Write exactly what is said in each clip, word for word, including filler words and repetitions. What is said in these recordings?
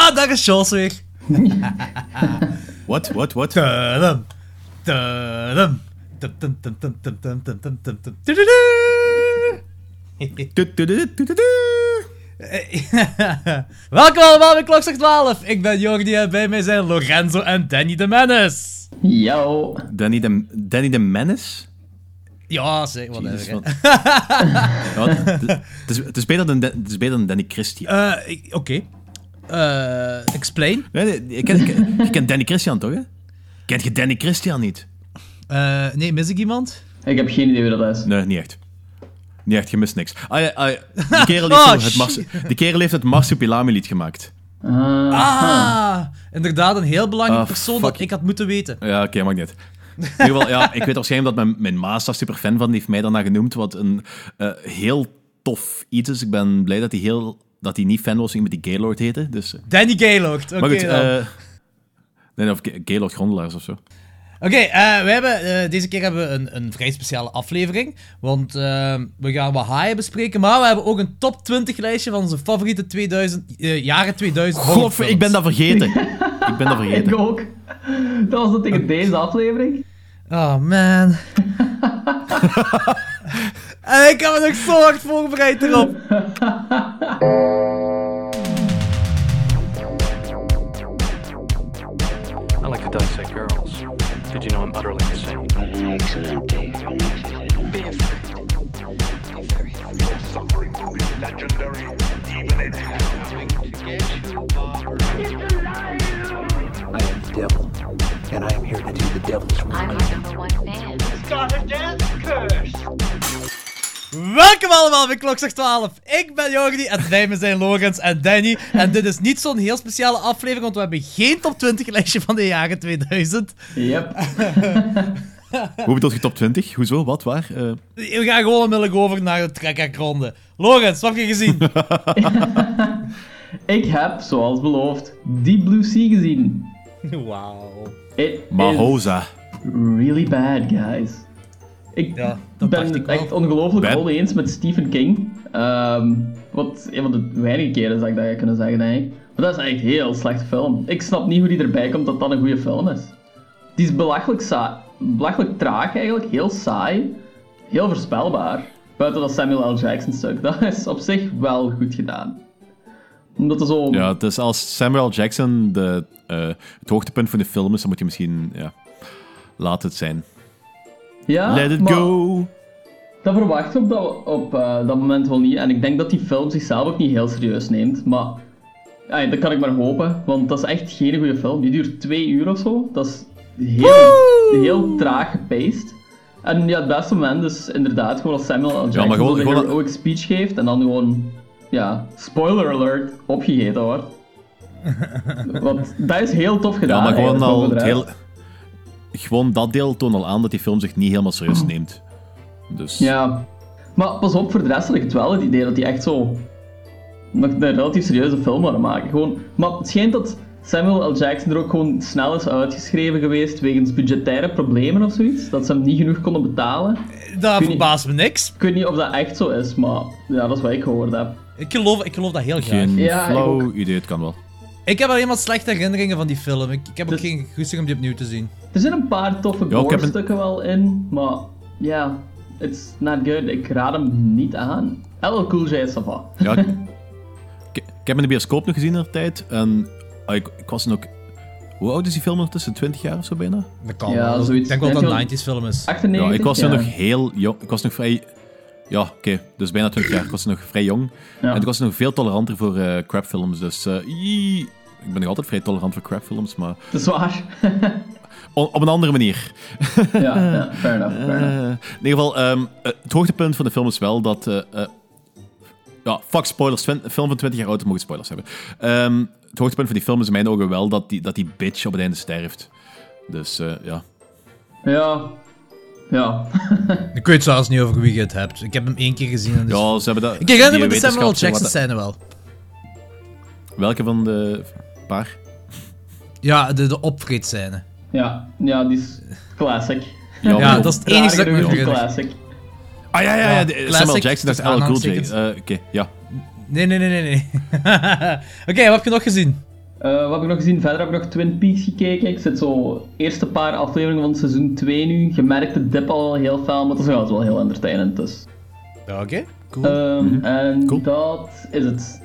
Ah, daar is Jos weer. What, what, what? Tadam, tadam, tum, tum, tum, tum, tum, tum, tum, tum, tum, tum, tududu. Welkom allemaal bij Klokslag twaalf. Ik ben Jordi en bij mij zijn Lorenzo en Danny de Menace. Yo. Danny de, Danny de Menace? Ja, zeg wat Jezus, even. wat... ja, het, is, het, is beter dan, het is beter dan Danny Christian. Uh, Oké. Okay. Uh, explain. Nee, nee, je, kent, je kent Danny Christian toch, hè? Kent je Danny Christian niet? Uh, nee, mis ik iemand? Ik heb geen idee wie dat is. Nee, niet echt. Niet echt, je mist niks. Ah, ja, ah, ja. De kerel heeft, oh, het, mars- de kerel heeft het Marsupilami-lied gemaakt. Uh, ah, inderdaad, een heel belangrijk uh, persoon fuck. dat ik had moeten weten. Ja, oké, okay, mag niet. In ieder geval, ja, ik weet waarschijnlijk dat mijn, mijn maas daar super fan van, die heeft mij daarna genoemd, wat een uh, heel tof iets is. Ik ben blij dat hij heel... dat hij niet fan was van iemand die Gaylord heette. Dus... Danny Gaylord, oké. Maar goed, okay, uh, nee, of Gaylord Grondelaars of zo. Oké, okay, uh, we hebben uh, deze keer hebben we een, een vrij speciale aflevering. Want uh, we gaan wat haaien bespreken, maar we hebben ook een top twintig lijstje van onze favoriete tweeduizend, uh, jaren tweeduizend. God, ik ben dat vergeten. ik ben dat vergeten. Ik ook. Dat was het tegen deze aflevering. Oh man. En ik heb me nog zo hard voorbereid erop. I like to dissect girls. Did you know I'm utterly insane? Excellent, Dave. Be afraid. Be very afraid. Suffering will be legendary, even in hell. Coming to get you, Barbara. I am the devil, and I am here to do the devil's work. I'm our number one fan. Start a death curse! Welkom allemaal bij Klokslag twaalf. Ik ben Jordi en bij me zijn Lorenz en Danny. En dit is niet zo'n heel speciale aflevering, want we hebben geen top twintig lijstje van de jaren tweeduizend. Yep. Hoe bedoel je top twintig? Hoezo? Wat? Waar? Uh... We gaan gewoon onmiddellijk over naar de trekkerronde. Lorenz, wat heb je gezien? Ik heb, zoals beloofd, Deep Blue Sea gezien. Wauw. It Mahosa. is really bad, guys. Ik Ja, dat ben dacht het ik wel. echt ongelooflijk Ben- oneens met Stephen King. Um, wat een van de weinige keren is dat ik dat ga kunnen zeggen, eigenlijk. Maar dat is echt een heel slechte film. Ik snap niet hoe die erbij komt dat dat een goede film is. Die is belachelijk, saai, belachelijk traag eigenlijk, heel saai, heel voorspelbaar. Buiten dat Samuel L. Jackson stuk, dat is op zich wel goed gedaan. Omdat er zo... Ja, het is als Samuel L. Jackson de, uh, het hoogtepunt van de film is, dan moet je misschien... Ja, laat het zijn. Ja, Let it maar go! dat verwacht je op, dat, op uh, dat moment wel niet. En ik denk dat die film zichzelf ook niet heel serieus neemt. Maar ja, dat kan ik maar hopen, want dat is echt geen goede film. Die duurt twee uur of zo. Dat is heel, heel traag gepaced. En ja, het beste moment is inderdaad gewoon als Samuel L. Jackson maar gewoon- zo'n gewoon- heroic speech geeft en dan gewoon, ja, spoiler alert, opgegeten wordt. Want dat is heel tof gedaan. Ja, maar gewoon eigenlijk, al voor het de heel... rest. Gewoon dat deel toont al aan dat die film zich niet helemaal serieus neemt. Dus... Ja, maar pas op, voor de rest had ik het wel het idee dat die echt zo nog een relatief serieuze film willen maken. Gewoon, maar het schijnt dat Samuel L. Jackson er ook gewoon snel is uitgeschreven geweest wegens budgettaire problemen of zoiets. Dat ze hem niet genoeg konden betalen. Dat niet- verbaast me niks. Ik weet niet of dat echt zo is, maar ja, dat is wat ik gehoord heb. Ik geloof, ik geloof dat heel graag. Geen Ja, ik flauw ook. idee, het kan wel. Ik heb alleen maar slechte herinneringen van die film. Ik, ik heb ook Dus- geen goesting om die opnieuw te zien. Er zijn een paar toffe Ja, ik heb een- gore-stukken wel in, maar ja, it's not good. Ik raad hem niet aan. L L Cool J is sava. Ja, ik, ik, ik heb hem in de bioscoop nog gezien in de tijd. En ah, ik, ik was nog... Hoe oud is die film ondertussen? twintig jaar of zo bijna? Dat kan Ja, wel. zoiets. Ik denk wel dat Denk het je een nineties film is. achtennegentig? Ja, ik was ja. er nog heel jong. Ik was nog vrij... Ja, oké. Okay, dus bijna twintig jaar. Ik was nog vrij jong. Ja. En ik was nog veel toleranter voor uh, crapfilms. Dus uh, ii, ik ben nog altijd vrij tolerant voor crapfilms, maar... Dat is waar. O- op een andere manier. ja, ja, fair enough. Fair enough. Uh, in ieder geval, um, uh, het hoogtepunt van de film is wel dat... Uh, uh, ja, fuck spoilers. Een film van twintig jaar oud mogen spoilers hebben. Um, het hoogtepunt van die film is in mijn ogen wel dat die, dat die bitch op het einde sterft. Dus, uh, ja. Ja. Ja. Ik weet zelfs niet over wie je het hebt. Ik heb hem één keer gezien. En dus... Ja, ze hebben dat... Ik herinner die me de Samuel L. wetenschap- Jackson wat- scène wel. Welke van de paar? Ja, de, de opvreetscène. Ja. Ja, die is classic. Ja, Ja, maar- dat is het enige dat ik me Trager herinner. classic. Ah ja, ja, ja. de- Classic, Samuel Jackson, dat is tussen L L Cool J. aanhalingstekens. Uh, Oké, ja. Nee, nee, nee, nee. nee. Oké, okay, wat heb je nog gezien? Uh, wat heb ik nog gezien? Verder heb ik nog Twin Peaks gekeken. Ik zit zo eerste paar afleveringen van seizoen twee nu. Je merkt de dip al heel fel, maar het is wel heel entertainend. Dus. Oké, okay, cool. Um, mm-hmm. En cool. dat is het.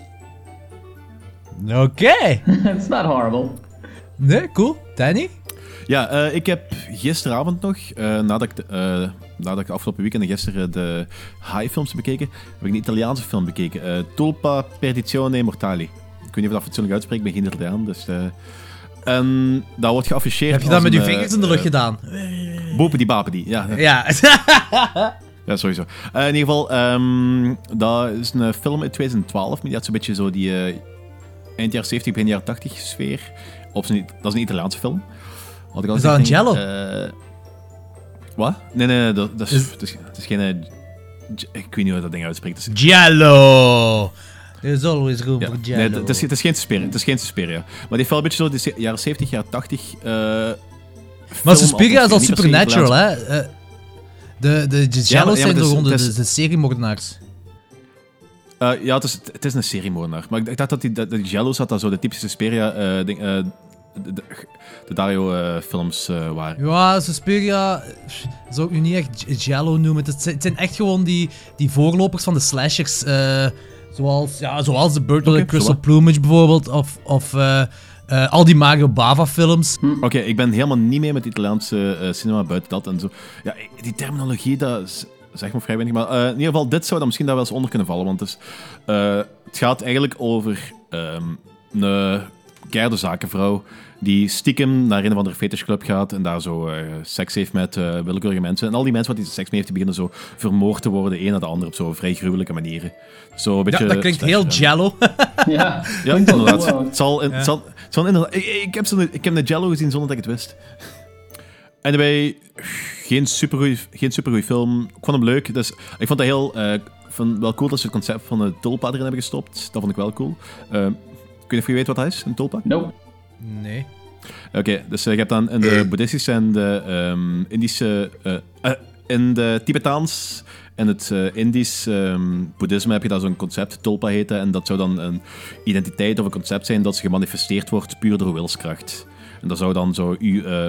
Oké. Okay. It's not horrible. Nee, cool. Danny? Ja, uh, ik heb gisteravond nog, uh, nadat, ik de, uh, nadat ik de afgelopen weekend en gisteren de High-films heb bekeken, heb ik een Italiaanse film bekeken. Uh, Tulpa Perdizione Mortali. Ik weet niet of ik dat fatsoenlijk uitspreek, ik ben geen Italiaan, dus... Uh, en dat wordt geafficheerd. Heb je dat met een, je vingers in de lucht uh, gedaan? Bopedi bapedi, ja. Ja. Ja, sowieso. Uh, in ieder geval, um, dat is een film uit twintig twaalf, maar die had zo'n beetje zo die uh, eind jaren zeventig, begin jaren tachtig sfeer. Op zijn, dat is een Italiaanse film. Had ik al is dat een Jello? Uh, wat? Nee, nee, nee, dat, dat is, is... Het, is, het is geen... Uh, ik weet niet hoe dat ding uitspreekt. Dus... Jello! There's always room ja, for Jello. Nee, het is, het is geen Suspiria, het is geen Suspiria. Maar die heeft wel een beetje zo de jaren zeventig, jaren tachtig... Uh, maar Suspiria is al supernatural, hè? Uh, de, de, de Jello's ja, maar, ja, zijn dus, gewoon de, dus, de seriemoordenaars. Uh, ja, het is, het is een seriemoordenaar. Maar ik dacht dat die, dat die Jello's had dat zo de typische Suspiria... Uh, ding, uh, de, de, de Dario-films uh, uh, waren. Ja, Suspiria zou ik nu niet echt Jello noemen. Het zijn, het zijn echt gewoon die, die voorlopers van de slashers. Uh, zoals, ja, zoals The Bird with the Crystal Plumage bijvoorbeeld. Of, of uh, uh, al die Mario Bava-films. Hm. Oké, okay, ik ben helemaal niet mee met Italiaanse uh, cinema buiten dat en zo. Ja, die terminologie, dat is, zeg maar vrij weinig. Maar uh, in ieder geval, dit zou dan misschien daar wel eens onder kunnen vallen. Want het, is, uh, het gaat eigenlijk over um, een keiharde zakenvrouw die stiekem naar een of andere fetishclub gaat en daar zo uh, seks heeft met uh, willekeurige mensen. En al die mensen wat die seks mee heeft, die beginnen zo vermoord te worden, de een na de ander, op zo vrij gruwelijke manieren. Zo een beetje ja, dat klinkt heel Jello. Ja, ja inderdaad. Het zal, in, ja. het zal, het zal inderdaad... Ik, ik, heb zo, ik heb de Jello gezien zonder dat ik het wist. En daarbij, geen supergoeie, geen supergoeie film. Ik vond hem leuk. Dus ik vond dat heel... Uh, vond wel cool dat ze het concept van de tulpa erin hebben gestopt. Dat vond ik wel cool. Uh, ik weet niet of je weet wat dat is, een tulpa? Nope. Nee. Oké, okay, dus uh, je hebt dan in de boeddhistische en de um, Indische... Uh, uh, in de Tibetaans en het uh, Indisch um, boeddhisme heb je daar zo'n concept, tulpa heet dat, en dat zou dan een identiteit of een concept zijn dat gemanifesteerd wordt puur door wilskracht. En dat zou dan zo u... Uh,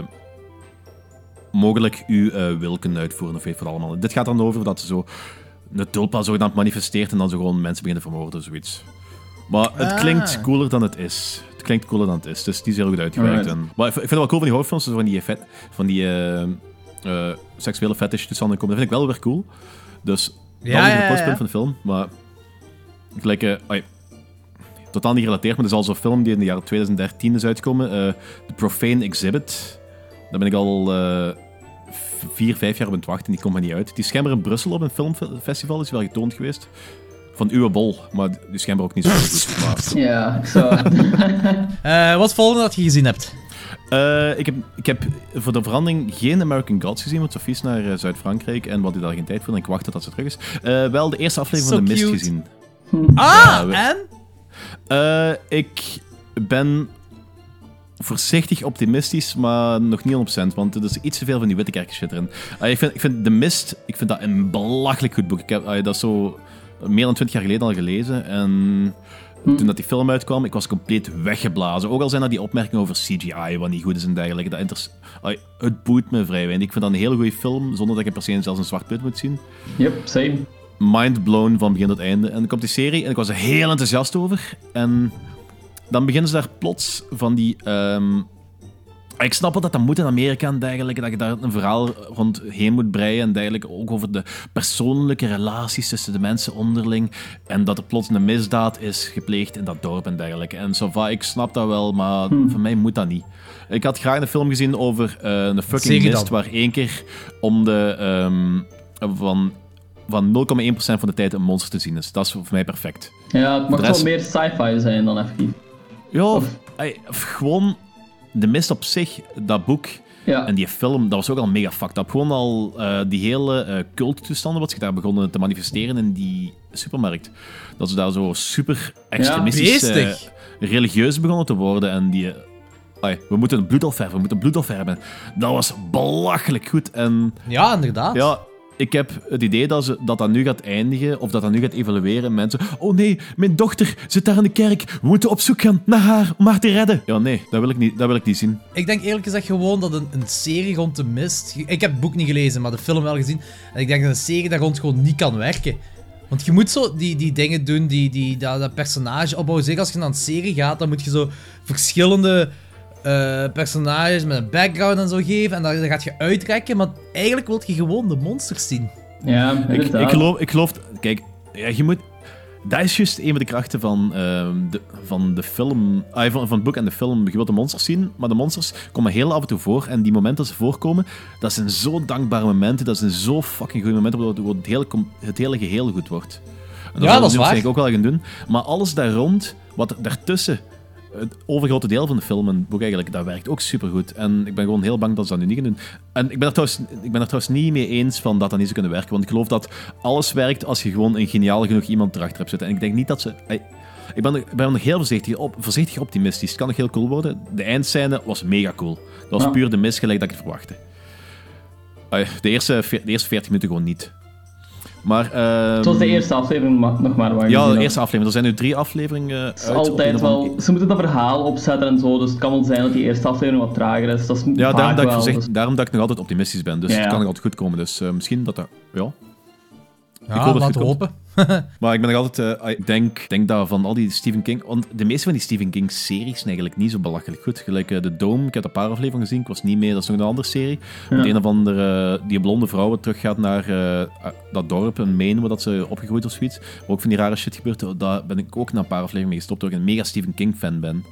mogelijk uw uh, wil kunnen uitvoeren, of weet wat allemaal. Dit gaat dan over dat ze zo de tulpa zogenaamd manifesteert en dan zo gewoon mensen beginnen vermoorden, zoiets. Maar het ah. klinkt cooler dan het is. Het klinkt cooler dan het is, dus die is heel goed uitgewerkt. En, maar ik vind het wel cool van die horrorfilms, dus van die, vet, van die uh, uh, seksuele fetish toestanden komen. Dat vind ik wel weer cool. Dus ja, dat is ja, een pluspunt ja. van de film. Maar gelijk, uh, ay, totaal niet gerelateerd, maar het is al zo'n film die in de jaren twintig dertien is uitgekomen. Uh, The Profane Exhibit. Daar ben ik al... Uh, vier, vijf jaar op het wachten en die komt maar niet uit. Die is schijnbaar in Brussel op een filmfestival, is wel getoond geweest. Van Uwe Bol, maar die is schijnbaar ook niet zo goed. Maar... Ja, zo. uh, wat is het volgende dat je gezien hebt? Uh, ik, heb, ik heb voor de verandering geen American Gods gezien, want Sophie is naar uh, Zuid-Frankrijk en we hadden daar geen tijd voor en ik wacht tot ze terug is. Uh, wel de eerste aflevering so van The Mist cute. gezien. Ah, uh, we... en? Uh, ik ben... voorzichtig optimistisch, maar nog niet honderd procent, want er is iets te veel van die witte kerkjes shit erin. Uh, ik, vind, ik vind The Mist, ik vind dat een belachelijk goed boek. Ik heb uh, dat zo meer dan twintig jaar geleden al gelezen en hm. toen dat die film uitkwam, ik was compleet weggeblazen. Ook al zijn er die opmerkingen over C G I, wat niet goed is en dergelijke. Dat inter... uh, het boeit me vrij weinig. Ik vind dat een hele goede film, zonder dat ik per se zelfs een zwart punt moet zien. Yep, same. Mind blown van begin tot einde. En dan komt die serie en ik was er heel enthousiast over. En... dan beginnen ze daar plots van die... Um... Ik snap wel dat dat moet in Amerika en dergelijke, dat je daar een verhaal rondheen moet breien en dergelijke. Ook over de persoonlijke relaties tussen de mensen onderling. En dat er plots een misdaad is gepleegd in dat dorp en dergelijke. En so va, ik snap dat wel, maar hmm. voor mij moet dat niet. Ik had graag een film gezien over uh, een fucking mist, waar één keer om de... Um, van... van nul komma één procent van de tijd een monster te zien is. Dat is voor mij perfect. Ja, het mag rest... wel meer sci-fi zijn dan effectief. Ja, of, ay, of gewoon De Mist op zich, dat boek ja. en die film, dat was ook al mega fucked up. Gewoon al uh, die hele uh, culttoestanden wat zich daar begonnen te manifesteren in die supermarkt. Dat ze daar zo super extremistisch ja, uh, religieus begonnen te worden en die... Uh, ay, we moeten bloedoffer, we moeten bloedoffer hebben. Dat was belachelijk goed en... Ja, inderdaad. Ja, ik heb het idee dat, ze, dat dat nu gaat eindigen, of dat dat nu gaat evolueren. Mensen, oh nee, mijn dochter zit daar in de kerk. We moeten op zoek gaan naar haar, om haar te redden. Ja, nee, dat wil ik niet, dat wil ik niet zien. Ik denk eerlijk gezegd gewoon dat een, een serie rond de Mist... Ik heb het boek niet gelezen, maar de film wel gezien. En ik denk dat een serie daar rond gewoon niet kan werken. Want je moet zo die, die dingen doen, die, die, dat, dat personage opbouwen. Zeker als je naar een serie gaat, dan moet je zo verschillende uh, personages met een background en zo geven. En dan, dan gaat je uitrekken, maar eigenlijk wil je gewoon de monsters zien. Ja, ik, ik, geloof, ik geloof... Kijk, ja, je moet... Dat is juist een van de krachten van, uh, de, van de film... Ah, van, van het boek en de film. Je wilt de monsters zien, maar de monsters komen heel af en toe voor. En die momenten dat ze voorkomen, dat zijn zo dankbare momenten. Dat zijn zo fucking goede momenten, waardoor het hele, het hele geheel goed wordt. En dat ja, dat is waar. Dat ik ook wel gaan doen. Maar alles daar rond, wat daartussen... Het overgrote deel van de film en het boek eigenlijk, dat werkt ook supergoed. En ik ben gewoon heel bang dat ze dat nu niet gaan doen. En ik ben er trouwens, ik ben er trouwens niet mee eens van dat dat niet zou kunnen werken. Want ik geloof dat alles werkt als je gewoon een geniaal genoeg iemand erachter hebt zitten. En ik denk niet dat ze... Ik ben, ik ben nog heel voorzichtig, op, voorzichtig optimistisch. Het kan nog heel cool worden. De eindscène was mega cool. Dat was ja. puur de mis gelijk dat ik het verwachtte. De eerste, de eerste veertig minuten gewoon niet. Maar, um... het was de eerste aflevering nog maar. Waar ja, de eerste aflevering. Er zijn nu drie afleveringen uh, uit. Altijd wel. Van... Ze moeten dat verhaal opzetten en zo, dus het kan wel zijn dat die eerste aflevering wat trager is. Dat is ja, daarom dat, wel, ik zeg, dus... daarom dat ik nog altijd optimistisch ben. Dus ja, ja. het kan nog altijd goed komen. Dus uh, misschien dat dat... Ja, ja ik hoop laten we hopen. Maar ik ben nog altijd... Uh, ik denk, denk dat van al die Stephen King... Want de meeste van die Stephen King series zijn eigenlijk niet zo belachelijk goed. Gelijk uh, The Dome, ik heb een paar afleveringen gezien. Ik was niet mee, dat is nog een andere serie. Ja. Met een of andere... Uh, die blonde vrouw teruggaat naar uh, dat dorp in Maine, waar dat ze opgegroeid of zoiets. Waar ook van die rare shit gebeurt. Daar ben ik ook na een paar afleveringen mee gestopt, doordat ik een mega Stephen King fan ben.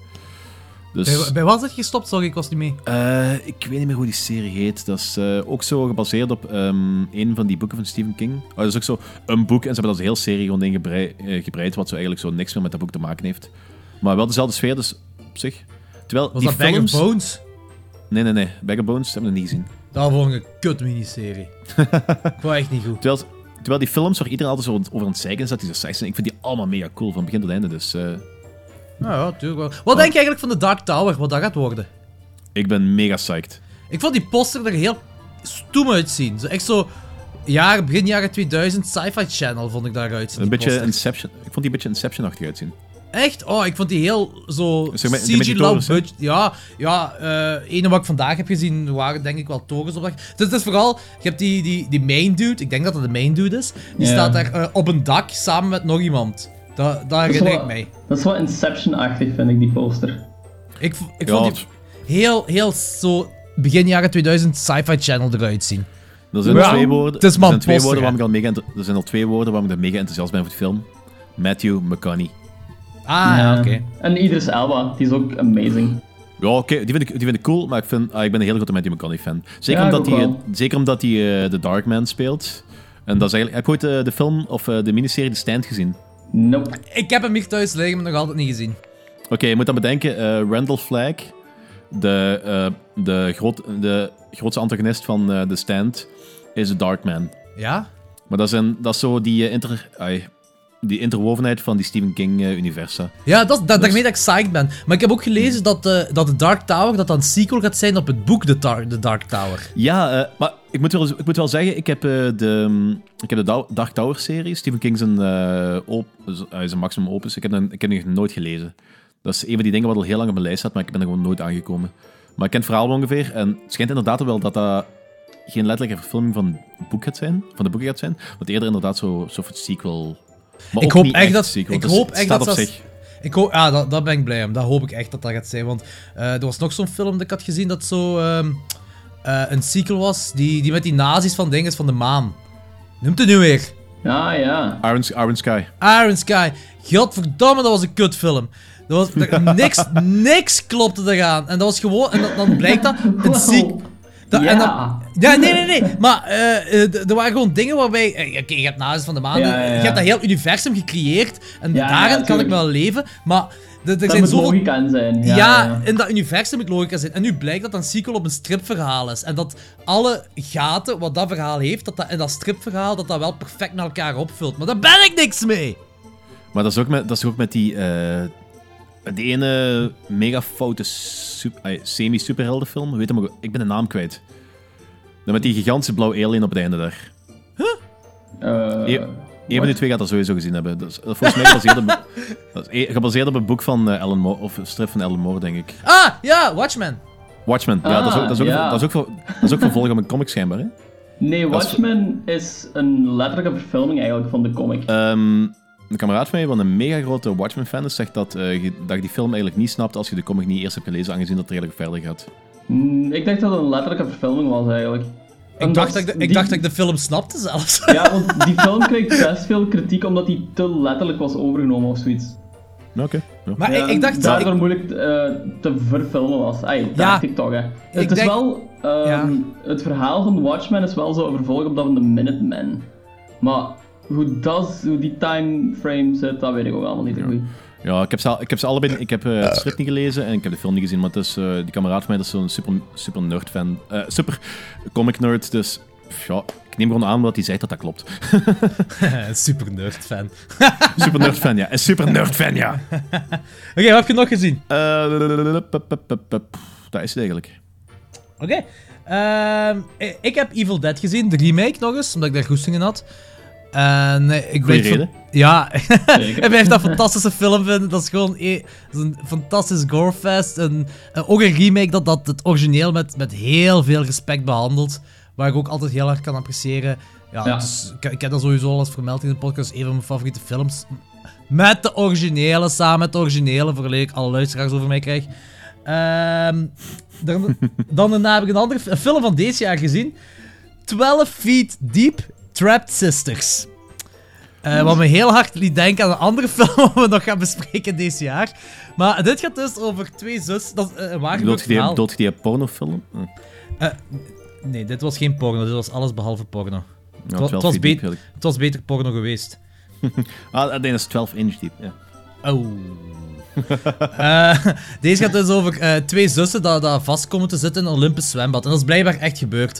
Dus, bij, bij wat is het gestopt? Sorry, ik was niet mee. Uh, ik weet niet meer hoe die serie heet. Dat is uh, ook zo gebaseerd op um, een van die boeken van Stephen King. Oh, dat is ook zo een boek en ze hebben dat een hele serie gewoon ingebreid, uh, gebreid, wat zo eigenlijk zo niks meer met dat boek te maken heeft. Maar wel dezelfde sfeer, dus op zich. Terwijl was die dat films... Bag of Bones? Nee, nee, nee. Bag of Bones hebben we niet gezien. Dat vond ik een kut miniserie. Ik vond echt niet goed. Terwijl, terwijl die films waar iedereen altijd zo over aan het zeiken is dat die zo saai zijn, ik vind die allemaal mega cool, van begin tot einde, dus... Uh, Nou ja, natuurlijk wel. Wat oh. denk je eigenlijk van de Dark Tower, wat dat gaat worden? Ik ben mega psyched. Ik vond die poster er heel stoem uitzien. Zo echt zo, jaar, begin jaren tweeduizend, Sci-Fi Channel vond ik daaruit zien. Een beetje poster. Inception. Ik vond die een beetje Inception-achtig uitzien. Echt? Oh, ik vond die heel zo zeg maar, C G low budget. Ja, ja uh, ene wat ik vandaag heb gezien, waren denk ik wel torens op. Dus het is vooral, je hebt die, die, die main dude, ik denk dat het de main dude is, die yeah. staat daar uh, op een dak samen met nog iemand. Da, daar herinner ik mij. Dat is wel Inception-achtig, vind ik, die poster. Ik, ik ja, vond die heel, heel zo begin jaren tweeduizend Sci-Fi Channel eruit zien. Er zijn, ja, twee woorden, het is er zijn twee poster, woorden waarom ik al mega er zijn al twee woorden waarom ik mega enthousiast ben voor de film. Matthew McConaughey. Ah, ja, oké. Okay. En Idris Elba, die is ook amazing. Ja, oké, okay, die, vind ik, die vind ik cool, maar ik, vind, ah, ik ben een heel grote Matthew McConaughey fan. Zeker ja, omdat hij zeker omdat hij uh, The Darkman speelt. En dat is eigenlijk... Heb je ooit uh, de film of uh, de miniserie The Stand gezien? Nope. Ik heb hem hier thuis liggen, maar nog altijd niet gezien. Oké, okay, je moet dan bedenken, uh, Randall Flagg, de, uh, de, groot, de grootste antagonist van uh, The Stand, is The Darkman. Ja? Maar dat is, een, dat is zo die, uh, inter, ay, die interwovenheid van die Stephen King-universa. Uh, ja, dat, dat, dus... daarmee dat ik psyched ben. Maar ik heb ook gelezen hmm. dat, uh, dat The Dark Tower dat een sequel gaat zijn op het boek The, Tar- The Dark Tower. Ja, uh, maar ik moet, wel, ik moet wel zeggen, ik heb uh, de, um, ik heb de Dark Tower-serie, Stephen King zijn, uh, op, uh, zijn maximum opus, ik heb, een, ik heb die nog nooit gelezen. Dat is een van die dingen wat al heel lang op mijn lijst staat, maar ik ben er gewoon nooit aangekomen. Maar ik ken het verhaal ongeveer, en het schijnt inderdaad wel dat dat geen letterlijke verfilming van het boek gaat zijn, van de boeken gaat zijn, maar eerder inderdaad zo'n soort sequel... Maar ik hoop echt, echt dat... Sequel, ik dus hoop echt dat dat... op zich. Ik hoop... Ja, dat, dat ben ik blij om. Dat hoop ik echt dat dat gaat zijn. Want uh, er was nog zo'n film dat ik had gezien dat zo... Um, uh, een sequel was, die, die met die nazi's van dinges van de maan. Noemt het nu weer? Ja, ja. Iron, Iron Sky. Iron Sky. Godverdomme, dat was een kutfilm. Dat was... Er, niks, niks klopte eraan. En dat was gewoon... En dat, dan blijkt dat een sequel... Da, ja. En dan, ja, nee, nee, nee. Maar uh, uh, d- er waren gewoon dingen waarbij... Uh, Oké, okay, je hebt nazi's van de maan. Ja, ja, ja. Je hebt dat heel universum gecreëerd. En ja, daarin ja, kan ik wel leven. Maar d- er dat zijn moet zoveel... logica in zijn. Ja, ja, ja, in dat universum moet logica zijn. En nu blijkt dat een sequel op een stripverhaal is. En dat alle gaten wat dat verhaal heeft, dat dat in dat stripverhaal, dat dat wel perfect met elkaar opvult. Maar daar ben ik niks mee! Maar dat is ook met, dat is ook met die... Uh... De ene mega foute super, semi-superheldenfilm, weet je maar, ik ben de naam kwijt. Dan met die gigantische blauwe alien op het einde daar. Uh, E- Een van die twee gaat dat sowieso gezien hebben. Dat is, dat is volgens mij gebaseerd op, dat is e- gebaseerd op een boek van uh, Alan Moore, of een strip van Alan Moore, denk ik. Ah, ja, Watchmen. Watchmen, ja, Ah, dat is ook, dat is ook, ja. dat is ook, ver- dat is ook vervolg op een comic schijnbaar, hè? Nee, Dat is- Watchmen is een letterlijke verfilming eigenlijk van de comic. Um, een kameraad van mij, wat een mega grote Watchmen-fan is, zegt dat, uh, je, dat je die film eigenlijk niet snapt als je de comic niet eerst hebt gelezen, aangezien dat het redelijk verder gaat. Mm, ik dacht dat het een letterlijke verfilming was eigenlijk. En Ik dacht, dat dat ik, de, die- ik dacht dat ik de film snapte zelfs. Ja, want die film kreeg best veel kritiek omdat die te letterlijk was overgenomen of zoiets. Oké. Okay, ja. Maar Ja, ik, ik dacht... daardoor ik- moeilijk uh, te verfilmen was. Ay, Ja. dacht ik toch, hè. Het Ik is denk- wel... ehm, Ja. Het verhaal van Watchmen is wel zo een vervolg op dat van de Minutemen. Maar hoe, dat, hoe die timeframe zit, dat weet ik ook allemaal niet zo goed. Ja, ik heb ze, al- ik heb ze allebei... Ik heb uh, het script niet gelezen en ik heb de film niet gezien, maar het is, uh, die kameraad van mij dat is zo'n super, super nerd-fan. Uh, super comic-nerd, dus... Ja, ik neem gewoon aan dat hij zegt dat dat klopt. Super nerd-fan. Super nerd-fan, ja. Een super nerd-fan, ja. Oké, wat heb je nog gezien? Uh, dat is het eigenlijk. Oké. Ehm, ik- ik heb Evil Dead gezien, de remake nog eens, omdat ik daar goesting in had. En eh, ik Goeie blijf... reden. Ja, Zeker. ik blijf dat een fantastische film vinden. Dat is gewoon e- dat is een fantastisch gorefest. En eh, ook een remake dat, dat het origineel met, met heel veel respect behandelt. Waar ik ook altijd heel erg kan appreciëren. Ja, Ja. Dus, ik, ik heb dat sowieso al eens vermeld in de podcast. Een van mijn favoriete films. Met de originele, samen met de originele. Voordat ik alle luisteraars over mij krijg. Ehm, dan, dan daarna heb ik een andere f- een film van deze jaar gezien. twaalf Feet Deep, Trapped Sisters. Eh, wat me heel hard liet denken aan een andere film wat we nog gaan bespreken dit jaar. Maar dit gaat dus over twee zussen. Dat is eh, een waar gebeurd Bedoelt je die, verhaal. bedoelt je die pornofilm? Hm. Eh, nee, dit was geen porno. Dit was alles behalve porno. Ja, Het wa- het twaalf was feet be- diep, eigenlijk. Het was beter porno geweest. Ah, nee, dat is twaalf inch diep. Ja. Oh. Eh, deze gaat dus over eh, twee zussen dat, dat vast komen te zitten in een Olympisch zwembad. En dat is blijkbaar echt gebeurd.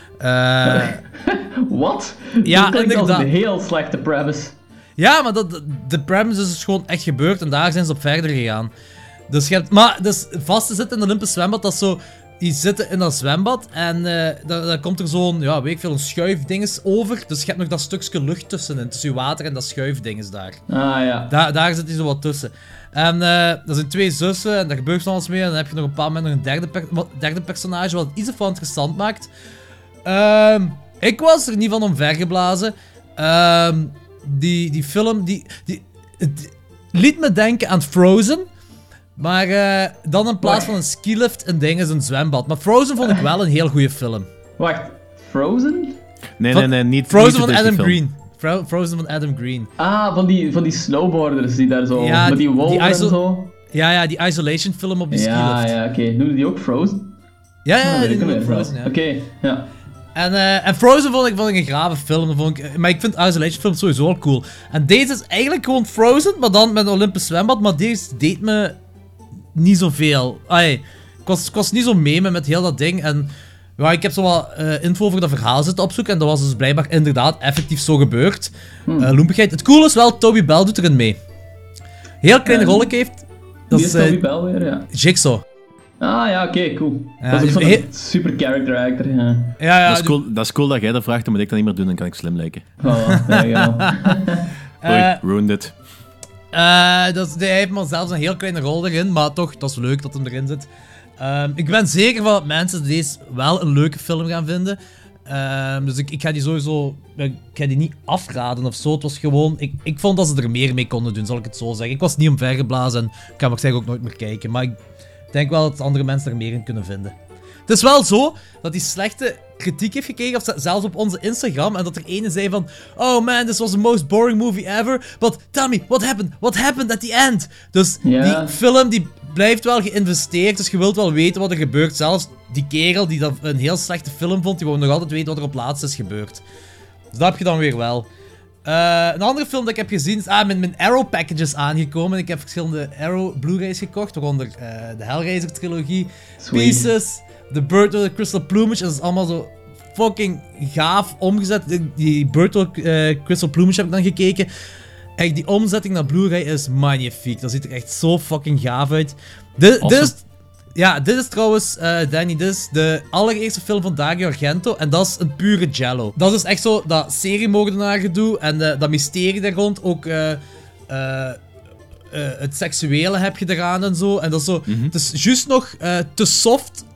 Eh, Wat? Ja, dat klinkt als inderdaad. een heel slechte premise. ja, maar dat, de premise is dus gewoon echt gebeurd en daar zijn ze op verder gegaan. Dus je hebt, maar dus vast te zitten in een Olympisch zwembad, dat is zo... Die zitten in dat zwembad en eh daar, daar komt er zo'n, ja, weet ik veel, een schuifdinges over. Dus je hebt nog dat stukje lucht tussenin, tussen je water en dat schuifdinges daar. Ah ja. Daar, daar zit hij zo wat tussen. En eh er zijn twee zussen en daar gebeurt van alles mee. En dan heb je nog een paar moment nog een derde, per- wat- derde personage, wat het iets van interessant maakt. Ehm, ik was er niet van omvergeblazen. Ehm die, die film, die, die, het liet me denken aan Frozen. Maar eh, dan in plaats van een skilift, een ding is een zwembad. Maar Frozen vond ik wel een heel goede film. Wacht, Frozen? Nee, Van- nee, nee, niet Frozen niet de van Adam Disney-film. Green. Fro- Frozen van Adam Green. Ah, van die, van die snowboarders die daar zo... Ja, met die die- wolven die en iso- zo. Ja, ja, die isolation film op die Ja, skilift. ja, oké. Noemde die ook Frozen? Ja, Ah, ja, weet die ik noemen niet we meer. Frozen, ja. Oké, ja. En, eh, en Frozen vond ik, vond ik een grave film. Dat vond ik, maar ik vind Isolation films sowieso al cool. En deze is eigenlijk gewoon Frozen, maar dan met een Olympisch zwembad. Maar deze deed me niet zoveel. Ai, ik, was, ik was niet zo mee met, met heel dat ding. En ja, ik heb zo wat eh, info over dat verhaal zitten opzoeken. En dat was dus blijkbaar inderdaad effectief zo gebeurd. Hmm. Eh, loempigheid. Het coole is wel, Toby Bell doet erin mee. Heel kleine En- rolletje heeft. Dat Die is is Toby eh, Bell weer, ja. Jigsaw. Ah ja, oké, cool. Ja, dat is ook die- zo'n he- super character actor, ja. Ja, ja. Dat is, cool, dat is cool dat jij dat vraagt, dan moet ik dat niet meer doen, dan kan ik slim lijken. Voilà, ja, genau. Oei, Eh, ruined it. Eh, dat, is- hij heeft maar zelfs een heel kleine rol erin, maar toch, dat is leuk dat hem erin zit. Ehm, ik ben zeker van dat mensen deze wel een leuke film gaan vinden. Ehm, dus ik, ik ga die sowieso... Ik ga die niet afraden of zo. Het was gewoon... Ik, ik vond dat ze er meer mee konden doen, zal ik het zo zeggen. Ik was niet omvergeblazen en ik kan waarschijnlijk ook nooit meer kijken. Maar ik denk wel dat andere mensen er meer in kunnen vinden. Het is wel zo dat hij slechte kritiek heeft gekregen, of z- zelfs op onze Instagram, en dat er ene zei van: oh man, this was the most boring movie ever, but tell me, what happened? What happened at the end? Dus Ja. die film die blijft wel geïnvesteerd, dus je wilt wel weten wat er gebeurt. Zelfs die kerel die dat een heel slechte film vond, die wou nog altijd weten wat er op laatst is gebeurd. Dus dat heb je dan weer wel. Eh, een andere film dat ik heb gezien is... Ah, mijn, mijn Arrow package is aangekomen. Ik heb verschillende Arrow Blu-rays gekocht, waaronder eh, de Hellraiser trilogie, Sweet. Pieces, The Bird with the Crystal Plumage. Dat is allemaal zo fucking gaaf omgezet. Die- Die Bird with the Crystal Plumage heb ik dan gekeken. Echt, die omzetting naar Blu-ray is magnifiek. Dat ziet er echt zo fucking gaaf uit. Dit Awesome. dit is, Ja, dit is trouwens, uh, Danny, dit is de allereerste film van Dario Argento. En dat is een pure giallo. Dat is dus echt zo dat seriemoordenaar gedoe en uh, dat mysterie daar rond. Ook uh, uh, uh, het seksuele heb je eraan en zo. En dat is zo. Mm-hmm. Het is juist nog uh, te soft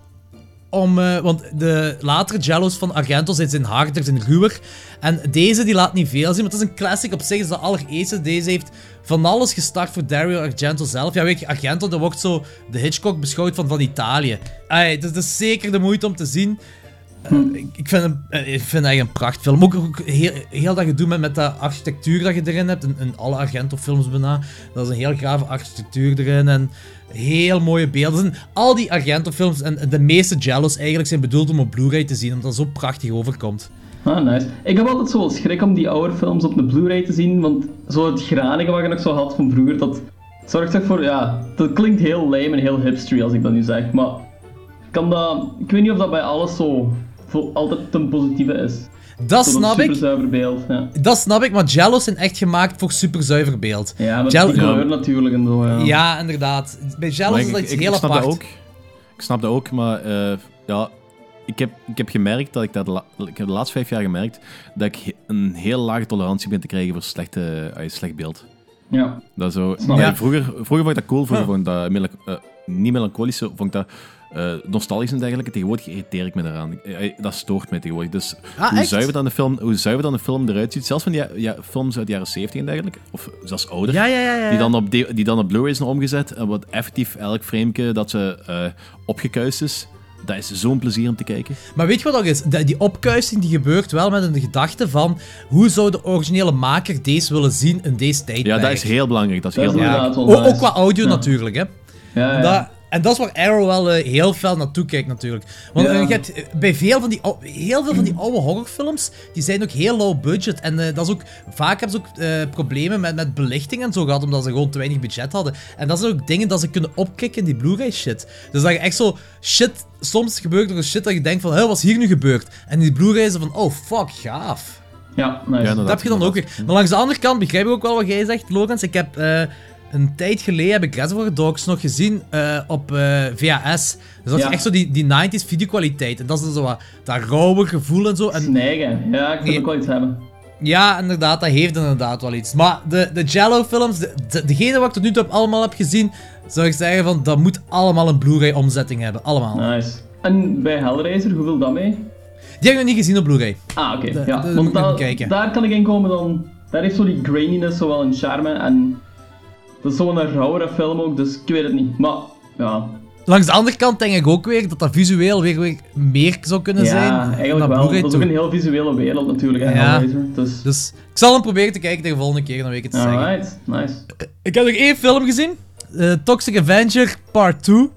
om. Uh, want de latere giallo's van Argento zijn harder, zijn ruwer. En deze die laat niet veel zien. Maar het is een classic op zich. Het is de allereerste. Deze heeft van alles gestart voor Dario Argento zelf. Ja, weet je, Argento, dat wordt zo de Hitchcock beschouwd van, van Italië. Ay, dus het is zeker de moeite om te zien. Uh, ik, ik, vind hem, uh, ik vind het eigenlijk een prachtfilm. Ook, ook heel, heel dat gedoe met, met de architectuur dat je erin hebt. In, in alle Argento-films bijna. Dat is een heel grave architectuur erin. En heel mooie beelden. Al die Argento-films en de meeste giallo's eigenlijk zijn bedoeld om op Blu-ray te zien. Omdat dat zo prachtig overkomt. Ah, nice. Ik heb altijd zo schrik om die oude films op de Blu-ray te zien, want zo het granige wat je nog zo had van vroeger, dat zorgt toch voor, ja, dat klinkt heel lame en heel hipstery als ik dat nu zeg, maar kan dat, ik weet niet of dat bij alles zo voor altijd ten positieve is. Dat zo snap ik. Superzuiver beeld, ja. Dat snap ik, maar giallo's zijn echt gemaakt voor superzuiver beeld. Ja, met Giallo- die kleur ja. natuurlijk en zo, ja. Ja, inderdaad. Bij giallo's is dat iets ik, heel ik snap apart. Dat ook. Ik snap dat ook, maar uh, ja... Ik heb, ik heb gemerkt dat ik dat de, la, ik heb de laatste vijf jaar gemerkt dat ik een heel lage tolerantie ben te krijgen voor slechte, uh, slecht beeld. Ja. Dat zo, Snap ja, ik. vroeger, vroeger vond ik dat cool, vroeger vond ik dat melanch, uh, niet melancholisch, vond ik dat uh, nostalgisch en dergelijke. Tegenwoordig irriteer ik me daaraan. Uh, dat stoort mij tegenwoordig. Dus Ah, hoe, echt? zuiver dan de film, hoe zuiver dan de film eruit ziet, zelfs van die ja, films uit de jaren zeventig en dergelijke, of zelfs ouder, Ja, ja, ja, ja. die dan op, de, die dan op Blu-ray zijn omgezet en wat effectief elk frameke dat ze uh, opgekuist is. Dat is zo'n plezier om te kijken. Maar weet je wat ook is? De- die opkuising die gebeurt wel met een gedachte van hoe zou de originele maker deze willen zien in deze tijdperk. Ja, dat is heel belangrijk. Dat is Dat heel is belangrijk. inderdaad wel O- ook nice. qua audio Ja. natuurlijk, hè. Ja, ja. En dat, en dat is waar Arrow wel uh, heel fel naartoe kijkt, natuurlijk. Want Ja. uh, je hebt, uh, bij veel van, die, ou- heel veel van die oude horrorfilms, die zijn ook heel low budget. En uh, dat is ook, vaak hebben ze ook uh, problemen met, met belichting en zo gehad, omdat ze gewoon te weinig budget hadden. En dat zijn ook dingen dat ze kunnen opkicken in die Blu-ray shit. Dus dat je echt zo, shit, soms gebeurt er een shit dat je denkt van, hé, wat is hier nu gebeurd? En die Blu-ray is er van, oh, fuck, gaaf. Ja, nice. Ja, Dat heb je dan ook weer. Maar langs de andere kant begrijp ik ook wel wat jij zegt, Lorenz. Ik heb uh, een tijd geleden heb ik Reservoir Dogs nog gezien uh, op uh, V H S. Dus dat is Ja. echt zo die, die nineties videokwaliteit. En dat is dan zo wat, dat rauwe gevoel en zo. En Snijgen. Ja, ik vind Nee. ook wel iets hebben. ja, inderdaad, dat heeft inderdaad wel iets. Maar de, de Giallo-films, de, de, degene wat ik tot nu toe heb allemaal heb gezien, zou ik zeggen van, dat moet allemaal een Blu-ray-omzetting hebben. Allemaal. Nice. En bij Hellraiser, hoeveel dat mee? Die heb ik nog niet gezien op Blu-ray. Ah, oké. De- Ja, de- moet want ik nog da- bekijken. daar kan ik in komen dan... Daar heeft zo die graininess zo wel een charme en... Dat is zo'n rauwere film ook, dus ik weet het niet. Maar, ja... Langs de andere kant denk ik ook weer dat dat visueel weer, weer meer zou kunnen zijn. Ja, naar eigenlijk wel. Blu-ray Dat is ook toe. een heel visuele wereld natuurlijk, hè, Ja. Hellraiser. Dus... Dus ik zal hem proberen te kijken tegen de volgende keer, dan weet ik het te zeggen. Alright, nice. Ik heb nog één film gezien. Uh, Toxic Avenger Part twee.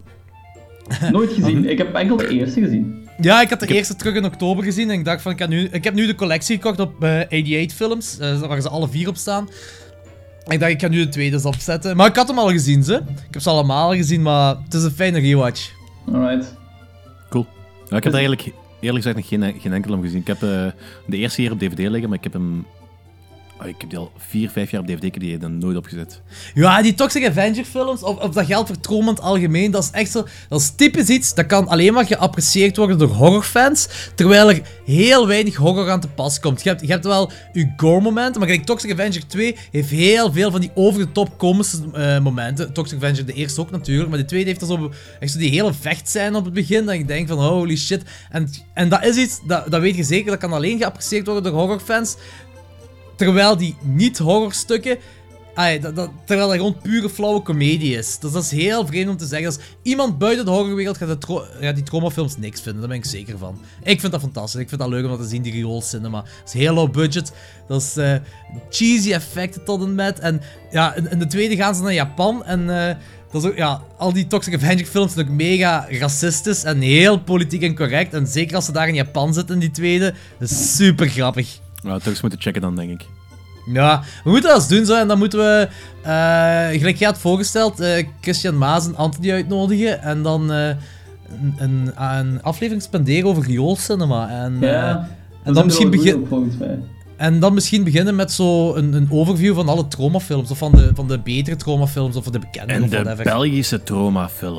Nooit gezien. Ik heb enkel de eerste gezien. Ja, ik had de eerste terug in oktober gezien en ik dacht van, ik, heb nu, ik heb nu de collectie gekocht op uh, achtennegentig films, uh, waar ze alle vier op staan. En ik dacht, ik ga nu de tweede eens opzetten. Maar ik had hem al gezien, ze. Ik heb ze allemaal gezien, maar het is een fijne rewatch. Alright. Cool. Ja, ik heb er eigenlijk eerlijk gezegd nog geen, geen enkel hem gezien. Ik heb uh, de eerste hier op D V D liggen, maar ik heb hem... Oh, ik heb die al vier, vijf jaar op D V D, ik heb die dan nooit opgezet. Ja, die Toxic Avenger films, of, of dat geldt voor Trauma in het algemeen, dat is echt zo... Dat is typisch iets, dat kan alleen maar geapprecieerd worden door horrorfans, terwijl er heel weinig horror aan te pas komt. Je hebt, je hebt wel je gore-momenten, maar kijk, Toxic Avenger twee heeft heel veel van die over-de-top komische uh, momenten. Toxic Avenger de eerste ook natuurlijk, maar de tweede heeft er zo, echt zo die hele vechtscène op het begin, dat je denkt van holy shit. En, en dat is iets, dat, dat weet je zeker, dat kan alleen geapprecieerd worden door horrorfans. Terwijl die niet-horrorstukken... Ay, dat, dat, terwijl dat gewoon pure flauwe comedie is. Dus dat is heel vreemd om te zeggen. Als iemand buiten de horrorwereld gaat, de tro- gaat die traumafilms niks vinden. Daar ben ik zeker van. Ik vind dat fantastisch. Ik vind dat leuk om dat te zien, die rioolcinema. Het is heel low budget. Dat is uh, cheesy effecten tot en met. En ja, in, in de tweede gaan ze naar Japan. En uh, dat is ook, ja, al die Toxic Avenger films zijn ook mega racistisch en heel politiek en correct. En zeker als ze daar in Japan zitten in die tweede, dat is super grappig. Ja, toch eens moeten checken dan, denk ik. Ja, we moeten dat eens doen zo en dan moeten we, uh, gelijk jij had voorgesteld, uh, Christian Maas en Anthony uitnodigen en dan uh, een, een, een aflevering spenderen over rioolcinema. En, uh, Ja. en, dan misschien begin, volgens mij. en dan misschien beginnen met zo een, een overview van alle traumafilms, of van de, van de betere traumafilms, of de bekende, En of de whatever. Belgische traumafilm.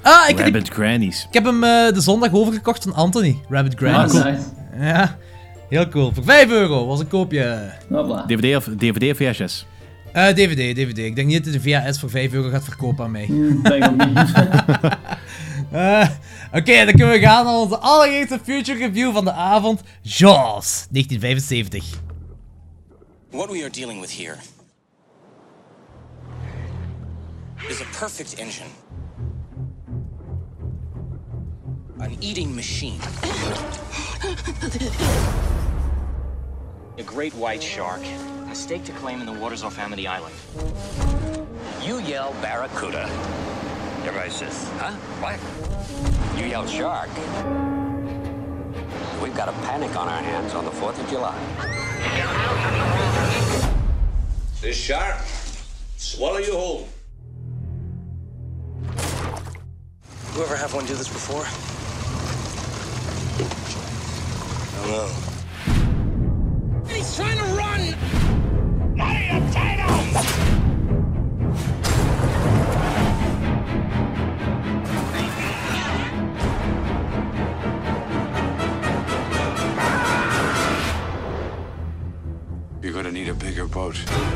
Ah, ik, Rabbit ik, Grannies. ik heb hem uh, de zondag overgekocht van Anthony. Rabbit Grannies. Ah, nice. Ja, heel cool. Voor vijf euro was een koopje. Hopla. D V D of, D V D of V H S? Uh, D V D, D V D. Ik denk niet dat de V H S voor vijf euro gaat verkopen aan mij. Hmm, denk ook niet. uh, Oké, okay, dan kunnen we gaan naar onze allereerste Future Review van de avond. Jaws, negentien vijfenzeventig. What we are dealing with here is a perfect engine. An eating machine. A great white shark. A stake to claim in the waters off Amity Island. You yell barracuda. Everybody says, huh? What? You yell shark. We've got a panic on our hands on the fourth of July. This shark, swallow you whole. You ever have one do this before? No. He's trying to run! Money and potatoes! You're gonna need a bigger boat.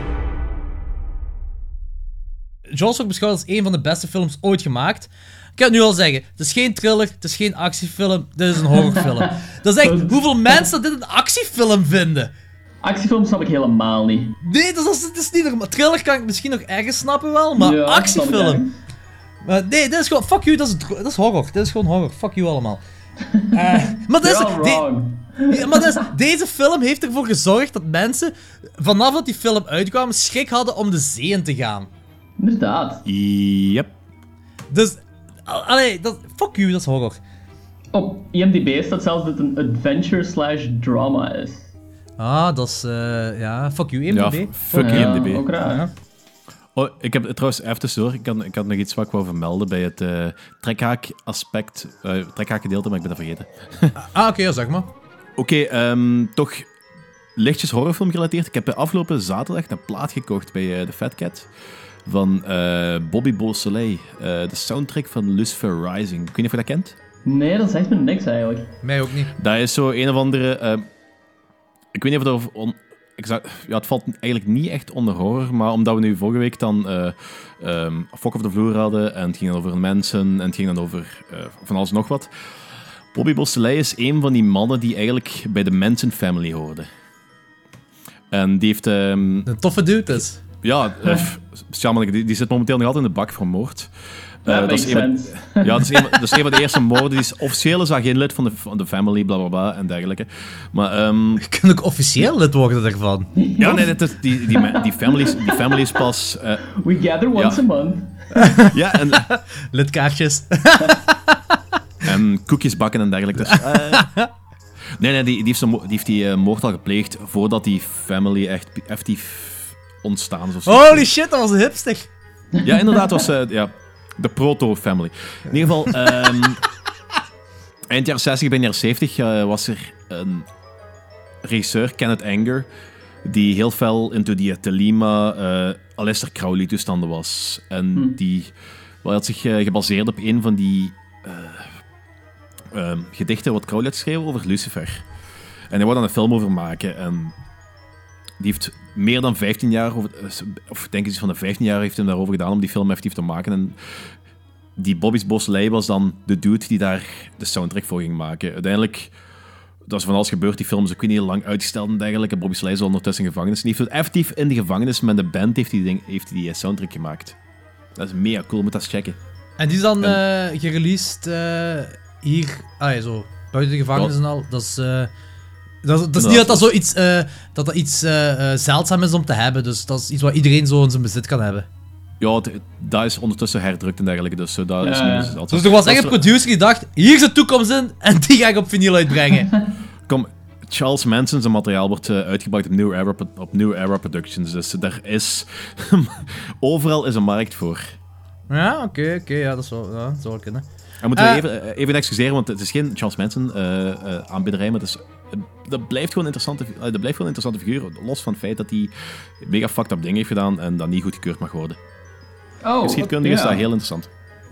Jaws wordt beschouwd als een van de beste films ooit gemaakt. Ik kan het nu al zeggen, het is geen thriller, het is geen actiefilm, dit is een horrorfilm. Dat is echt hoeveel mensen dit een actiefilm vinden. Actiefilm snap ik helemaal niet. Nee, dat is, dat is niet normaal. Thriller kan ik misschien nog ergens snappen wel, maar Ja, actiefilm. Maar nee, dit is gewoon, fuck you, dat is, dat is horror. Dit is gewoon horror, fuck you allemaal. Uh, maar dit is, de, ja, maar dit is, deze film heeft ervoor gezorgd dat mensen, vanaf dat die film uitkwam, schrik hadden om de zee in te gaan. Inderdaad. Yep. Dus, allee, dat, fuck you, dat is horror. Op I M D B staat zelfs dat het een adventure slash drama is. Ah, dat is, uh, ja, fuck you, I M D B. Ja, fuck ja, I M D B. Ook raar. Ja. Oh, ik heb trouwens even tussendoor, ik had, ik had nog iets wat ik wou vermelden bij het uh, trekhaak-aspect, uh, trekhaakgedeelte, maar ik ben dat vergeten. ah, oké, okay, ja, zeg maar. Oké, okay, um, toch lichtjes horrorfilm gerelateerd. Ik heb afgelopen zaterdag een plaat gekocht bij uh, de Fat Cat van uh, Bobby Beausoleil, uh, de soundtrack van Lucifer Rising. Ik weet niet of je dat kent? Nee, dat zegt me niks eigenlijk. Mij ook niet. Dat is zo een of andere... Uh, ik weet niet of dat... On, exact, ja, het valt eigenlijk niet echt onder horror, maar omdat we nu vorige week dan uh, um, Fok op de vloer hadden en het ging dan over mensen en het ging dan over uh, van alles nog wat. Bobby Beausoleil is een van die mannen die eigenlijk bij de Manson family hoorde. En die heeft... Um, een toffe dude is. Ja, uh, speciaal, die, die zit momenteel nog altijd in de bak voor moord. Uh, dat, dat, is een, ja, dat, is een, dat is een van de eerste moorden. Die is officieel is hij geen lid van de, van de family, bla bla bla en dergelijke. Maar, um, je kunt ook officieel lid worden ervan. Ja, nee, dat is, die, die, die, family is, die family is pas... Uh, We gather once ja. a month. Ja, en... lidkaartjes. en koekjes bakken en dergelijke. Dus, uh, nee, nee, die, die heeft, zo, die, heeft die uh, moord al gepleegd voordat die family echt effectief ontstaan is. Holy shit, dat was een hipster. Ja, inderdaad, was uh, ja, de proto-family. In ieder geval, um, eind jaren zestig, begin jaren zeventig uh, was er een regisseur, Kenneth Anger, die heel fel into die Thelema, uh, Aleister Crowley toestanden was. En hmm. die wel, had zich uh, gebaseerd op een van die uh, uh, gedichten wat Crowley had geschreven over Lucifer. En hij wou daar een film over maken. En die heeft meer dan vijftien jaar, of, of denk ik iets van de vijftien jaar, heeft hem daarover gedaan om die film effectief te maken. En die Bobby Beausoleil was dan de dude die daar de soundtrack voor ging maken. Uiteindelijk, dat is van alles gebeurd. Die film is ook niet heel lang uitgesteld en dergelijke. Bobby Beausoleil is ondertussen in gevangenis. En die heeft effectief in de gevangenis met de band heeft die, ding, heeft die soundtrack gemaakt. Dat is mega cool, moet dat eens checken. En die is dan en, uh, gereleased uh, hier, ah ja, zo, buiten de gevangenis wat? En al. Dat is... Uh, Dat, dat is niet dat dat, zoiets, uh, dat, dat iets uh, uh, zeldzaam is om te hebben. Dus dat is iets wat iedereen zo in zijn bezit kan hebben. Ja, t- dat is ondertussen herdrukt en dergelijke. Dus, uh, dat ja. is niet, dus er was echt een producer die dacht, hier is de toekomst in en die ga ik op vinyl uitbrengen. Kom, Charles Manson zijn materiaal wordt uh, uitgebracht op New Era, op New Era Productions. Dus uh, daar is... overal is een markt voor. Ja, oké, okay, oké. Okay, ja, dat zou, ja, dat zou wel kunnen. En moeten we uh, even, even excuseren, want het is geen Charles Manson uh, uh, aanbiederij, maar het is... Dat blijft gewoon een interessante, dat blijft gewoon een interessante figuur, los van het feit dat hij mega fucked up dingen heeft gedaan en dat niet goedgekeurd mag worden. Oh, geschiedkundig ja. is dat heel interessant.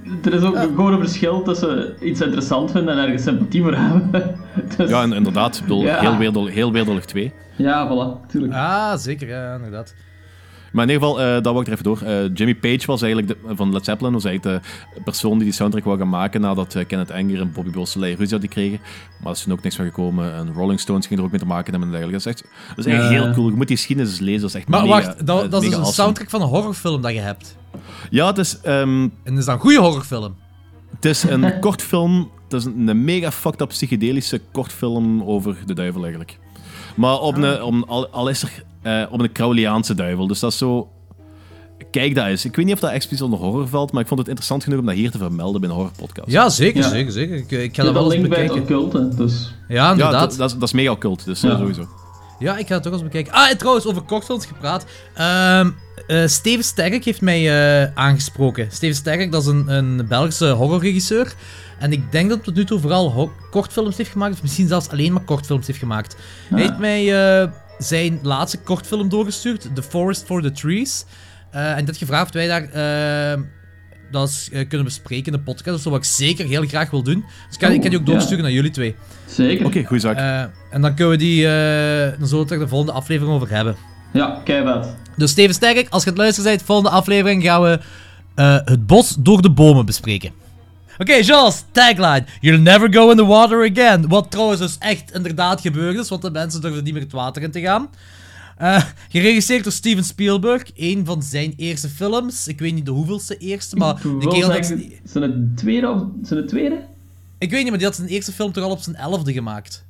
Er is ook Ja. gewoon een verschil tussen iets interessant vinden en ergens sympathie voor hebben. Dus, Ja, en, inderdaad. Ik bedoel, Ja. heel, weerdolig, heel weerdolig twee. ja, voilà, tuurlijk. Ah, zeker, ja, inderdaad. Maar in ieder geval, uh, dat wou ik er even door. Uh, Jimmy Page was eigenlijk de, van Led Zeppelin was eigenlijk de persoon die die soundtrack wou gaan maken nadat uh, Kenneth Anger en Bobby Beausoleil ruzie hadden gekregen. Maar er is toen ook niks van gekomen. En Rolling Stones ging er ook mee te maken hebben en dergelijke. Dat is echt, dat is echt Ja. heel cool. Je moet die geschiedenis eens lezen. Dat is echt Maar mega, wacht, dat, uh, dat is mega dus een awesome. soundtrack van een horrorfilm dat je hebt. Ja, het is, um, En is dat een goede horrorfilm? het is een kortfilm. Het is een, een mega fucked up psychedelische kortfilm over de duivel eigenlijk. Maar op een, om, al, al is er uh, op een Crowleyaanse duivel. Dus dat is zo... Kijk dat eens. Ik weet niet of dat expliciet onder horror valt, maar ik vond het interessant genoeg om dat hier te vermelden bij een horrorpodcast. Ja, zeker, Ja. zeker, zeker. Ik, ik ga Je dat hebt wel een eens link bij het bekijken. occulte, dus... Ja, Ja, inderdaad. dat, dat, is, dat is mega occult, dus uh, Ja. sowieso. Ja, ik ga het toch eens bekijken. Ah, en trouwens, over kortfilms gepraat. Ehm uh, Steven Sterk heeft mij uh, aangesproken. Steven Sterk, dat is een, een Belgische horrorregisseur. En ik denk dat hij tot nu toe vooral ho- kortfilms heeft gemaakt. Of misschien zelfs alleen maar kortfilms heeft gemaakt. Ah. Hij heeft mij uh, zijn laatste kortfilm doorgestuurd. The Forest for the Trees. Uh, en dat gevraagd of wij daar... Uh, dat is, uh, kunnen bespreken in de podcast. of zo, wat ik zeker heel graag wil doen. Dus ik kan, Oh, ik kan die ook ja. doorsturen naar jullie twee. Zeker. Oké, okay, goeie zaak. Uh, en dan kunnen we die... Uh, dan zullen we het er de volgende aflevering over hebben. Ja, keivet. Dus Steven Sterk, als je het luisteren bent, volgende aflevering gaan we uh, het bos door de bomen bespreken. Oké, okay, Jos, tagline. You'll never go in the water again. Wat trouwens dus echt inderdaad gebeurd is, want de mensen durfden niet meer het water in te gaan. Uh, geregisseerd door Steven Spielberg, een van zijn eerste films. Ik weet niet de hoeveelste eerste, maar... Ik de wil kerel zeggen, dat ik- zijn het tweede of... Zijn het tweede? Ik weet niet, maar die had zijn eerste film toch al op zijn elfde gemaakt.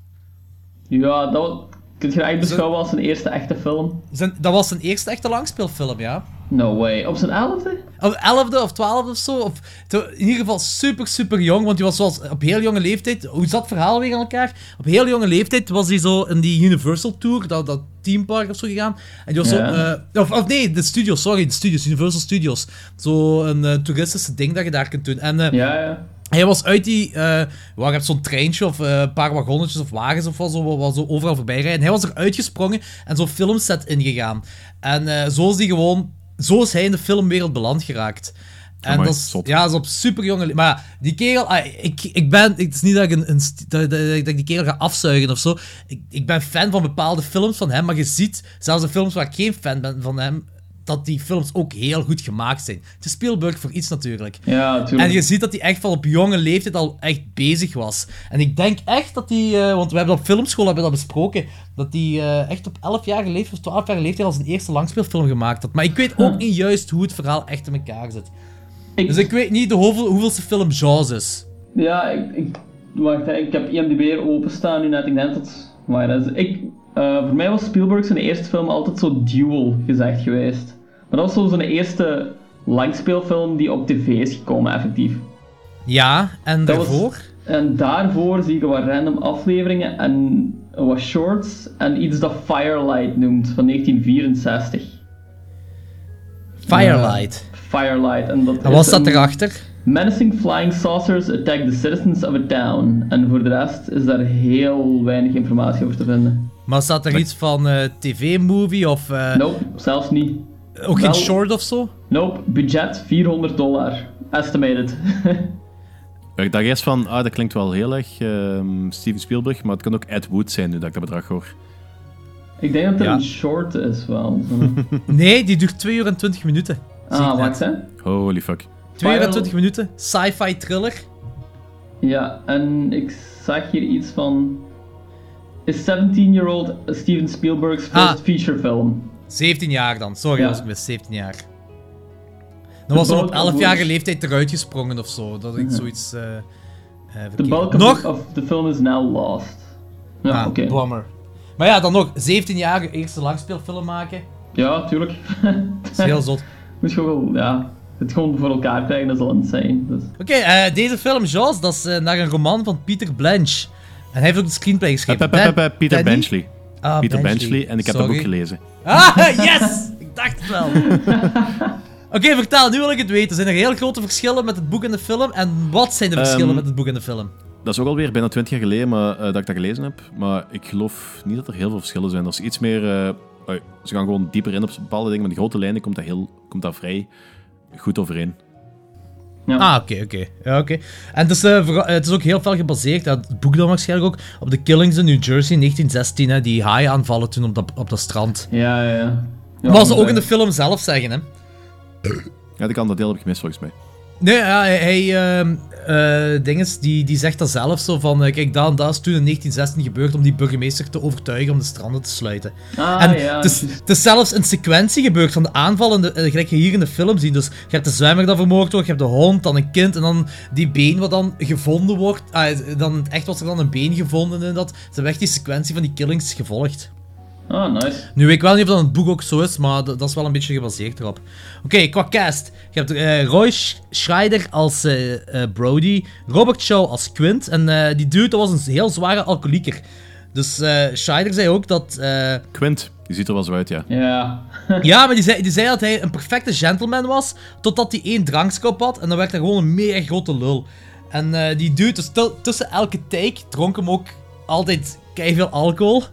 Ja, dat wa- kun je eigenlijk beschouwen als zijn eerste echte film. Zijn, dat was zijn eerste echte langspeelfilm, ja. No way. Op zijn elfde? Of elfde of twaalfde of zo. Of, in ieder geval super, super jong. Want hij was zoals op heel jonge leeftijd. Hoe zat het verhaal weer aan elkaar? Op heel jonge leeftijd was hij zo in die Universal Tour, dat, dat themepark of zo gegaan. En die was Ja. zo. Uh, of, of nee, de studios, sorry, de studios, Universal Studios. Zo een uh, toeristische ding dat je daar kunt doen. En uh, Ja, ja. hij was uit die... Uh, waar je hebt zo'n treintje of uh, een paar wagonnetjes of wagens of wat zo, wat zo overal voorbij rijden. En hij was er uitgesprongen en zo'n filmset ingegaan. En uh, zo is hij gewoon... Zo is hij in de filmwereld beland geraakt. En Amai, dat is, zot. ja, dat is op super jonge le- Maar ja, die kerel, ah, ik, ik ben, het is niet dat ik, een, een, st- dat, dat, dat ik die kerel ga afzuigen of zo. Ik, ik ben fan van bepaalde films van hem, maar je ziet, zelfs de films waar ik geen fan ben van hem, dat die films ook heel goed gemaakt zijn. Het is Spielberg voor iets natuurlijk. Ja, natuurlijk. En je ziet dat hij echt van op jonge leeftijd al echt bezig was. En ik denk echt dat hij, uh, want we hebben op filmschool hebben we dat besproken, dat hij uh, echt op elfjarige leeftijd of twaalfjarige leeftijd al zijn eerste langspeelfilm gemaakt had. Maar ik weet ook niet juist hoe het verhaal echt in elkaar zit. Ik- Dus ik weet niet de hoeveel, hoeveelste film Jaws is. Ja, ik, ik, wacht, hè, ik heb I M D B openstaan nu net. Ik denk dat... Maar dat is, ik, uh, voor mij was Spielberg zijn eerste film altijd zo Duel gezegd geweest. Maar dat was zo zijn eerste langspeelfilm die op tv is gekomen, effectief. Ja, en Dat was- daarvoor? En daarvoor zie je wat random afleveringen en wat shorts en iets dat Firelight noemt, van negentien vierenzestig. Firelight. Firelight. En, dat En is wat staat een- erachter? Menacing flying saucers attack the citizens of a town. En voor de rest is daar heel weinig informatie over te vinden. Maar staat er iets van uh, tv-movie of... Uh, Nope, zelfs niet. Ook geen Wel- short of zo? Nope, budget vierhonderd dollar. Estimated. Ik dacht eerst van, ah, dat klinkt wel heel erg ehm, Steven Spielberg, maar het kan ook Ed Wood zijn nu dat ik dat bedrag hoor. Ik denk dat er Ja. een short is wel. Zo'n- Nee, die duurt twee uur en twintig minuten. Zie ik ah, net. wacht hè. Holy fuck. twee uur en Firel- twintig minuten. Sci-fi thriller. Ja, en ik zag hier iets van... Is seventeen-year-old Steven Spielberg's first Ah. feature film. zeventien jaar dan. Sorry, Ja. als ik mis. zeventien jaar. Dan was hij op bulk of elfjarige which- leeftijd eruit gesprongen of zo. Dat ik zoiets... eh eh, The verkeerd- bulk Nog? of, of the film is now lost. Ja, Ah, oké. bummer. Maar ja, dan nog. zeventien jaar eerste langspeelfilm maken. Ja, tuurlijk. Dat is heel zot. Moet je wel, ja, het gewoon voor elkaar krijgen, dat is al insane. Dus. Oké, eh, deze film, Jaws, dat is eh, naar een roman van Peter Blanche. En hij heeft ook de screenplay geschreven. Pe- pe- pe- pe- Dan- Peter Danny? Benchley. Ah, Peter Benchley, en ik heb dat Sorry. boek gelezen. Ah, yes! Ik dacht het wel. Oké, vertel, nu wil ik het weten. Zijn er heel grote verschillen met het boek en de film? En wat zijn de verschillen Ehm, met het boek en de film? Dat is ook alweer bijna twintig jaar geleden maar, uh, dat ik dat gelezen heb. Maar ik geloof niet dat er heel veel verschillen zijn. Er is iets meer... Uh, uh, ze gaan gewoon dieper in op bepaalde dingen. Maar die grote lijnen komt dat, heel, komt dat vrij goed overeen. Ja. Ah, oké, okay, oké. Okay. Ja, oké. Okay. En het is, uh, vooral, het is ook heel veel gebaseerd, uh, het boek dan waarschijnlijk ook, op de killings in New Jersey in negentien zestien, hè, die haaien aanvallen toen op dat, op dat strand. Ja, ja, ja. ja Wat ze ook in de film zelf zeggen, hè. Ja, ik kan dat deel heb ik gemist, volgens mij. Nee, ja, hij... hij uh, uh, dinges, die, die zegt dat zelf zo van... Uh, kijk, dat en dat is toen in negentien zestien gebeurd om die burgemeester te overtuigen om de stranden te sluiten. Ah, en ja. Het is, het is zelfs een sequentie gebeurd van de aanvallen, de, uh, gelijk je hier in de film ziet. Dus je hebt de zwemmer dat vermoord wordt, je hebt de hond, dan een kind en dan die been wat dan gevonden wordt. Ah, dan, echt was er dan een been gevonden en dat. Ze hebben echt die sequentie van die killings gevolgd. Ah, nice. Nu weet ik wel niet of dat in het boek ook zo is, maar dat, dat is wel een beetje gebaseerd erop. Oké, okay, qua cast. Je hebt uh, Roy Scheider als uh, uh, Brody, Robert Shaw als Quint. En uh, die dude was een heel zware alcoholieker. Dus uh, Scheider zei ook dat... Uh... Quint, die ziet er wel zo uit, ja. Ja. Ja, maar die zei, die zei dat hij een perfecte gentleman was, totdat hij één drankskop had. En dan werd hij gewoon een mega grote lul. En uh, die dude, dus t- tussen elke take, dronk hem ook altijd keiveel alcohol.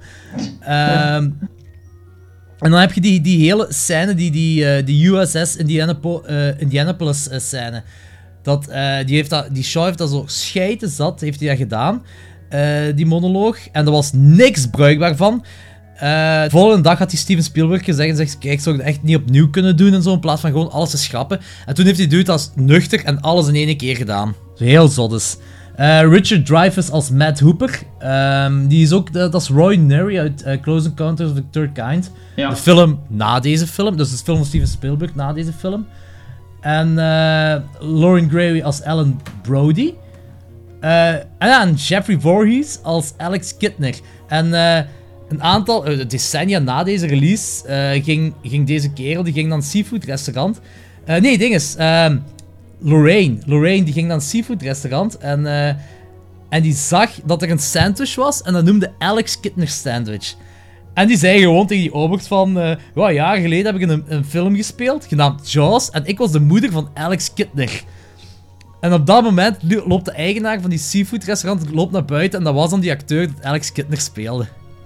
Um, en dan heb je die, die hele scène, die, die, uh, die U S S Indianapo- uh, Indianapolis uh, scène. Dat, uh, die, heeft dat, die Shaw heeft dat zo scheiden zat, heeft hij dat gedaan. Uh, die monoloog. En er was niks bruikbaar van. Uh, de volgende dag had die Steven Spielberg gezegd en zegt, kijk, ik zou het echt niet opnieuw kunnen doen en zo, in plaats van gewoon alles te schrappen. En toen heeft hij dude als nuchter en alles in één keer gedaan. Zo heel zot dus. Uh, Richard Dreyfuss als Matt Hooper. Um, die is ook, dat is Roy Neary uit uh, Close Encounters of the Third Kind. Ja. De film na deze film, dus de film van Steven Spielberg na deze film. En uh, Lauren Gray als Ellen Brody. Uh, en dan Jeffrey Voorhees als Alex Kidner. En uh, een aantal uh, decennia na deze release uh, ging, ging deze kerel, die ging naar een seafood restaurant. Uh, nee, ding is... Uh, Lorraine. Lorraine die ging naar een seafood restaurant en, uh, en die zag dat er een sandwich was en dat noemde Alex Kidner sandwich. En die zei gewoon tegen die obert van, uh, wow, jaren geleden heb ik in een, een film gespeeld, genaamd Jaws, en ik was de moeder van Alex Kidner. En op dat moment loopt de eigenaar van die seafood restaurant loopt naar buiten en dat was dan die acteur dat Alex Kidner speelde.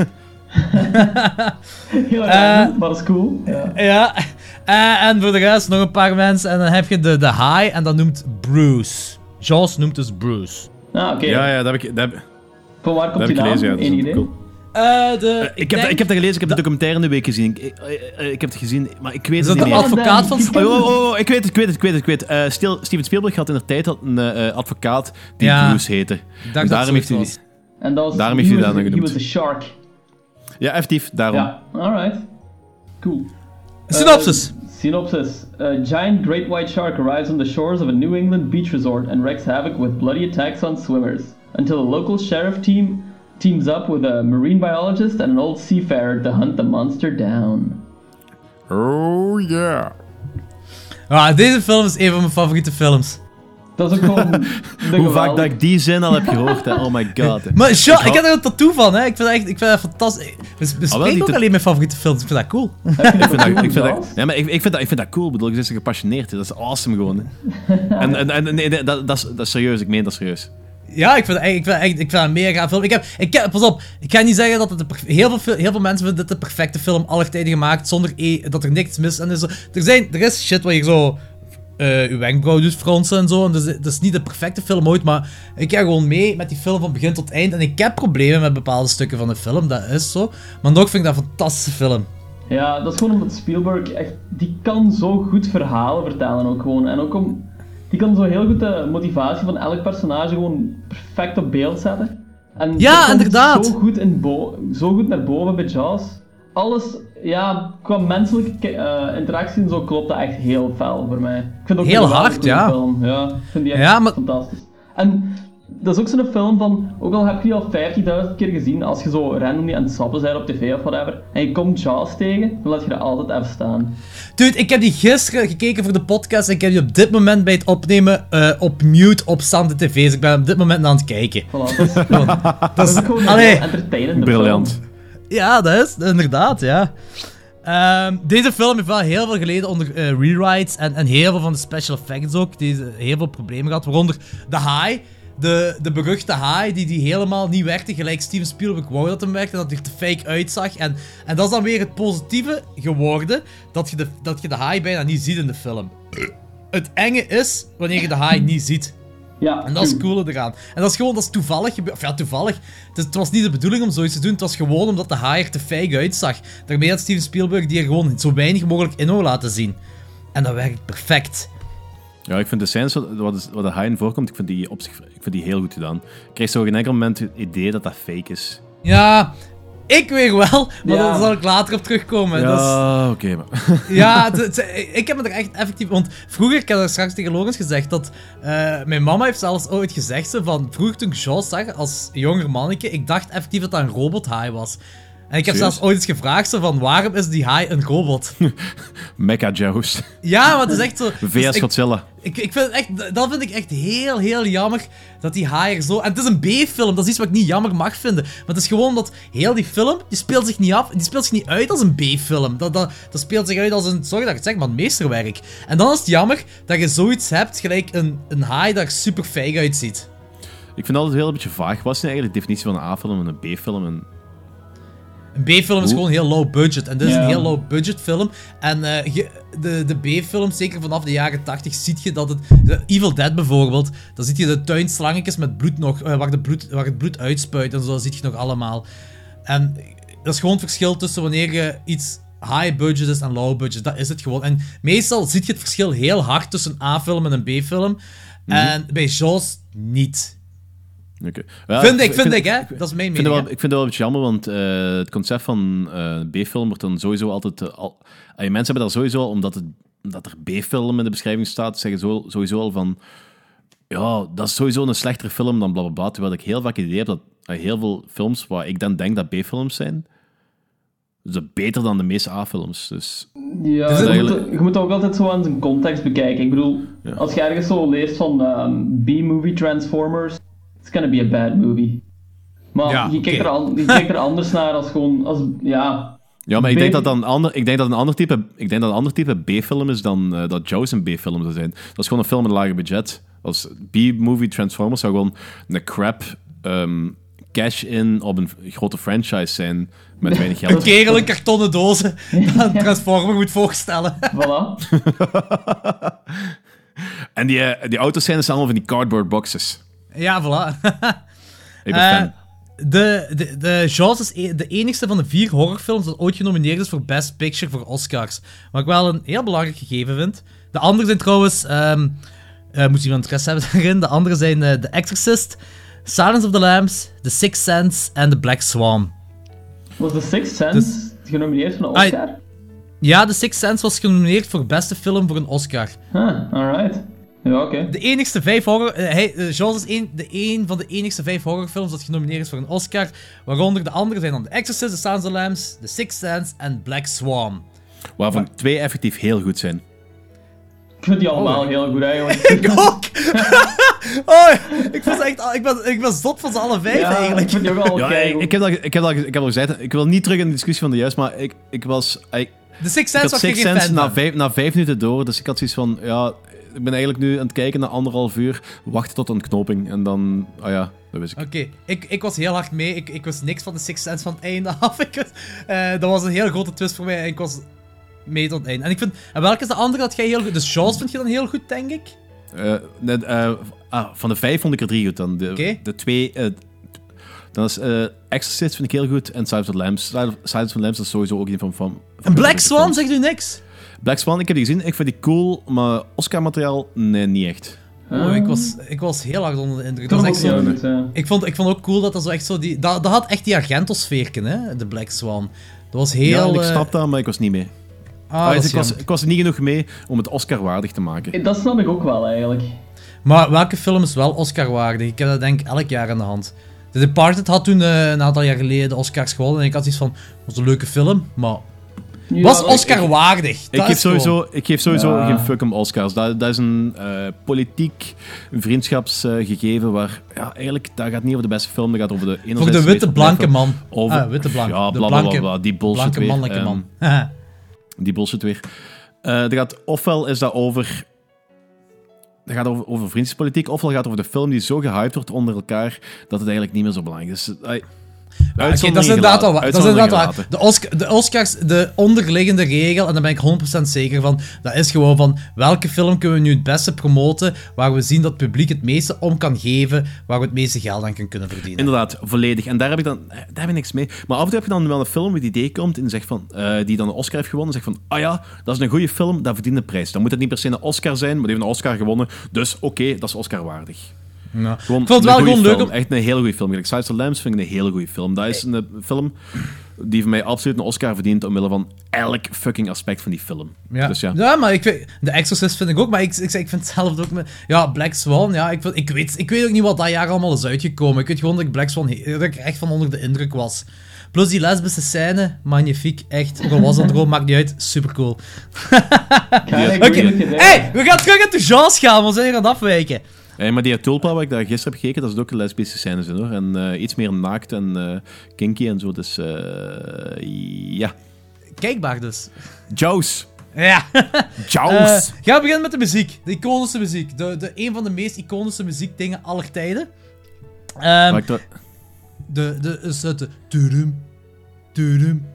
Heel raar, uh, maar dat is cool. Ja. ja. Uh, en voor de rest nog een paar mensen. En dan heb je de, de high en dat noemt Bruce. Jaws noemt dus Bruce. Ah, oké. Okay. Ja, ja, dat heb ik... Dat heb, van waar komt die naam? Gelezen, ja, Eén idee? Cool. Uh, de, uh, ik, ik, heb dat, ik heb dat gelezen, ik heb de documentaire in de week gezien. Ik, ik, uh, ik heb het gezien, maar ik weet is het niet meer. Is dat de advocaat van Spielberg? Oh, oh, oh, ik weet het, ik weet het, ik weet het. Ik weet het. Uh, Stil, Steven Spielberg had in de tijd een uh, advocaat die ja, Bruce heette. En daarom heeft hij die... En dat was... Daarom heeft hij dat genoemd. He was a shark. Ja, effectief, daarom. Ja, alright. Cool. Synopsis. Uh, synopsis. A giant great white shark arrives on the shores of a New England beach resort and wreaks havoc with bloody attacks on swimmers. Until a local sheriff team teams up with a marine biologist and an old seafarer to hunt the monster down. Oh yeah. Ah, deze film is een van mijn favoriete films. Dat is ook gewoon... Hoe vaak dat ik die zin al heb gehoord, hè. Oh my god. Maar Sean, ik, ik heb er een tattoo van, hè. Ik vind dat, echt, ik vind dat fantastisch. We spreken ook alleen mijn favoriete films. Ik vind dat cool. ik vind dat, ik vind dat, ja, maar ik, ik, vind dat, ik vind dat cool. Ik bedoel, je bent gepassioneerd. Dat is awesome gewoon. En, en, en nee, dat, dat, is, dat is serieus. Ik meen dat serieus. Ja, ik vind het echt, ik vind echt, ik vind het een mega gaaf film. Ik heb, ik heb, pas op, ik ga niet zeggen dat het de perf- heel, veel, heel veel mensen vinden dit de perfecte film aller tijden gemaakt, zonder e- dat er niks mis en is. Er, zijn, er is shit waar je zo uh, je wenkbrauw doet fronsen en zo. En dus, het is niet de perfecte film ooit, maar ik ga gewoon mee met die film van begin tot eind. En ik heb problemen met bepaalde stukken van de film, dat is zo. Maar nog vind ik dat een fantastische film. Ja, dat is gewoon omdat Spielberg echt, die kan zo goed verhalen vertellen ook gewoon. En ook om... Die kan zo heel goed de motivatie van elk personage gewoon perfect op beeld zetten. En ja, inderdaad. Zo goed, in bo- zo goed naar boven bij Jaws. Alles, ja, qua menselijke uh, interactie en zo klopt dat echt heel fel voor mij. Ik vind het ook heel een hard, ja. Film. Ja, ik vind die echt ja, maar... fantastisch. En dat is ook zo'n film van, ook al heb je die al vijftigduizend keer gezien, als je zo random aan het sappen bent op tv of whatever, en je komt Jaws tegen, dan laat je dat altijd even staan. Dude, ik heb die gisteren gekeken voor de podcast en ik heb die op dit moment bij het opnemen uh, op mute op staande tv's. Ik ben op dit moment aan het kijken. Voilà, dat is, gewoon, dat is ook gewoon allee, een entertainende briljant. film. Ja, dat is inderdaad, ja. Um, deze film heeft wel heel veel geleden onder uh, rewrites en, en heel veel van de special effects ook. Die heel veel problemen gehad, waaronder de haai. De, de beruchte haai die, die helemaal niet werkte, gelijk Steven Spielberg wou dat hem werkte, dat hij er te fake uitzag. En, en dat is dan weer het positieve geworden, dat je de, dat je de haai bijna niet ziet in de film. het enge is wanneer je de haai niet ziet. Ja, en dat is het coole eraan. En dat is gewoon, dat is toevallig gebeurd. Of ja, toevallig. Het, is, het was niet de bedoeling om zoiets te doen. Het was gewoon omdat de haai er te feig uitzag. Daarmee had Steven Spielberg die er gewoon zo weinig mogelijk in wou laten zien. En dat werkt perfect. Ja, ik vind de scènes wat, wat de haai in voorkomt, ik vind, die op zich, ik vind die heel goed gedaan. Ik krijg zo geen enkel moment het idee dat dat fake is. Ja, ik weer wel, maar Ja. daar zal ik later op terugkomen. Ja, Dat is... oké, maar... Ja, het- het- ik heb me er echt effectief... Want vroeger, ik heb er straks tegen Logans gezegd, dat... eh, mijn mama heeft zelfs ooit gezegd, ze, van... Vroeger toen ik Jaws zag, als jonger manneke, ik dacht effectief dat dat een robothaai was. En ik heb Serieus? zelfs ooit eens gevraagd, zo van, waarom is die haai een robot? Mecha Jaws. Ja, maar het is echt zo... V dus S ik- Godzilla. Ik, ik vind het echt, dat vind ik echt heel, heel jammer dat die haai er zo... En het is een B-film, dat is iets wat ik niet jammer mag vinden. Maar het is gewoon dat heel die film, die speelt zich niet af, die speelt zich niet uit als een B-film. Dat, dat, dat speelt zich uit als een, sorry dat ik het zeg, maar een meesterwerk. En dan is het jammer dat je zoiets hebt, gelijk een, een haai dat er super feig uitziet. Ik vind altijd heel een beetje vaag. Wat is nu eigenlijk de definitie van een A-film en een B-film? En... Een B-film is Hoe? gewoon heel low budget. En dit is Ja. een heel low budget film. En eh, je, de, de B-films, zeker vanaf de jaren tachtig, zie je dat het... de Evil Dead bijvoorbeeld, dan zie je de tuinslangetjes met bloed nog, eh, waar, de bloed, waar het bloed uitspuit en zo, dat zie je nog allemaal. En dat is gewoon het verschil tussen wanneer je iets high budget is en low budget. Dat is het gewoon. En meestal zie je het verschil heel hard tussen een A-film en een B-film. En bij Jaws niet. Okay. Ja, Vind ik, vind ik, hè? Dat is mijn Ik vind, mening, het wel, hè? ik vind het wel een beetje jammer, want eh, het concept van eh, B-film wordt dan sowieso altijd... eh, al, eh, mensen hebben daar sowieso al, omdat, het, omdat er B-film in de beschrijving staat, zeggen zo, sowieso al van... Ja, dat is sowieso een slechtere film dan blablabla. Terwijl ik heel vaak het idee heb dat eh, heel veel films waar ik dan denk dat B-films zijn, dus beter dan de meeste A-films. Dus... Ja, Dus je, eigenlijk- moet, je moet ook altijd zo aan zijn context bekijken. Ik bedoel, Ja. als je ergens zo leest van ehm, B-movie Transformers, it's gonna be a bad movie. Maar Ja, je, kijkt oké. er an- je kijkt er anders naar als gewoon, als, ja... Ja, maar ik denk B- dat dat een ander, ik denk dat een ander type, ik denk dat een ander type B-film is dan eh, dat Jaws een B-film zou zijn. Dat is gewoon een film met een lager budget. Als B-movie Transformers zou gewoon een crap ehm, cash-in op een grote franchise zijn met weinig Een geld. kerel in kartonnen dozen dat een Transformer moet voorstellen. Voilà. En die, eh, die auto's zijn dus allemaal van die cardboard boxes. Ja, voilà. Ik ben Eh, fan. de, de, de Jaws is e- de enigste van de vier horrorfilms dat ooit genomineerd is voor Best Picture voor Oscars. Wat ik wel een heel belangrijk gegeven vind. De andere zijn trouwens... ehm eh moet iemand interesse hebben daarin. De andere zijn eh, The Exorcist, Silence of the Lambs, The Sixth Sense en The Black Swan. Was The Sixth Sense genomineerd voor een Ah, Oscar? Ja, The Sixth Sense was genomineerd voor beste film voor een Oscar. Huh, alright. Ja, oké. De enigste vijf horror... eh, hij, eh, Jaws is een, de een van de enigste vijf horrorfilms dat genomineerd is voor een Oscar. Waaronder de andere zijn dan The Exorcist, The Silence of the Lambs, The Sixth Sense en Black Swan. Waarvan twee effectief heel goed zijn. Ik vind die allemaal Oh. heel goed eigenlijk. Ik ook! Oh, ik, was echt, ik, ben, ik ben zot van ze alle vijf Ja, eigenlijk. ik vind die ook al Ja, ik, keigoed. ik, heb dat, ik, heb dat, ik heb al gezegd, ik wil niet terug in de discussie van de juist, maar ik, ik was... Ik, The Sixth ik Sense had was je Sixth geen Sense fan na van. vijf, na vijf minuten door, dus ik had zoiets van, ja, ik ben eigenlijk nu aan het kijken naar anderhalf uur, wachten tot een ontknoping, en dan, oh ja, dat wist ik. Oké, ik, ik was heel hard mee. Ik, ik wist niks van The Sixth Sense van het einde af. Ik was, eh, dat was een heel grote twist voor mij en ik was mee tot het einde. En ik vind... En welke is de andere dat jij heel goed... Dus Jaws vind je dan heel goed, denk ik? Uh, net, uh, ah, van de vijf vond ik er drie goed dan. De, Oké. de twee... Uh, dan is uh, Exorcist vind ik heel goed en Silence of the Lambs. Silence of the Lambs is sowieso ook een van... van, van En Black Swan zegt u niks? Black Swan, ik heb die gezien. Ik vind die cool, maar Oscar-materiaal, nee, niet echt. Oh, ik was, ik was heel hard onder de indruk. Toch Dat ook was echt heel zo, goed, ja. ik, vond, ik vond ook cool dat dat zo echt zo... Die, dat, dat had echt die Argento-sfeerken, hè? De Black Swan. Dat was heel... Ja, en ik eh, snap dat, maar ik was niet mee. Ah, Ah, dat dus is ik, was, jammer. ik was er niet genoeg mee om het Oscar-waardig te maken. Dat snap ik ook wel eigenlijk. Maar welke film is wel Oscar-waardig? Ik heb dat denk ik elk jaar in de hand. The Departed had toen eh, een aantal jaar geleden de Oscars gewonnen. En ik had iets van, was een leuke film, maar... Ja, was ik- Oscar-waardig. Ik Dat geef is gewoon- sowieso, ik geef sowieso Ja. geen fuck om Oscars. Dat, dat is een uh, politiek vriendschapsgegeven waar... Ja, eigenlijk, dat gaat niet over de beste film, dat gaat over de... Voor de witte blanke man. Over, Ah, witte blank. Ja, De bla bla bla, blanke- bla, die bullshit Blanke weer. mannelijke Ehm, man. Die bullshit weer. Uh, dat gaat, ofwel is dat over... Dat gaat over, over vriendschapspolitiek, ofwel gaat het over de film die zo gehyped wordt onder elkaar, dat het eigenlijk niet meer zo belangrijk is. Dus, uh, Ja, okay, dat is inderdaad wel waar. Dat is inderdaad waar. De, Oscar, de Oscars, de onderliggende regel, en daar ben ik honderd procent zeker van, dat is gewoon van welke film kunnen we nu het beste promoten, waar we zien dat het publiek het meeste om kan geven, waar we het meeste geld aan kunnen verdienen. Inderdaad, volledig. En daar heb ik dan daar heb ik niks mee. Maar af en toe heb je dan wel een film met het idee komt en zegt van, uh, die dan een Oscar heeft gewonnen en zegt van, ah ja, dat is een goede film, dat verdient een prijs. Dan moet het niet per se een Oscar zijn, maar die heeft een Oscar gewonnen, dus oké, okay, dat is Oscar-waardig. Ja. Gewoon ik vond het wel gewoon leuk om... Echt een hele goede film. Like Silence of the Lambs vind ik een hele goede film. Dat is een film die voor mij absoluut een Oscar verdient omwille van elk fucking aspect van die film. Ja, dus ja. ja maar ik vind... The Exorcist vind ik ook, maar ik, ik, ik vind hetzelfde ook met... Ja, Black Swan, ja, ik, ik, weet, ik weet ook niet wat dat jaar allemaal is uitgekomen. Ik weet gewoon dat ik Black Swan... Dat ik er echt van onder de indruk was. Plus die lesbische scène, magnifiek, echt. Ook al was dat gewoon, maakt niet uit, supercool. Oké, okay. Hey, we gaan terug into genres gaan, we zijn hier aan het afwijken. Hey, maar die tulpa waar ik daar gisteren heb gekeken, dat is ook een lesbische scènes in, hoor. En uh, iets meer naakt en uh, kinky en zo, dus uh, ja. Kijkbaar dus. Jaws. Ja. Jaws. Uh, gaan we beginnen met de muziek. De iconische muziek. De, de, een van de meest iconische muziekdingen aller tijden. Um, to- de, de, is het de... Tudum, tudum,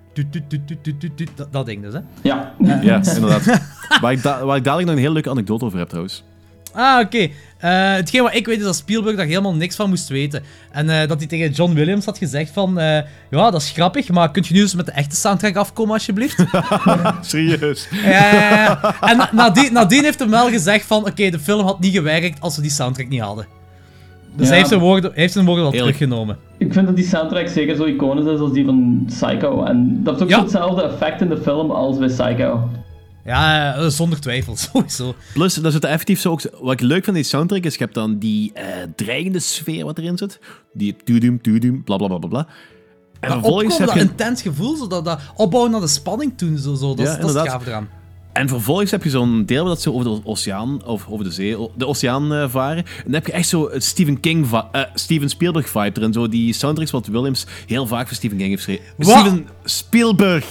dat, dat ding dus, hè? Ja. Uh, ja, inderdaad. waar, ik da- waar ik dadelijk nog een hele leuke anekdote over heb, trouwens. Ah, oké. Okay. Uh, hetgeen wat ik weet is dat Spielberg daar helemaal niks van moest weten. En uh, dat hij tegen John Williams had gezegd van... Uh, ja, dat is grappig, maar kunt je nu eens met de echte soundtrack afkomen, alsjeblieft? Serieus? Ja, ja, ja. En na, nadien, nadien heeft hij wel gezegd van... Oké, okay, de film had niet gewerkt als we die soundtrack niet hadden. Dus ja, hij heeft zijn woorden, heeft zijn woorden wel eerlijk teruggenomen. Ik vind dat die soundtrack zeker zo iconisch is als die van Psycho. En dat heeft ook ja. zo hetzelfde effect in de film als bij Psycho. Ja, uh, zonder twijfel, sowieso. Plus, dat zit effectief zo ook... Wat ik leuk vind in die soundtrack is, je hebt dan die uh, dreigende sfeer wat erin zit. Die toedoem, toedoem, bla bla bla bla. En dat vervolgens heb je... dat intens gevoel, zo dat, dat opbouwen naar de spanning toen, zo, zo. Dat, ja, dat is het gaaf eraan. En vervolgens heb je zo'n deel dat ze over de oceaan, of over de zee, de oceaan uh, varen. En dan heb je echt zo een Stephen King, va- uh, Steven Spielberg vibe erin. Zo die soundtracks wat Williams heel vaak voor Stephen King heeft geschreven. Steven Spielberg.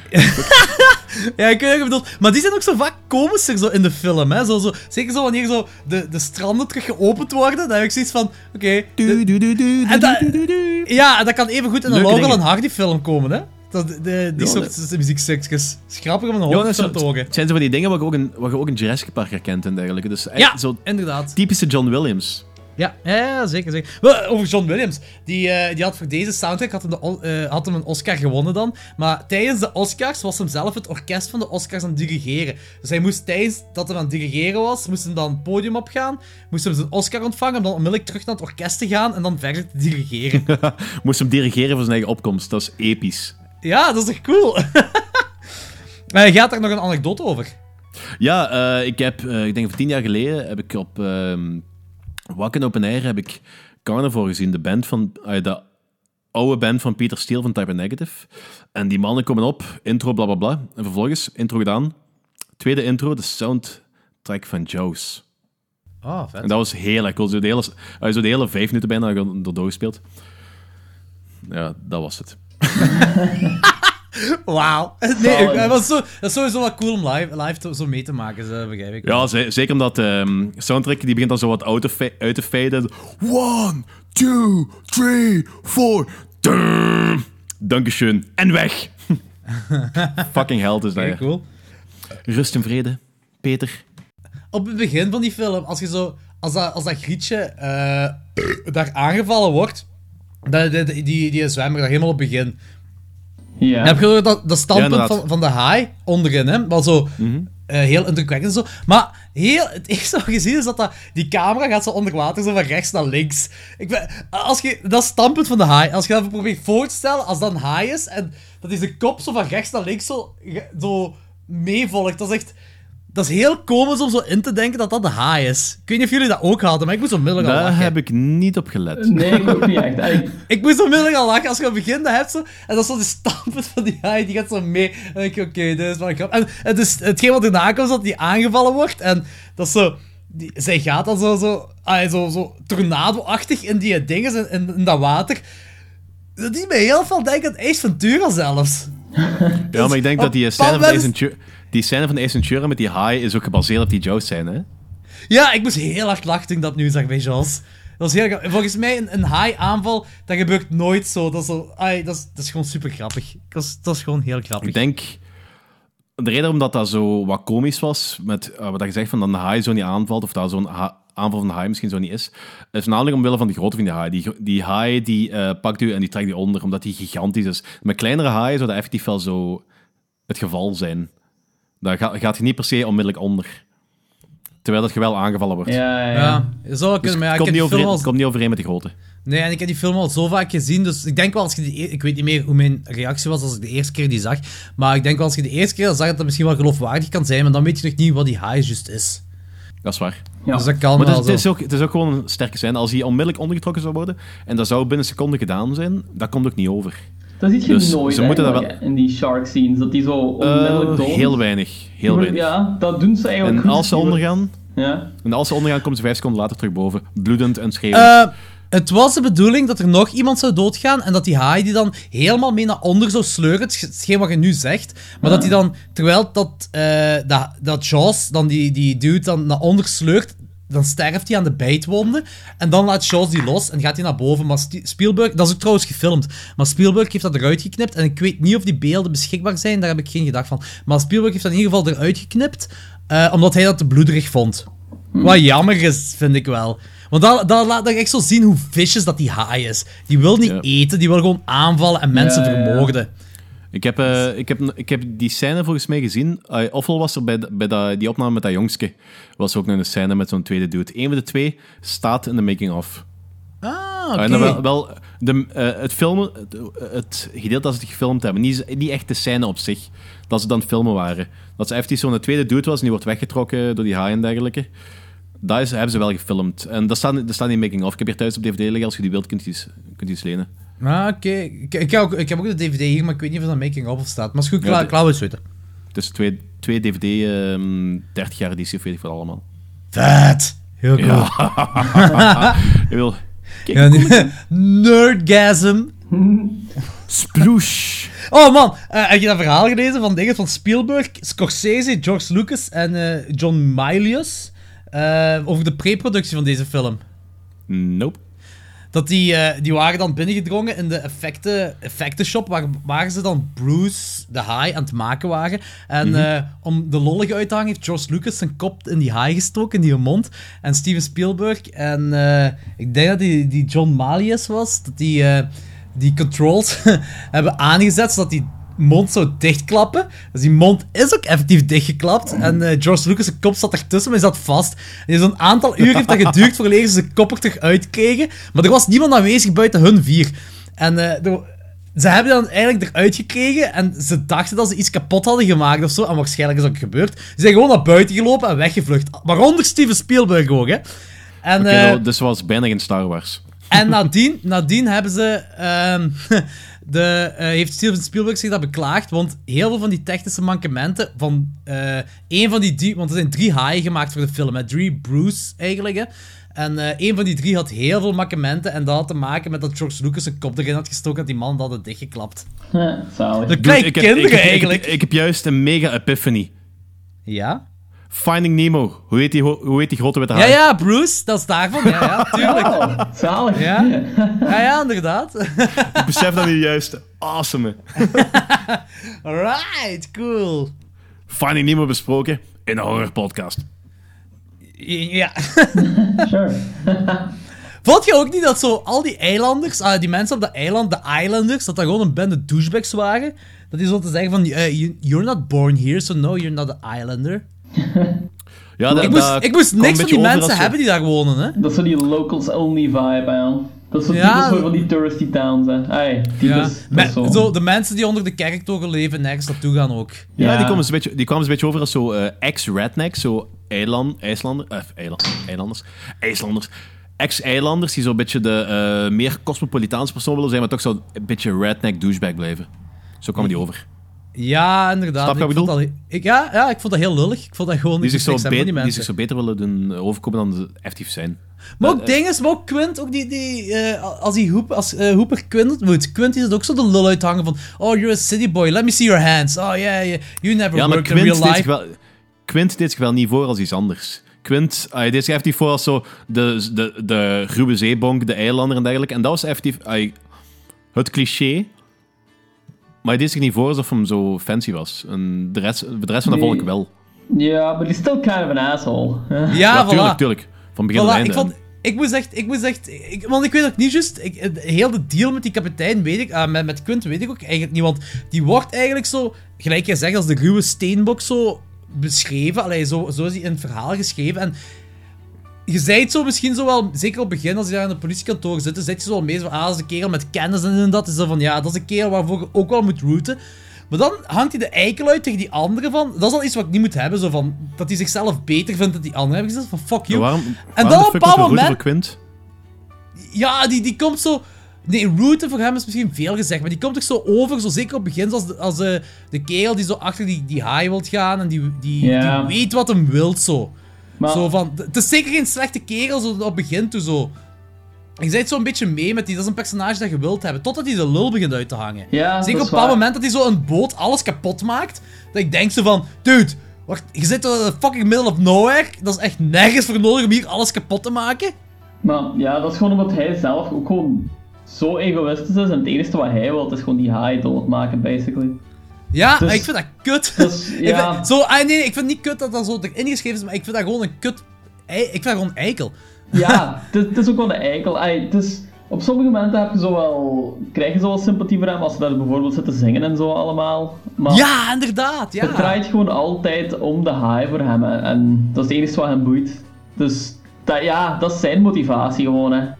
Ja, ik weet wat je bedoelt. Maar die zijn ook zo vaak komischer zo in de film, hè. Zo, zo, zeker zo wanneer zo de, de stranden terug geopend worden, dan heb ik zoiets van, oké... Ja, dat kan even goed in een Laurel en Hardy film komen, hè. Dat, de, de, die ja, soort muziekstukjes. Schrappig om een hoofd ja, te horen. Het zijn zo van die dingen wat je ook in, wat je ook in Jurassic Park herkent en dergelijke. Dus ja, zo inderdaad. Typische John Williams. Ja, ja, ja zeker, zeker. Well, over John Williams. Die, uh, die had voor deze soundtrack had hem, de, uh, had hem een Oscar gewonnen dan. Maar tijdens de Oscars was hem zelf het orkest van de Oscars aan het dirigeren. Dus hij moest tijdens dat hij aan het dirigeren was, moest hem dan het podium opgaan, moest hem zijn Oscar ontvangen, om dan onmiddellijk terug naar het orkest te gaan en dan verder te dirigeren. Moest hem dirigeren voor zijn eigen opkomst. Dat is episch. Ja, dat is toch cool? Maar uh, gaat er nog een anekdote over? Ja, uh, ik heb, uh, ik denk van tien jaar geleden, heb ik op uh, Wacken Open Air heb ik Carnivore gezien. De band van, uh, de oude band van Peter Steele van Type Negative. En die mannen komen op, intro bla bla bla. En vervolgens, intro gedaan. Tweede intro, de soundtrack van Jaws. Oh, vet. En dat was heel erg cool. Zo de hele, uh, zo de hele vijf minuten bijna erdoor gespeeld. Ja, dat was het. Wauw. Nee, dat, was zo, dat is sowieso wat cool om live, live to, zo mee te maken, zo, begrijp ik. Ja, z- zeker omdat de um, soundtrack die begint dan zo wat uit te, fa- uit te faden. One, two, three, four. Dankeschön. En weg. Fucking held is dat. Okay, cool. Rust en vrede, Peter. Op het begin van die film, als je zo, als dat, als dat grietje uh, daar aangevallen wordt, dat, die, die, die, die zwemmer daar helemaal op het begin. Ja. Dan heb je dat, dat standpunt ja, van, van de haai onderin, hè? Wel zo mm-hmm. uh, heel indrukwekkend en zo. Maar heel, het eerste wat je ziet is dat, dat die camera gaat zo onder water, zo van rechts naar links. Ik ben, als je, dat standpunt van de haai, als je dat probeert voor te stellen, als dat een haai is en dat is de kop zo van rechts naar links zo, zo meevolgt, dat is echt... Dat is heel komisch om zo in te denken dat dat de haai is. Ik weet niet of jullie dat ook hadden, maar ik moest onmiddellijk al lachen. Daar heb ik niet op gelet. Nee, ik ook niet echt. Eigenlijk. Ik moest onmiddellijk al lachen als je aan het begin dat hebt zo, en dat is zo de standpunt van die haai, die gaat zo mee. En dan denk ik, oké, okay, dit is wel een grap. En het is, hetgeen wat erna komt is dat die aangevallen wordt, en dat is zo... Die, zij gaat dan zo, zo, ah, zo, zo tornado-achtig in die dingen, in, in, in dat water. Dat die me heel veel denken aan Ace Ventura zelfs. Ja, maar ik denk dat die scène van Ace Ventura... Die scène van Ace Ventura met die haai is ook gebaseerd op die Jaws scène, hè? Ja, ik moest heel hard lachen toen ik dat nu zag bij Jaws. Dat is heel grappig. Volgens mij, een, een haai-aanval, dat gebeurt nooit zo. Dat is, zo, ai, dat is, dat is gewoon super grappig. Dat is, dat is gewoon heel grappig. Ik denk... De reden omdat dat zo wat komisch was, met uh, wat je zegt van dat een haai zo niet aanvalt, of dat zo'n ha- aanval van de haai misschien zo niet is, is namelijk omwille van de grootte van die haai. Die, die haai die uh, pakt u en die trekt u onder, omdat die gigantisch is. Met kleinere haaien zou dat effectief wel zo het geval zijn. Daar ga, gaat je niet per se onmiddellijk onder. Terwijl dat je wel aangevallen wordt. Ja, ja. ja. ja zou dus kunnen, maar ja, het komt niet, overeen, al... het komt niet overeen met de grootte. Nee, en ik heb die film al zo vaak gezien, dus ik denk wel als je die... Ik weet niet meer hoe mijn reactie was als ik de eerste keer die zag, maar ik denk wel als je de eerste keer zag dat dat misschien wel geloofwaardig kan zijn, maar dan weet je nog niet wat die haai juist is. Dat is waar. Ja. Dus dat kan maar wel het, is, zo. het, is ook, het is ook gewoon een sterke scène. Als hij onmiddellijk ondergetrokken zou worden, en dat zou binnen een seconde gedaan zijn, dat komt ook niet over. Dat ziet je dus nooit ze moeten dat wel... in die shark scenes, dat die zo onmiddellijk uh, dood. Heel weinig. Heel weinig. Ja, dat doen ze eigenlijk en goed. Als ze ondergaan, ja. En als ze ondergaan, komen ze vijf seconden later terug boven. Bloedend en schreeuwend. Uh, het was de bedoeling dat er nog iemand zou doodgaan en dat die haai die dan helemaal mee naar onder zou sleuren. Het is hetgeen wat je nu zegt. Maar ah. dat hij dan, terwijl dat, uh, dat, dat Jaws dan die, die dude dan naar onder sleurt, dan sterft hij aan de bijtwonden. En dan laat Jaws die los en gaat hij naar boven. Maar Spielberg, dat is ook trouwens gefilmd, maar Spielberg heeft dat eruit geknipt. En ik weet niet of die beelden beschikbaar zijn, daar heb ik geen gedacht van. Maar Spielberg heeft dat in ieder geval eruit geknipt, uh, omdat hij dat te bloederig vond. Wat jammer is, vind ik wel. Want dat, dat laat dat echt zo zien hoe vicious dat die haai is. Die wil niet ja. eten, die wil gewoon aanvallen en mensen ja, vermoorden. Ja. Ik heb, uh, ik, heb, ik heb die scène volgens mij gezien. Uh, ofwel was er bij, bij dat, die opname met dat jongske, was ook nog een scène met zo'n tweede dude. Eén van de twee staat in de making-of. Ah, oké. Okay. Uh, wel, wel, de, uh, het filmen, het, het gedeelte dat ze het gefilmd hebben, niet, niet echt de scène op zich, dat ze dan filmen waren. Dat ze effectief zo'n tweede dude was en die wordt weggetrokken door die haai en dergelijke. Dat is, hebben ze wel gefilmd. En dat staat, dat staat in making-of. Ik heb hier thuis op D V D liggen. Als je die wilt, kunt je kunt eens lenen. Ah, oké. Okay. Ik, ik, ik heb ook de D V D hier, maar ik weet niet of dat making-of staat. Maar is goed, klaar, ja, klaar is weten. Het is twee, twee D V D, um, dertig jaar editie, of weet ik wat allemaal. Vet! Heel cool. Ja. Je wil... Ja, nerdgasm. Sploosh. Oh man, uh, heb je dat verhaal gelezen van dingen van Spielberg, Scorsese, George Lucas en uh, John Milius? Uh, over de pre-productie van deze film. Nope. Dat die, uh, die waren dan binnengedrongen in de effecten, effectenshop, waar, waar ze dan Bruce, de haai, aan het maken waren. En mm-hmm. uh, om de lollige uit te hangen, heeft George Lucas zijn kop in die haai gestoken, in die mond. En Steven Spielberg en uh, ik denk dat die, die John Milius was, dat die, uh, die controls hebben aangezet, zodat die mond zou dichtklappen. Dus die mond is ook effectief dichtgeklapt. En uh, George Lucas' kop zat ertussen, maar hij zat vast. En zo'n aantal uur heeft dat geduurd voor ze zijn kop er terug uitkregen. Maar er was niemand aanwezig buiten hun vier. En uh, er, ze hebben dan eigenlijk eruit gekregen. En ze dachten dat ze iets kapot hadden gemaakt of zo. En waarschijnlijk is dat ook gebeurd. Ze zijn gewoon naar buiten gelopen en weggevlucht. Waaronder Steven Spielberg ook, hè. En, okay, uh, nou, dus was bijna geen Star Wars. En nadien, nadien hebben ze... Um, De, uh, heeft Steven Spielberg zich dat beklaagd, want heel veel van die technische mankementen van uh, één van die drie, want er zijn drie haaien gemaakt voor de film, hè, drie Bruce eigenlijk, hè. En uh, één van die drie had heel veel mankementen en dat had te maken met dat George Lucas een kop erin had gestoken dat die man dat had dichtgeklapt. Ja, zalig. De kleine kinderen ik heb, eigenlijk. Ik heb, ik heb juist een mega epiphany. Ja? Finding Nemo. Hoe heet die, hoe heet die grote witte haai? Ja, ja, Bruce. Dat is daarvan. Ja, ja, tuurlijk. Oh, zalig. Ja, ja, ja inderdaad. Ik besef dat nu juist. Awesome. Alright, cool. Finding Nemo besproken in een horror podcast. Ja. Sure. Vond je ook niet dat zo al die eilanders, uh, die mensen op dat eiland, de Islanders, dat dat gewoon een bende douchebags waren? Dat die zo te zeggen van, uh, you're not born here, so no, you're not an islander. Ja, dat, ik moest, ik moest niks van die mensen hebben die daar wonen, hè. Dat is zo die locals only vibe, aan. Dat is zo ja, typisch van die touristy towns, hè. Ay, typisch, ja. dat Me, zo. zo, de mensen die onder de kerktogen leven, nergens naartoe gaan ook. Ja, ja, die kwamen een beetje, die kwamen een beetje over als zo uh, ex-rednecks, zo eiland, IJslander, uh, eiland, eilanders, IJslanders, ex-eilanders die zo'n beetje de uh, meer cosmopolitaanse persoon willen zijn, maar toch zo een beetje redneck douchebag blijven. Zo kwamen die over. Ja, inderdaad. Snap je wat ik bedoel? Dat, ik, ja, ja, ik vond dat heel lullig. Ik vond dat gewoon die zich, zo be- die, die zich zo beter willen doen overkomen dan ze effectief zijn. Maar ook uh, dingen, maar ook Quint, ook die, die, uh, als die Hoop, als uh, Hooper Quint moet, Quint is het ook zo de lul uithangen van, oh, you're a city boy, let me see your hands. Oh, yeah, yeah. You never ja, worked in real life. Wel, Quint deed zich wel niet voor als iets anders. Quint, uh, deze heeft hij voor als zo de, de, de ruwe zeebonk, de eilander en dergelijke. En dat was effectief uh, het cliché. Maar hij deed zich niet voor alsof hem zo fancy was. En de rest, de rest van de Nee. volk wel. Ja, but he's still kind of an asshole. Ja, Ja, voilà. tuurlijk, tuurlijk. Van begin Voilà, tot einde. ik, vond, ik moest echt... Ik moest echt ik, want ik weet ook niet juist... Ik, heel de deal met die kapitein weet ik... Uh, met, met Quint weet ik ook eigenlijk niet. Want die wordt eigenlijk zo... Gelijk jij zegt, als de ruwe steenbok zo beschreven. Allee, zo, zo is hij in het verhaal geschreven. En je zei het zo misschien zo wel... Zeker op het begin, als je daar in een politiekantoor zit, dan zit je zo wel mee van... Ah, dat is een kerel met kennis en dat. Is zo van, ja, dat is een kerel waarvoor je ook wel moet rooten. Maar dan hangt hij de eikel uit tegen die andere van... Dat is al iets wat ik niet moet hebben, zo van... Dat hij zichzelf beter vindt dan die andere. Heb ik gezegd van, fuck you. Waarom, En waarom dan de op fuck een bepaald moet we rooten moment... voor Quint? Ja, die, die komt zo... Nee, rooten voor hem is misschien veel gezegd, maar die komt toch zo over, zo zeker op het begin, als de, als de, de kerel die zo achter die, die haai wilt gaan en die, die, Ja. die weet wat hem wilt, zo. Maar- Zo van... Het is zeker geen slechte kerel, zo op het begin toe, zo. Je zit zo een beetje mee met die, dat is een personage dat je wilt hebben, totdat hij de lul begint uit te hangen. Ja, dat Zeker is op een bepaald waar. moment dat hij zo een boot alles kapot maakt, dat ik denk zo van, dude, wacht, je zit in de fucking middle of nowhere, dat is echt nergens voor nodig om hier alles kapot te maken. Maar ja, dat is gewoon omdat hij zelf ook gewoon zo egoïstisch is. En het enige wat hij wil, is gewoon die haai doodmaken, basically. Ja, Dus- maar ik vind dat kut. dus, Ik ja. vind- zo, ah, nee, ik vind het niet kut dat dat zo erin geschreven is, maar ik vind dat gewoon een kut... ei- Ik vind dat gewoon eikel. Ja, het is, het is ook wel een eikel. Ai, het is, op sommige momenten heb je zo wel, krijg je zo wel sympathie voor hem als ze daar bijvoorbeeld zitten zingen en zo allemaal. Maar Ja, inderdaad, ja. het draait gewoon altijd om de haai voor hem. Hè. En dat is het enige wat hem boeit. Dus dat, ja, dat is zijn motivatie gewoon. Hè.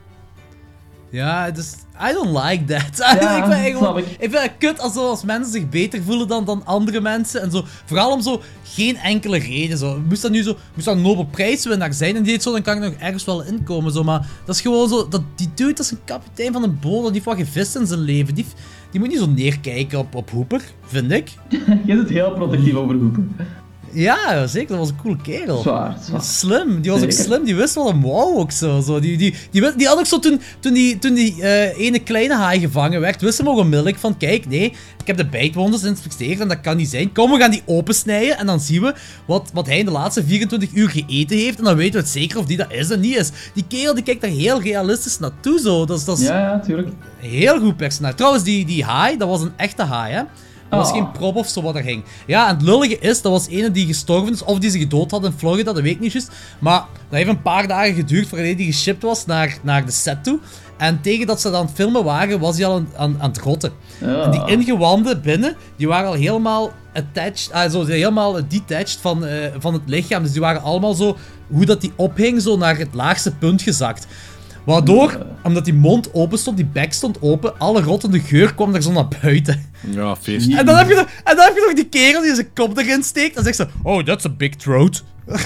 Ja, het is... I don't like that. Ja, ik, vind het gewoon, snap ik. ik vind het kut als, als mensen zich beter voelen dan, dan andere mensen. En zo, vooral om zo geen enkele reden. Zo. Moest dat nu zo... Moest dat een Nobelprijswinnaar zijn en die deed zo, dan kan ik nog ergens wel inkomen. Zo. Maar dat is gewoon zo... Dat, die dude, dat is een kapitein van een boot. Die heeft wat gevist in zijn leven. Die, die moet niet zo neerkijken op, op Hooper, vind ik. Je zit heel protectief over Hooper. Ja, zeker. Dat was een coole kerel. Zwaar, zwaar. Slim. Die was ook Zeker. slim. Die wist wat hem wou ook zo. zo. Die, die, die, wist- die had ook zo toen, toen die, toen die eh, ene kleine haai gevangen werd, wist hem ook onmiddellijk van, kijk, nee, ik heb de bijtwondes geïnspecteerd en dat kan niet zijn. Kom, we gaan die opensnijden en dan zien we wat, wat hij in de laatste vierentwintig uur gegeten heeft en dan weten we het zeker of die dat is en niet is. Die kerel die kijkt daar heel realistisch naartoe zo. Dat is, dat is Ja, ja, tuurlijk. een heel goed personage. Trouwens, die, die haai, dat was een echte haai, hè. Dat was Oh. geen prop of zo wat er ging. Ja, en het lullige is, dat was ene die gestorven is, of die zich gedood had in Florida, dat weet ik niet juist. Maar dat heeft een paar dagen geduurd voordat hij geshipped was naar, naar de set toe. En tegen dat ze dan aan het filmen waren, was hij al aan, aan, aan het rotten. Ja. En die ingewanden binnen, die waren al helemaal attached, ah, zo, helemaal detached van, eh, van het lichaam. Dus die waren allemaal zo, hoe dat die ophing, zo naar het laagste punt gezakt. Waardoor, omdat die mond open stond, die bek stond open, alle rottende geur kwam er zo naar buiten. Ja, feest. En dan heb je nog, en dan heb je nog die kerel die zijn kop erin steekt. Dan zegt ze, oh, that's a big throat.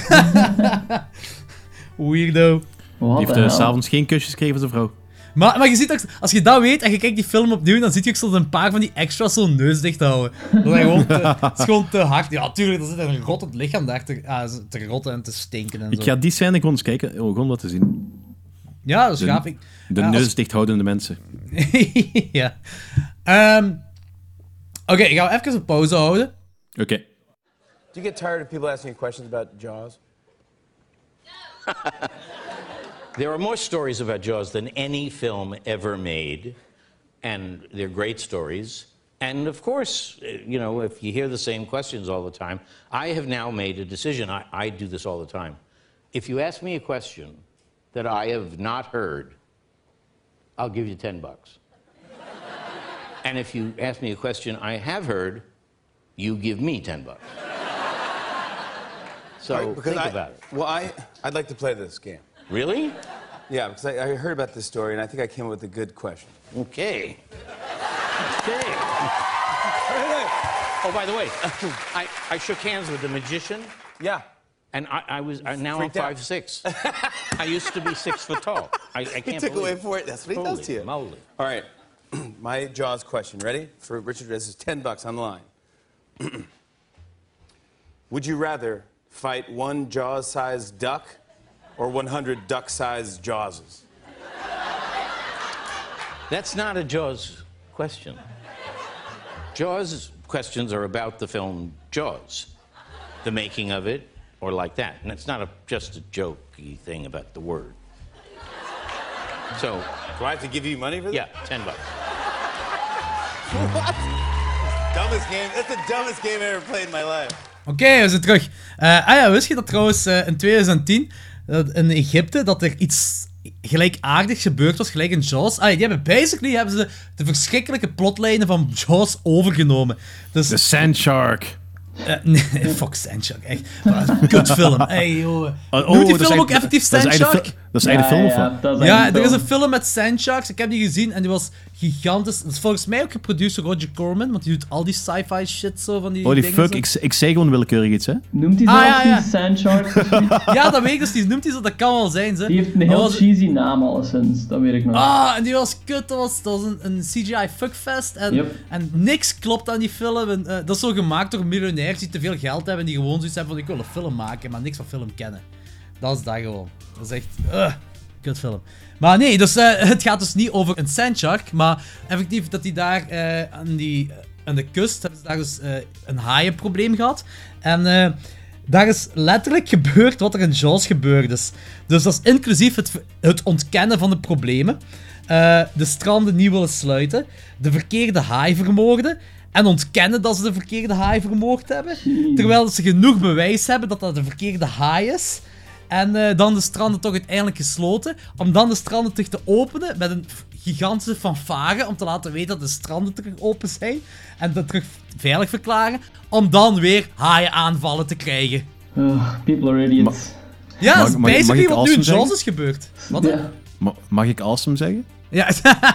Weirdo. What Die heeft the uh, hell? s'avonds geen kusjes gekregen van zijn vrouw. Maar, maar je ziet ook, als je dat weet en je kijkt die film opnieuw, dan zie je ook zo een paar van die extras zo'n neus dicht houden. Dat is gewoon te, het is gewoon te hard. Ja, tuurlijk, er zit een rottend lichaam daar te, ah, te rotten en te stinken en zo. Ik ga die scène gewoon eens kijken, oh, gewoon laten zien. Ja, dat is De- gaaf. Ik- De ja, neus als- dichthoudende mensen. ja. Ehm, Oké, gaan we even een pauze houden. Oké. Do you get tired of people asking you questions about Jaws? There are more stories about Jaws than any film ever made, and they're great stories. And of course, uh, you know, if you hear the same questions all the time, I have now made a decision. I, I do this all the time. If you ask me a question that I have not heard, I'll give you ten bucks. And if you ask me a question I have heard, you give me ten bucks. So Right, because think I- about it. Well, I, I'd like to play this game. Really? Yeah, because I, I heard about this story, and I think I came up with a good question. Okay. Okay. Oh, by the way, I, I shook hands with the magician. Yeah. And I, I was I, now Freaked I'm out. five six. I used to be six foot tall. I, I can't He took believe away for it. That's what he Holy does to you. moly. All right. My Jaws question. Ready? For Richard, this is ten bucks on the line. Would you rather fight one Jaws-sized duck or one hundred duck-sized Jawses? That's not a Jaws question. Jaws questions are about the film Jaws, the making of it, or like that. And it's not a, just a jokey thing about the word. So, do I have to give you money for that? Yeah, ten bucks. What? Dumbest game. That's the dumbest game I ever played in my life. Oké, okay, we zijn terug. Uh, ah ja, wist je dat trouwens uh, in twintig tien uh, in Egypte dat er iets gelijkaardigs gebeurd was, gelijk in Jaws? Ah, die hebben basically hebben ze de verschrikkelijke plotlijnen van Jaws overgenomen. Dus, The Sand Shark. Uh, nee, fuck Sand Shark, echt. Kut film. Hey, joh. Oh, Noemt die oh, film ook effectief Sand Shark? Dat is eigenlijk de film, of wat? Ja, er is een film met Sand Sharks. Ik heb die gezien en die was gigantisch. Dat is volgens mij ook geproduceerd door Roger Corman, want die doet al die sci-fi shit zo van die Holy dingen. fuck, zo. ik, ik zei gewoon willekeurig iets, hè? Noemt hij Ah, zelfs ja, ja. die Sand Sharks? Ja, dat weet ik dus. Die noemt hij zo, dat kan wel zijn, ze. Die heeft een heel was... cheesy naam alleszins, dat weet ik nog. Ah, en die was kut. Dat was, dat was een, een C G I fuckfest. En, Yep. en niks klopt aan die film. En, uh, dat is zo gemaakt door miljonairs die te veel geld hebben en die gewoon zoiets hebben van ik wil een film maken, maar niks van film kennen. Dat is dat gewoon. Dat is echt... Uh, kut film. Maar nee, dus, uh, het gaat dus niet over een Sand Shark, maar effectief dat die daar uh, aan, die, uh, aan de kust hebben ze daar dus uh, een haaienprobleem gehad. En uh, daar is letterlijk gebeurd wat er in Jaws gebeurd is. Dus dat is inclusief het, het ontkennen van de problemen. Uh, de stranden niet willen sluiten. De verkeerde haai vermoorden. En ontkennen dat ze de verkeerde haai vermoord hebben. Terwijl ze genoeg bewijs hebben dat dat de verkeerde haai is. En uh, dan de stranden toch uiteindelijk gesloten. Om dan de stranden terug te openen met een gigantische fanfare. Om te laten weten dat de stranden terug open zijn. En dat terug veilig verklaren. Om dan weer haaienaanvallen te krijgen. Uh, people are idiots. Ja, dat is mag, basically mag wat nu in awesome Jaws zeggen? is gebeurd. Wat? Ja. Ma- mag ik awesome zeggen? Ja.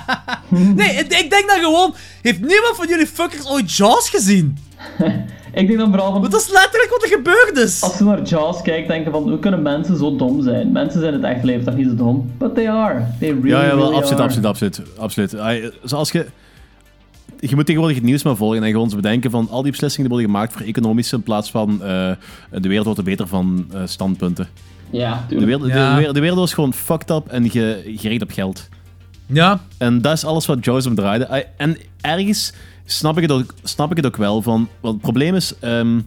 Nee, ik denk dan gewoon... Heeft niemand van jullie fuckers ooit Jaws gezien? Ik denk dan vooral van... Want dat is letterlijk wat er gebeurd is. Als je naar Jaws kijkt, denken van, hoe kunnen mensen zo dom zijn? Mensen zijn in het echt leven toch niet zo dom? But they are. They really, ja, ja, wel, really absoluut, are. absoluut, absoluut, absoluut. Ay, Zoals je... Je moet tegenwoordig het nieuws maar volgen en gewoon eens bedenken van al die beslissingen die worden gemaakt voor economische in plaats van uh, de wereld wordt er beter van uh, standpunten. Ja, de wereld, ja. de, de, de wereld was gewoon fucked up en ge, gericht op geld. Ja. En dat is alles wat Jaws om draaide. Ay, en ergens snap ik het ook, snap ik het ook wel van... Want het probleem is... Um,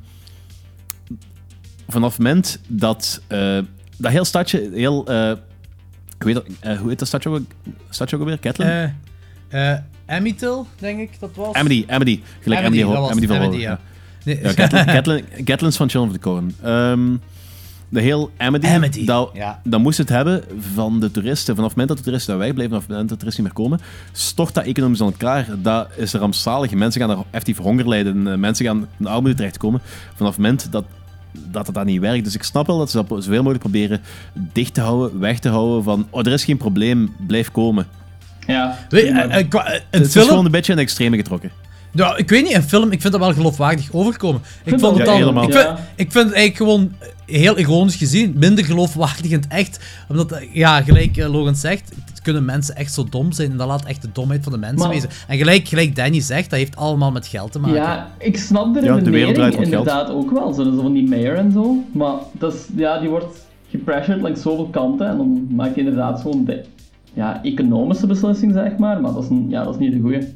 vanaf het moment dat... Uh, dat heel stadje... Heel, uh, hoe, heet dat, uh, hoe heet dat stadje ook, stadje ook alweer? Catlin? Uh, uh, Amityville, denk ik, dat was. Amity, Amity. Gelijk Amity, Amity, Amity, Amity, Amity ja. Nee. Ja, Catlin, Catlin, Catlin is van Children of the Corn. Um, de heel Amity, Amity. Dat, ja. dat moest het hebben van de toeristen. Vanaf het moment dat de toeristen daar wegblijven, vanaf het moment dat de toeristen niet meer komen, stort dat economisch aan elkaar. Dat is rampzalig. Mensen gaan daar effectief honger lijden. Mensen gaan in de armoede terechtkomen. Vanaf het moment dat dat het dan niet werkt. Dus ik snap wel dat ze dat zoveel mogelijk proberen dicht te houden, weg te houden van, oh, er is geen probleem, blijf komen. Ja. Weet, uh, uh, qua, uh, het is film... gewoon een beetje in de extreme getrokken. Ja, ik weet niet, een film, ik vind dat wel geloofwaardig overkomen. Ik vond het ja, dan, ik, vind, ja. ik vind het eigenlijk gewoon heel ironisch gezien minder geloofwaardig in het echt. Omdat, ja, gelijk uh, Logan zegt, kunnen mensen echt zo dom zijn en dat laat echt de domheid van de mensen maar, wezen. En gelijk, gelijk Danny zegt, dat heeft allemaal met geld te maken. Ja, ik snap de ja, redenering inderdaad geld. ook wel. Zo van die mayor en zo. Maar dat is, ja, die wordt gepressured langs zoveel kanten en dan maak je inderdaad zo'n de, ja, economische beslissing, zeg maar. Maar dat is, een, ja, dat is niet de goeie.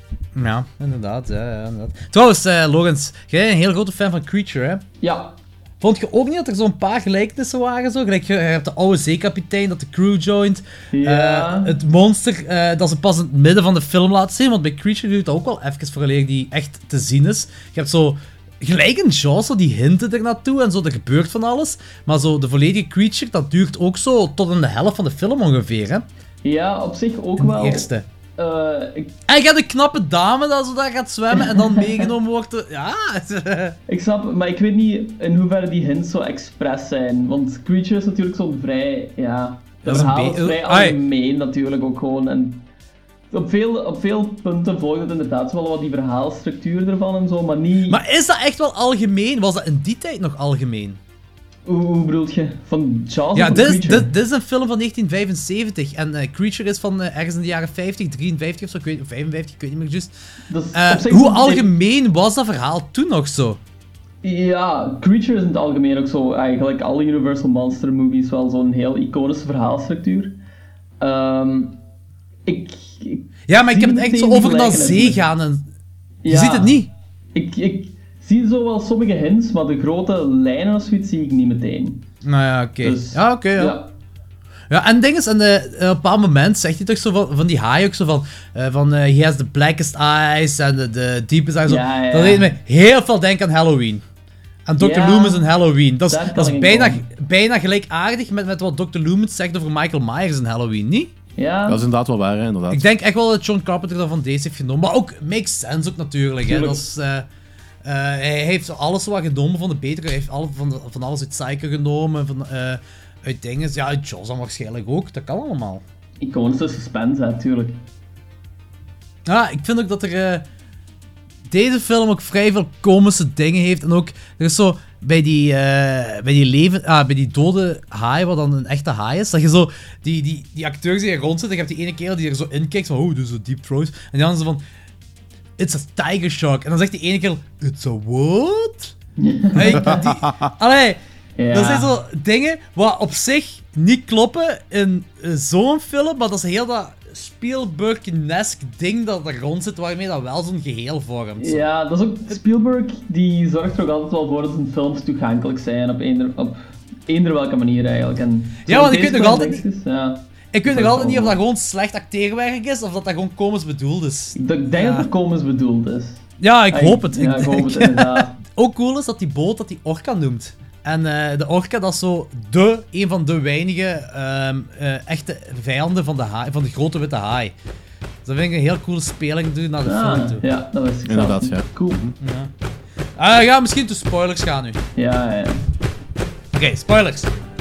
Ja, inderdaad. Ja, ja, inderdaad. Trouwens, uh, Logans, jij bent een heel grote fan van Creature, hè? Ja. Vond je ook niet dat er zo'n paar gelijkenissen waren? Zo? Gelijk, je hebt de oude zeekapitein dat de crew joint. Ja. Uh, het monster uh, dat ze pas in het midden van de film laten zien. Want bij Creature duurt dat ook wel even vooraleer die echt te zien is. Je hebt zo gelijk in Jaws, zo die hinten er naartoe en zo, er gebeurt van alles. Maar zo de volledige Creature, dat duurt ook zo tot in de helft van de film ongeveer, hè? Ja, op zich ook de wel. eerste. Uh, ik... En je hebt een knappe dame dat zo daar gaat zwemmen en dan meegenomen wordt. Ja. Ik snap, maar ik weet niet in hoeverre die hints zo expres zijn. Want Creature is natuurlijk zo'n vrij, ja, dat verhaal is vrij algemeen natuurlijk ook gewoon. En op veel, op veel punten volgt het inderdaad wel wat die verhaalstructuur ervan en zo, maar niet... Maar is dat echt wel algemeen? Was dat in die tijd nog algemeen? Hoe, hoe bedoel je? Van Jaws ja, of dit is, Creature? dit, dit is een film van negentien vijfenzeventig. En uh, Creature is van uh, ergens in de jaren vijftig, drieënvijftig of zo, ik weet, vijfenvijftig, ik weet niet meer juist. Uh, hoe algemeen was dat verhaal toen nog zo? Ja, Creature is in het algemeen ook zo, eigenlijk alle Universal Monster movies wel zo'n heel iconische verhaalstructuur. Um, ik, ik ja, maar ik heb het echt zo over naar zee gaan en... Je ja, ziet het niet. Ik, ik zie zo wel sommige hints, maar de grote lijnen of zoiets zie ik niet meteen. Nou ja, oké. Okay. Dus, ja, oké, okay, ja. ja. Ja, en ding is, en, uh, op een bepaald moment zegt hij toch zo van, van die haai ook zo van, uh, van uh, he has the blackest eyes en de, de deepest eyes. Ja, ja. Dat deed me heel veel denken aan Halloween. Aan dokter Ja, Loomis en Halloween. Dat is, dat is bijna, bijna gelijkaardig met, met wat dokter Loomis zegt over Michael Myers in Halloween, niet? Ja. Dat is inderdaad wel waar, hè, inderdaad. Ik denk echt wel dat John Carpenter dat van deze heeft genomen. Maar ook, makes sense ook natuurlijk. Hè. Dat is, uh, uh, hij heeft alles wat genomen van de betere. Hij heeft alle, van, de, van alles uit Psycho genomen, van... Uh, uit dingen, ja, uit Jaws dan waarschijnlijk ook. Dat kan allemaal. Iconische suspense, natuurlijk. Ja, ik vind ook dat er... Uh, deze film ook vrij veel komische dingen heeft. En ook, er is zo... Bij die, uh, bij die, leven, ah, bij die dode haai, wat dan een echte haai is, dat je zo... Die, die, die acteurs die er rond zitten, je hebt die ene kerel die er zo in kijkt, van, oh, doe zo deep throat. En die andere zo van... It's a tiger shark. En dan zegt die ene kerel... It's a what? Hey, die, allee... Ja. Dat zijn zo dingen wat op zich niet kloppen in zo'n film, maar dat is heel dat Spielberg-esque ding dat er rond zit, waarmee dat wel zo'n geheel vormt. Zo. Ja, dat is ook... Spielberg die zorgt er ook altijd wel voor dat zijn films toegankelijk zijn, op eender, op eender welke manier eigenlijk. En ja, want ik weet nog altijd... Is, ja, ik weet nog altijd niet of dat gewoon slecht acteerwerk is, of dat dat gewoon komisch bedoeld is. Ik denk ja. dat het komisch bedoeld is. Ja, ik hoop het. Ja, ik hoop het inderdaad. Ook cool is dat die boot dat die Orca noemt. En uh, de Orca, dat is zo de, een van de weinige um, uh, echte vijanden van de, haai, van de grote witte haai. Dus dat vind ik een heel coole speling doen naar de ah, film toe. Ja, dat is inderdaad, ja. Cool. Ja. Uh, ja, misschien te spoilers gaan nu. Ja, ja. Oké, okay, spoilers.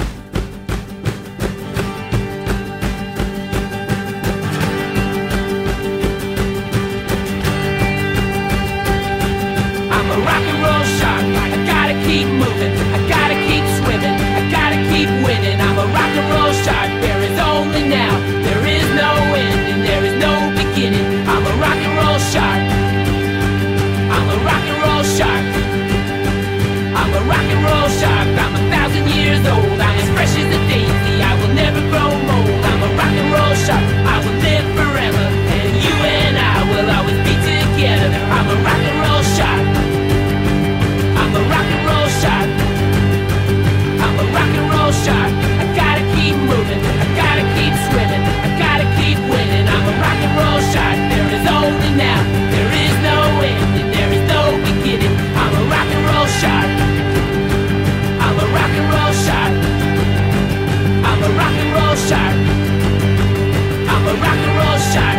Keep moving, I gotta keep swimming, I gotta keep winning. I'm a rock and roll shark, there is only now, there is no end and there is no beginning. I'm a rock and roll shark, I'm a rock and roll shark, I'm a rock and roll shark. I'm a thousand years old, I'm as fresh as a daisy, I will never grow old. I'm a rock and roll shark, I will live forever, and you and I will always be together. I'm a rock and roll shark, I'm a rock and roll shark, I'm a rock and roll shark. I gotta keep moving, I gotta keep swimming, I gotta keep winning. I'm a rock and roll shark, there is only now, there is no end and there is no beginning. I'm a rock and roll shark, I'm a rock and roll shark, I'm a rock and roll shark, I'm a rock and roll shark.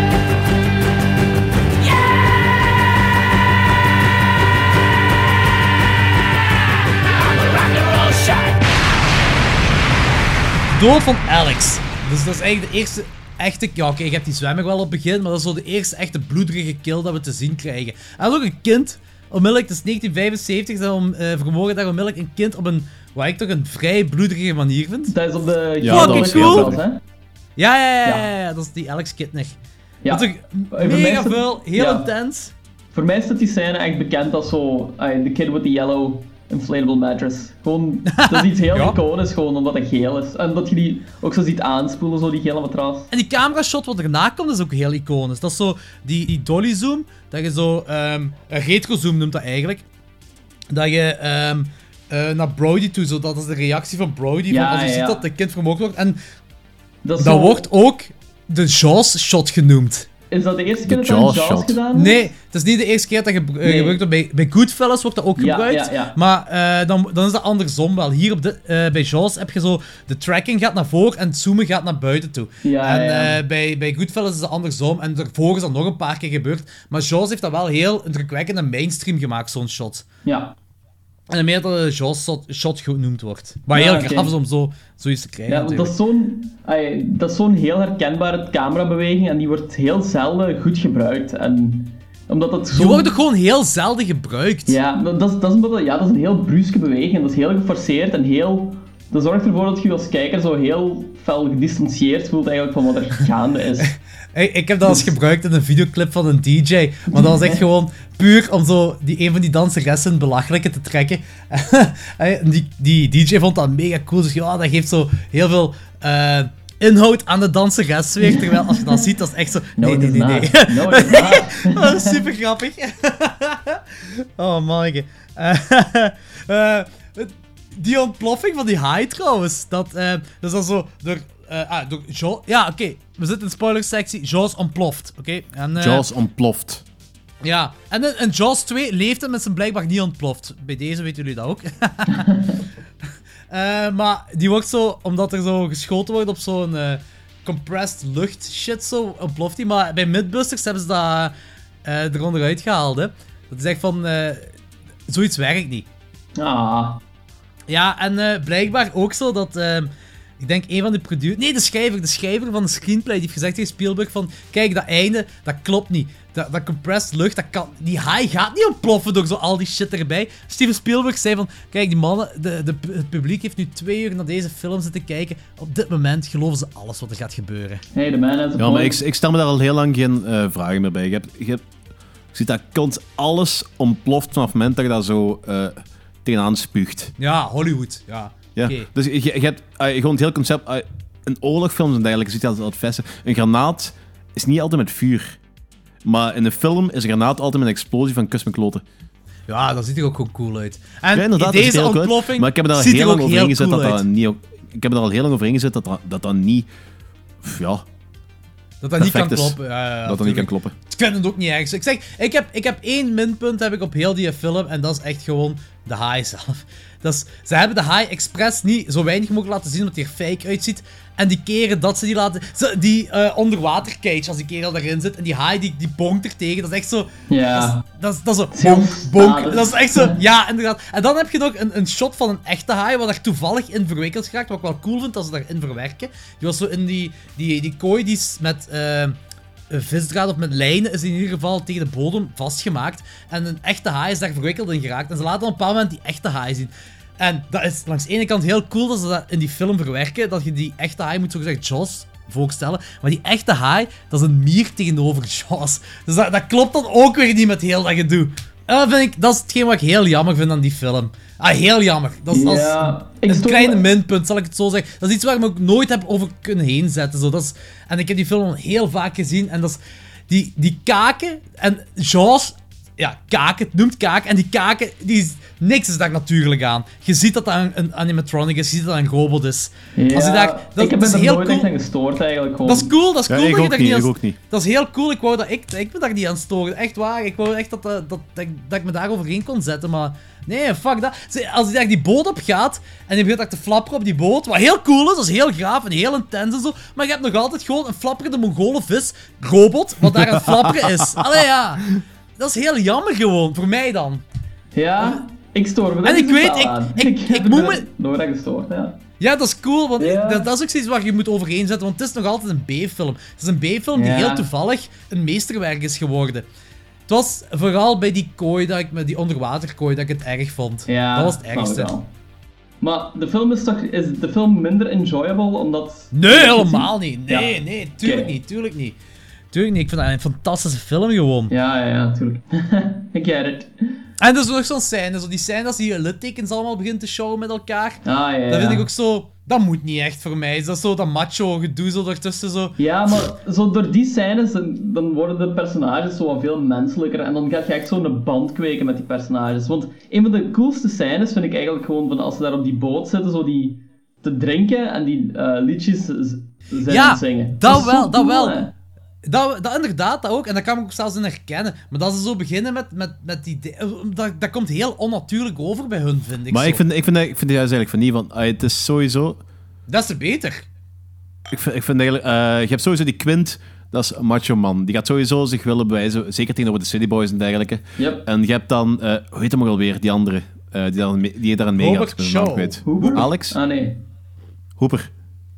Dood van Alex. Dus dat is eigenlijk de eerste echte... Ja, oké, okay, je hebt die zwemmer wel op het begin, maar dat is zo de eerste echte bloederige kill dat we te zien krijgen. En dat is ook een kind. Onmiddellijk, het is negentien vijfenzeventig, dat we uh, vermogen dat onmiddellijk een kind op een... Wat ik toch een vrij bloederige manier vind. Dat is op de... Ja, fucking cool! Hè? Ja, ja, ja, ja, ja, dat is die Alex Kidner. Ja. Dat is ook mega veel, heel ja. intens. Voor mij is dat die scène echt bekend als zo... Uh, the kid with the yellow... inflatable mattress. Gewoon, dat is iets heel ja. iconisch, gewoon omdat het geel is. En dat je die ook zo ziet aanspoelen, zo die gele matras. En die camera shot wat erna komt is ook heel iconisch. Dat is zo die, die dolly zoom, dat je zo, um, een retro zoom noemt dat eigenlijk. Dat je um, uh, naar Brody toe, zo, dat is de reactie van Brody, ja, van als je ja. ziet dat de kind vermoord wordt. En dat, dat zo... wordt ook de Jaws shot genoemd. Is dat de eerste keer dat dat Jaws gedaan wordt? Nee, het is niet de eerste keer dat je uh, nee. gebruikt wordt. Bij, bij Goodfellas wordt dat ook ja, gebruikt. Ja, ja. Maar uh, dan, dan is dat andersom wel. Hier op de, uh, bij Jaws heb je zo... De tracking gaat naar voren en het zoomen gaat naar buiten toe. Ja, en ja. Uh, bij, bij Goodfellas is dat andersom. En daarvoor is dat nog een paar keer gebeurd. Maar Jaws heeft dat wel heel indrukwekkend en mainstream gemaakt, zo'n shot. Ja. En meer dat de Jaws shot, shot genoemd wordt. Maar heel ja, okay. graaf is om zo, zoiets te krijgen. Ja, want dat is zo'n dat is zo'n heel herkenbare camerabeweging en die wordt heel zelden goed gebruikt. En omdat dat zo... Die worden gewoon heel zelden gebruikt. Ja, dat is, dat is omdat ja, dat is een heel bruske beweging en dat is heel geforceerd en heel... Dat zorgt ervoor dat je als kijker zo heel fel gedistanceerd voelt eigenlijk van wat er gaande is. Hey, ik heb dat eens gebruikt in een videoclip van een D J, maar dat was echt gewoon puur om zo die, een van die danseressen belachelijke te trekken. die, die D J vond dat mega cool, dus ja, dat geeft zo heel veel uh, inhoud aan de danseres weer. Terwijl als je dat ziet, dat is echt zo... No, Nee, nee, nee, nee. No, it is not. Dat is super grappig. Oh, manneke. Uh, uh, die ontploffing van die haai trouwens, dat, uh, dat is dan zo door... Uh, ah, door Jaws... Ja, oké. Okay. We zitten in de spoilersectie. Jaws ontploft. Oké. Okay? Uh, Jaws ontploft. Ja. En in, in Jaws twee leeft het met zijn blijkbaar niet ontploft. Bij deze weten jullie dat ook. uh, maar die wordt zo... Omdat er zo geschoten wordt op zo'n... Uh, compressed lucht shit zo ontploft die. Maar bij Mythbusters hebben ze dat uh, er onderuit gehaald, hè. Dat is echt van... Uh, zoiets werkt niet. Ah. Ja, en uh, blijkbaar ook zo dat... Uh, ik denk een van de producers... Nee, de schrijver. De schrijver van de screenplay. Die heeft gezegd tegen Spielberg van... Kijk, dat einde, dat klopt niet. Dat, dat compressed lucht, dat kan... Die haai gaat niet ontploffen door zo al die shit erbij. Steven Spielberg zei van... Kijk, die mannen... De, de, het publiek heeft nu twee uur naar deze film zitten kijken. Op dit moment geloven ze alles wat er gaat gebeuren. Hey, the man has a Ja, maar ik, ik stel me daar al heel lang geen uh, vragen meer bij. Je hebt... Je hebt je ziet dat kont alles ontploft vanaf het moment dat je dat zo uh, tegenaan spuugt. Ja, Hollywood. Ja. Ja, Okay. dus je, je hebt uh, gewoon het hele concept... Uh, een oorlogfilms en dergelijke ziet je altijd het vesten. Een granaat is niet altijd met vuur. Maar in een film is een granaat altijd met een explosie van kus met kloten. Ja, dat ziet er ook gewoon cool uit. En ja, inderdaad, deze dat is heel ontploffing cool. Maar ik heb er al ziet heel er lang ook over heel ingezet cool dat dat uit. niet... Ik heb er al heel lang over ingezet dat dat, dat, dat niet... Ja... Dat dat niet kan is. kloppen. Ja, ja, ja, dat dat niet kan kloppen. Ik vind het ook niet erg. Ik zeg, ik heb, ik heb één minpunt heb ik op heel die film en dat is echt gewoon de haai zelf. Dat is, ze hebben de haai expres niet zo weinig mogelijk laten zien omdat hij er fake uitziet. En die keren dat ze die laten... Ze, die uh, onderwater cage, als die kerel daarin zit en die haai die, die bonkt er tegen, dat is echt zo... Ja. Dat is, dat is, dat is zo... Bonk, bonk. Dat is echt zo... Ja, inderdaad. En dan heb je nog een, een shot van een echte haai, wat er toevallig in verwikkeld geraakt, wat ik wel cool vind dat ze daarin verwerken. Die was zo in die, die, die kooi die is met... Uh, visdraad of met lijnen is in ieder geval tegen de bodem vastgemaakt. En een echte haai is daar verwikkeld in geraakt. En ze laten op een bepaald moment die echte haai zien. En dat is langs de ene kant heel cool dat ze dat in die film verwerken. Dat je die echte haai moet zogezegd Jaws voorstellen. Maar die echte haai, dat is een mier tegenover Jaws. Dus dat, dat klopt dan ook weer niet met heel dat gedoe. En dat, vind ik, dat is hetgeen wat ik heel jammer vind aan die film. Ah, heel jammer. Dat is, dat is Ja, een, ik een doe- kleine minpunt, zal ik het zo zeggen. Dat is iets waar ik me ook nooit heb over kunnen heen zetten. Zo. Dat is, en ik heb die film al heel vaak gezien. En dat is... Die, die kaken en Jaws... Ja, kaken, het noemt kaken. En die kaken, die is, niks is daar natuurlijk aan. Je ziet dat dat een, een animatronic is. Je ziet dat dat een robot is. Ja, Als je daar, dat, ik heb dat me is er heel nooit cool. echt aan gestoord eigenlijk. Gewoon. Dat is cool, dat is Ja, cool ik dat je ook daar niet, niet ik aan... ook niet. Dat is heel cool, ik wou dat ik... Ik ben daar niet aan storen, echt waar. Ik wou echt dat, dat, dat, dat, dat ik me daar overheen kon zetten, maar... Nee, fuck dat. Zie, als hij daar die boot op gaat, en hij begint daar te flapperen op die boot, wat heel cool is, dat is heel gaaf en heel intens en zo, maar je hebt nog altijd gewoon een flapperende Mongolen vis, robot, wat daar aan het flapperen is. Allee, ja. Dat is heel jammer gewoon, voor mij dan. Ja, ik stoor me En er ik niet weet, totaal ik- aan. ik- heb ik moet er me- nooit aan gestoord, ja. Ja, dat is cool, want Ja. dat, dat is ook zoiets waar je moet overheen zetten, want het is nog altijd een B-film. Het is een B-film die Ja. heel toevallig een meesterwerk is geworden. Het was vooral bij die kooi, dat ik, met die onderwaterkooi, dat ik het erg vond. Ja, dat was het snap ik ergste. wel. Maar de film is toch... Is de film minder enjoyable omdat... Nee, helemaal niet. Nee, Ja. nee, tuurlijk Oké. niet, tuurlijk niet. Tuurlijk niet, ik vind dat een fantastische film gewoon. Ja, ja, ja, natuurlijk. Ik get it. En er is nog zo'n scène, zo die scène dat ze die littekens allemaal beginnen te showen met elkaar. Ah, ja, ja. Dat vind ik ook zo... Dat moet niet echt voor mij. Dat is zo dat macho gedoezel ertussen zo. Ja, maar zo door die scènes, dan- dan worden de personages zo wat veel menselijker en dan ga je echt zo'n band kweken met die personages. Want een van de coolste scènes vind ik eigenlijk gewoon van als ze daar op die boot zitten, zo die te drinken en die eh, liedjes z- zijn Ja, aan het zingen. dat is wel, zo dat cool, wel. hè. Dat, dat inderdaad, dat ook. En dat kan ik ook zelfs in herkennen. Maar dat ze zo beginnen met, met, met die... de- Dat, dat komt heel onnatuurlijk over bij hun, vind ik Maar zo. ik vind, ik, vind, ik vind het juist eigenlijk van niet, want ah, het is sowieso... Dat is er beter. Ik vind, ik vind eigenlijk... eh, je hebt sowieso die Quint, dat is een macho man. Die gaat sowieso zich willen bewijzen, zeker tegenover de City Boys en dergelijke. Yep. En je hebt dan... eh hoe heet hem ook alweer, die andere? eh, die, dan, me- die daar aan meegaat. Robert Ik ben zijn naam Shaw. kwijt. Hooper? Alex? Ah, nee. Hooper.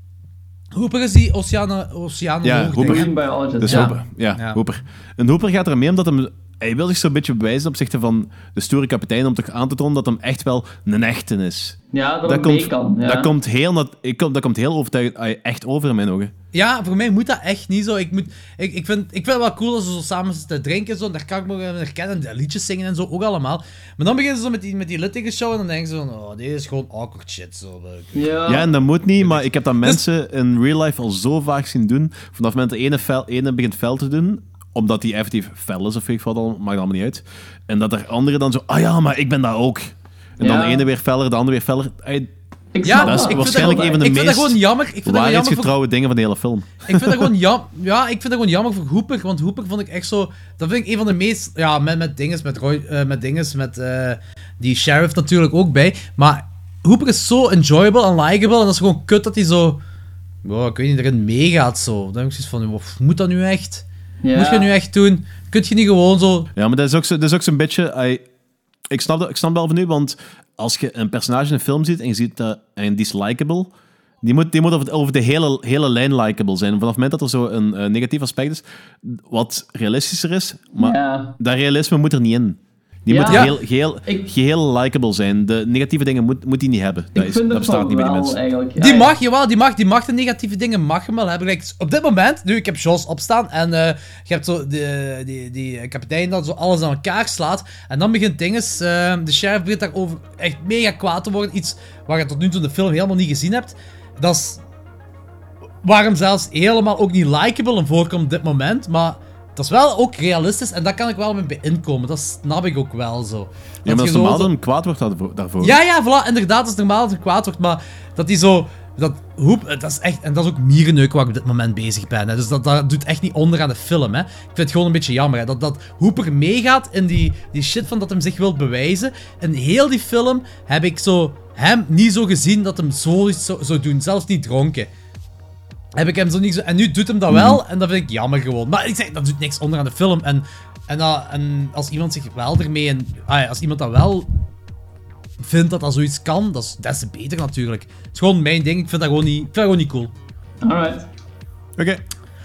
Hooper is die oceano, oceanoloog, Ja, denk Hooper. ik. Marine biologist. Dus Ja. Hooper. Ja, Ja. Hooper. En Hooper gaat er mee omdat hem hij wil zich zo'n beetje bewijzen op opzichte van de stoere kapitein om toch aan te tonen dat hem echt wel een echte is. Ja, dat, dat komt, komt, kan. Ja. Dat komt heel, dat, dat komt heel overtuigend echt over in mijn ogen. Ja, voor mij moet dat echt niet zo. Ik, moet, ik, ik, vind, ik vind het wel cool als ze zo samen zitten te drinken en zo. Daar kan ik me wel herkennen. De liedjes zingen en zo, ook allemaal. Maar dan beginnen ze zo met die, met die littige show en dan denken ze van, oh, dit is gewoon awkward shit. Zo. Ja. ja, en dat moet niet, maar ik heb dat mensen dus, in real life al zo vaak zien doen. Vanaf het moment dat de ene, fel, ene begint fel te doen, omdat hij effectief fel is of weet ik wat, al, maakt allemaal niet uit. En dat er anderen dan zo, ah ja, maar ik ben dat ook. En ja. dan de ene weer feller, de andere weer feller. Hij, Ik ja, dat is ik waarschijnlijk een van de ik vind meest dat gewoon jammer. Ik vind dat gewoon jammer waarheidsgetrouwe dingen van de hele film. Ik vind dat gewoon jam, ja, ik vind dat gewoon jammer voor Hooper, want Hooper vond ik echt zo. Dat vind ik een van de meest. Ja, met, met dinges, met Roy, uh, met dinges, met uh, die sheriff natuurlijk ook bij. Maar Hooper is zo enjoyable en likable en dat is gewoon kut dat hij zo. Oh, ik weet niet, erin meegaat zo. Dan heb ik zoiets van, oh, moet dat nu echt? Ja. Moet je dat nu echt doen? Kun je niet gewoon zo. Ja, maar dat is ook, zo, dat is ook zo'n beetje. I, ik, snap dat, ik snap wel van u, want. Als je een personage in een film ziet en je ziet dat en die is likable, die moet, die moet over, over de hele, hele lijn likable zijn. Vanaf het moment dat er zo een uh, negatief aspect is, wat realistischer is, maar ja. dat realisme moet er niet in. Die ja. moet ja. geheel, geheel, ik... geheel likable zijn. De negatieve dingen moet, moet die niet hebben. Dat, is, dat bestaat niet bij die mensen. Ja, die mag, jawel, die mag, die mag de negatieve dingen mag hem wel hebben. Like, op dit moment, nu, ik heb Jaws opstaan en uh, je hebt zo de, die, die kapitein dat zo alles aan elkaar slaat. En dan begint dinges, uh, de sheriff begint daarover echt mega kwaad te worden. Iets waar je tot nu toe in de film helemaal niet gezien hebt. Dat is waarom zelfs helemaal ook niet likable in voorkomt op dit moment, maar... Dat is wel ook realistisch en daar kan ik wel mee bij inkomen. Dat snap ik ook wel zo. Dat ja, maar dat is normaal dat hem kwaad wordt daarvoor. Ja, ja, voilà, inderdaad, het is normaal dat hij kwaad wordt, maar dat hij zo... Dat, hoep, dat is echt... En dat is ook mierenneuk waar ik op dit moment bezig ben. Hè. Dus dat, dat doet echt niet onder aan de film, hè. Ik vind het gewoon een beetje jammer, hè. Dat, dat Hooper meegaat in die, die shit van dat hem zich wil bewijzen. In heel die film heb ik zo hem niet zo gezien dat hem zoiets zou, zou doen. Zelfs niet dronken. Heb ik hem zo niet zo... En nu doet hem dat wel, en dat vind ik jammer gewoon. Maar ik zeg, dat doet niks onder aan de film. En, en, dat, en als iemand zich wel ermee... En, ah, als iemand dat wel vindt dat dat zoiets kan, dat is des te beter natuurlijk. Het is gewoon mijn ding, ik vind dat gewoon niet, ik vind dat gewoon niet cool. Alright. Oké. Okay.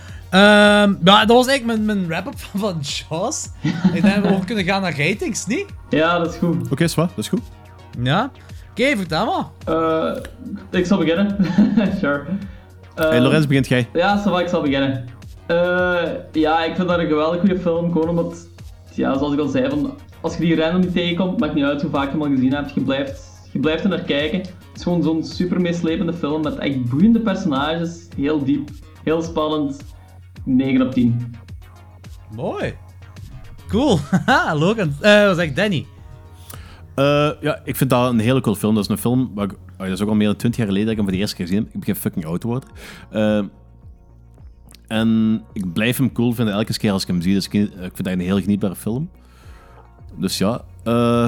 Um, ja, dat was eigenlijk mijn, mijn wrap-up van, van Jaws. Ik denk dat we over kunnen gaan naar ratings, niet? Ja, dat is goed. Oké, okay, dat is goed. Ja. Oké, okay, vertel maar. Uh, ik zal beginnen. Sure. Uh, hey, Lorenz, begint jij? Ja, so ik zal beginnen. Uh, ja, ik vind dat een geweldig goede film, gewoon omdat, ja, zoals ik al zei, van, als je die random niet tegenkomt, maakt niet uit hoe vaak je hem al gezien hebt, je blijft, je blijft er naar kijken. Het is gewoon zo'n super meeslepende film met echt boeiende personages, heel diep, heel spannend, negen op tien. Mooi. Cool. Haha, Logan. Uh, wat zeg Danny? Uh, ja, ik vind dat een hele cool film. Dat is een film, waar ik, oh, dat is ook al meer dan twintig jaar geleden dat ik hem voor de eerste keer gezien heb. Ik begin fucking oud te worden. Uh, en ik blijf hem cool vinden elke keer als ik hem zie. Dus ik, ik vind dat een heel genietbare film. Dus ja, uh,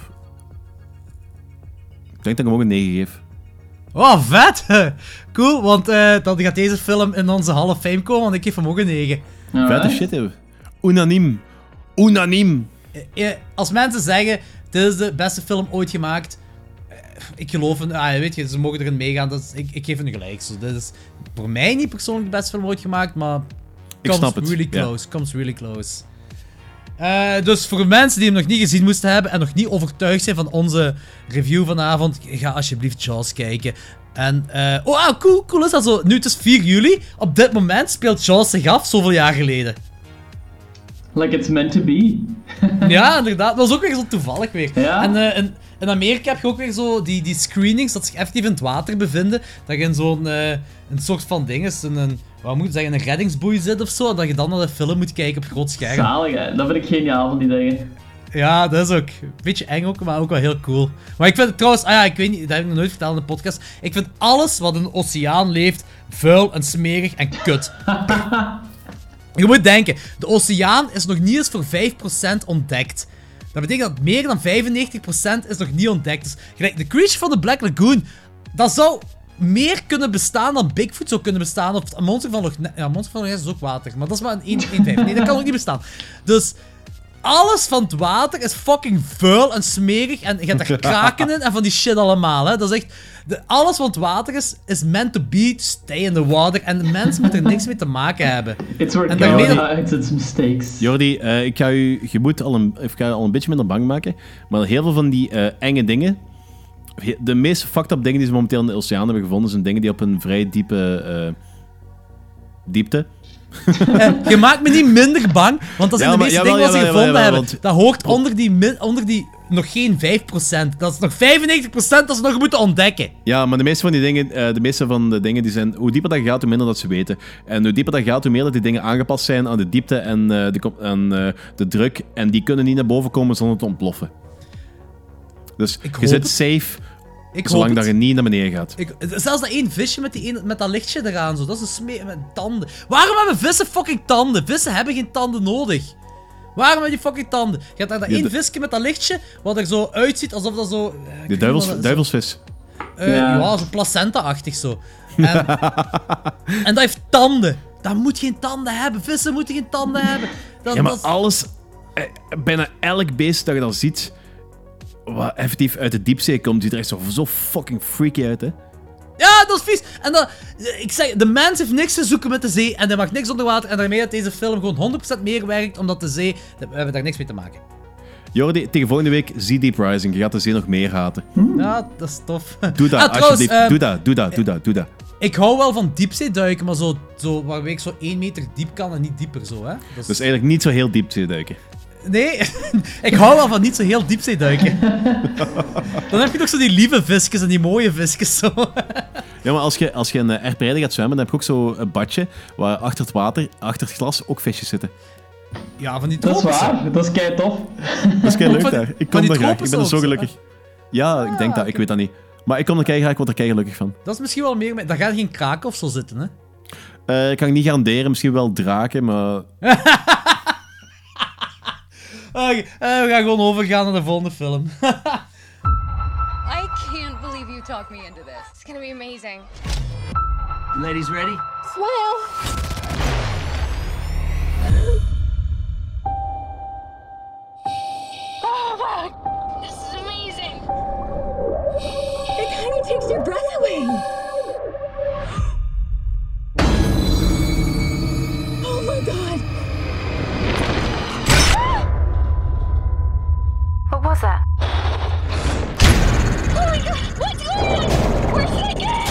ik denk dat ik hem ook een negen geef. Oh, vet! Cool, want uh, dan gaat deze film in onze Hall of Fame komen, want ik geef hem ook een negen. Vette shit, hè. Unaniem. Unaniem. Uh, uh, als mensen zeggen... Dit is de beste film ooit gemaakt. Ik geloof in... Ah, weet je, ze mogen erin meegaan. Dat is, ik, ik geef hun gelijk. So, dit is voor mij niet persoonlijk de beste film ooit gemaakt, maar... Ik snap het. Really close. Ja. Comes really close. Uh, dus voor mensen die hem nog niet gezien moesten hebben en nog niet overtuigd zijn van onze review vanavond, ga alsjeblieft Jaws kijken. En... Uh, oh, ah, cool, cool is dat zo. Nu, het is vier juli. Op dit moment speelt Jaws zich af, zoveel jaar geleden. Like it's meant to be. Ja, inderdaad. Dat was ook weer zo toevallig weer. Ja? En uh, in, in Amerika heb je ook weer zo die, die screenings dat zich effectief in het water bevinden. Dat je in zo'n uh, een soort van ding is, een, een, wat moet ik zeggen, een reddingsboei zit of zo. En dat je dan naar de film moet kijken op groot scherm. Zalig, hè. Dat vind ik geniaal van die dingen. Ja, dat is ook een beetje eng ook, maar ook wel heel cool. Maar ik vind het trouwens, ah ja, ik weet niet, dat heb ik nog nooit verteld in de podcast. Ik vind alles wat in de oceaan leeft vuil en smerig en kut. Je moet denken, de oceaan is nog niet eens voor vijf procent ontdekt. Dat betekent dat meer dan vijfennegentig procent is nog niet ontdekt. Dus gelijk, de creature van de Black Lagoon, dat zou meer kunnen bestaan dan Bigfoot zou kunnen bestaan. Of een monster van Loch Ness. Ja, monster van Loch Ness is ook water, maar dat is maar een één vijf. Nee, dat kan ook niet bestaan. Dus alles van het water is fucking vuil en smerig en je hebt er kraken in en van die shit allemaal, hè. Dat is echt... De, alles wat water is, is meant to be to stay in the water en de mensen moeten er niks mee te maken hebben. It's where en God dat... hides its mistakes. Jordi, uh, ik ga u, je moet al een, ik ga je al een beetje minder bang maken, maar heel veel van die uh, enge dingen, de meest fucked up dingen die ze momenteel in de oceaan hebben gevonden, zijn dingen die op een vrij diepe uh, diepte... uh, je maakt me niet minder bang, want dat zijn ja, de meeste jawel, dingen wat ze jawel, gevonden jawel, hebben. want... Dat hoort onder die, onder die nog geen vijf procent. Dat is nog vijfennegentig procent dat ze nog moeten ontdekken. Ja, maar de meeste van die dingen, uh, de meeste van de dingen die zijn, hoe dieper dat gaat, hoe minder dat ze weten. En hoe dieper dat gaat, hoe meer dat die dingen aangepast zijn aan de diepte en, uh, de, en uh, de druk. En die kunnen niet naar boven komen zonder te ontploffen. Dus ik je zit het. safe, ik zolang dat je niet naar beneden gaat. Ik, zelfs dat één visje met, die een, met dat lichtje eraan, zo, dat is een smee met tanden. Waarom hebben vissen fucking tanden? Vissen hebben geen tanden nodig. Waarom heb je fucking tanden? Je hebt daar dat één de... visje met dat lichtje, wat er zo uitziet alsof dat zo... De duivels, dat, duivelsvis. Uh, ja. ja, zo placenta-achtig zo. En, en dat heeft tanden. Dat moet geen tanden hebben. Vissen moeten geen tanden hebben. Dat, ja, maar dat is... alles... Eh, bijna elk beest dat je dan ziet, wat effectief uit de diepzee komt, ziet er echt zo, zo fucking freaky uit, hè. Ja, dat is vies. En dat, ik zeg, de mens heeft niks te zoeken met de zee en er mag niks onder water. En daarmee dat deze film gewoon honderd procent meer werkt, omdat de zee... We hebben daar niks mee te maken. Jordi, tegen volgende week zie Deep Rising. Je gaat de zee nog meer haten. Hm? Ja, dat is tof. Doe dat, ah, alsjeblieft. Uh, doe dat, doe dat, doe dat, doe dat. Ik hou wel van diepzee duiken, maar zo, zo waarbij ik zo één meter diep kan en niet dieper zo, hè. Dat is dus eigenlijk niet zo heel diepzee duiken. Nee, ik hou wel van niet zo heel diepzee duiken. Dan heb je nog zo die lieve visjes en die mooie visjes zo. Ja, maar als je, als je een erperijden gaat zwemmen, dan heb je ook zo een badje waar achter het water, achter het glas, ook visjes zitten. Ja, van die tropische. Dat is waar, dat is kei tof. Dat is kei leuk daar. Ik kom daar graag, ik ben er zo gelukkig. Ja, ik denk dat, ik weet dat niet. Maar ik kom er kei graag, ik word er kei gelukkig van. Dat is misschien wel meer... Daar gaat geen kraken of zo zitten, hè? Uh, ik kan niet garanderen, misschien wel draken, maar... Okay, uh, we gaan gewoon overgaan naar de volgende film. I can't believe you talked me into this. It's gonna be amazing. Ladies ready? Smile! Oh wow! This is amazing! It kind of takes your breath away! Oh my god! What was that? Oh my god! What's going on? We're sinking!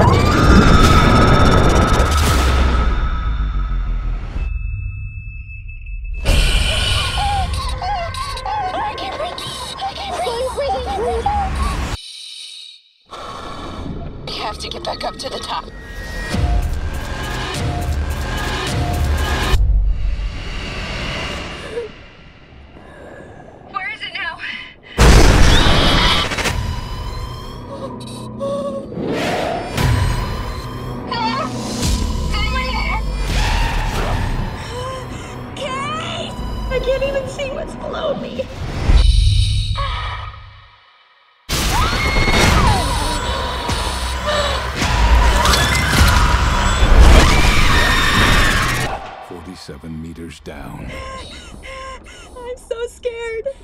I can't breathe! I can't breathe! Breathe, breathe, breathe! We have to get back up to the top. I can't even see what's below me. Forty-seven meters down. I'm so scared.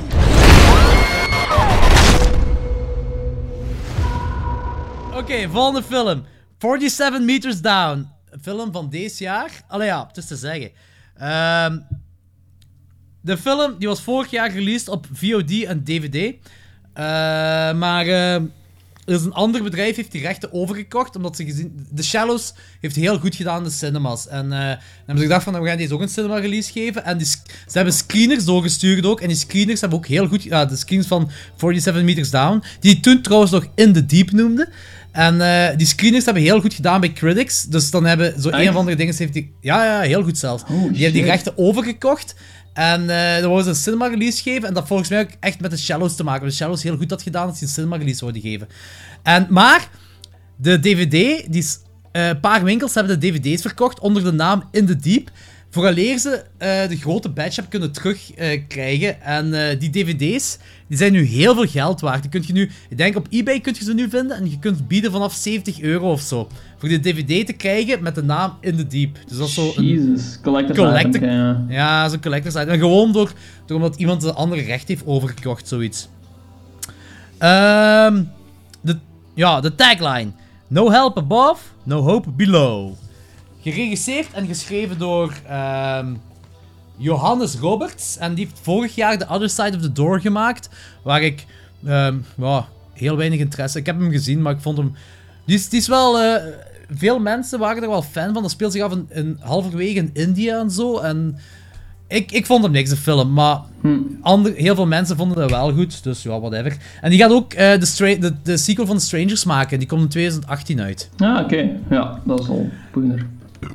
Oké, okay, volgende film. forty-seven meters down. Een film van deze jaar. Allee ja, het is te zeggen. Um, de film die was vorig jaar released op V O D en D V D. Uh, maar uh, er is een ander bedrijf heeft die rechten overgekocht. Omdat ze gezien... The Shallows heeft heel goed gedaan in de cinemas. En uh, dan hebben ze gedacht van, we gaan deze ook een cinema release geven. En die, ze hebben screeners doorgestuurd ook. En die screeners hebben ook heel goed... Ja, de screeners van forty-seven meters down. Die toen trouwens nog In the Deep noemden. En uh, die screeners hebben heel goed gedaan bij critics. Dus dan hebben zo een of andere dingen... Heeft die, ja, ja, heel goed zelfs. Oh, die shit. hebben die rechten overgekocht. En uh, dan wouden ze een cinema release geven. En dat volgens mij ook echt met de Shallows te maken. De Shallows heel goed had gedaan dat ze een cinema release zouden geven. En, maar de D V D, die is, uh, een paar winkels hebben de D V D's verkocht onder de naam In the Deep. vooraleer ze uh, de grote badge hebben kunnen terugkrijgen. Uh, en uh, die D V D's die zijn nu heel veel geld waard. Die kun je nu, ik denk op eBay kun je ze nu vinden. En je kunt bieden vanaf zeventig euro of zo. Voor die D V D te krijgen met de naam In the Deep. Dus dat is zo een Jesus, collector's collector, item. Ja, ja zo'n collector's item. En gewoon door, door omdat iemand een andere recht heeft overgekocht, zoiets. Um, de, ja, de tagline. No help above, no hope below. Geregisseerd en geschreven door um, Johannes Roberts. En die heeft vorig jaar The Other Side of the Door gemaakt. Waar ik um, ja, heel weinig interesse... Ik heb hem gezien, maar ik vond hem... Die is, die is wel... Uh, veel mensen waren er wel fan van. Dat speelt zich af in, in halverwege in India en zo. En ik, ik vond hem niks, de film. Maar hm. ander, heel veel mensen vonden het wel goed. Dus ja, whatever. En die gaat ook uh, de, stra- de, de sequel van The Strangers maken. Die komt in twintig achttien uit. Ah, oké. Okay. Ja, dat is al boeiender.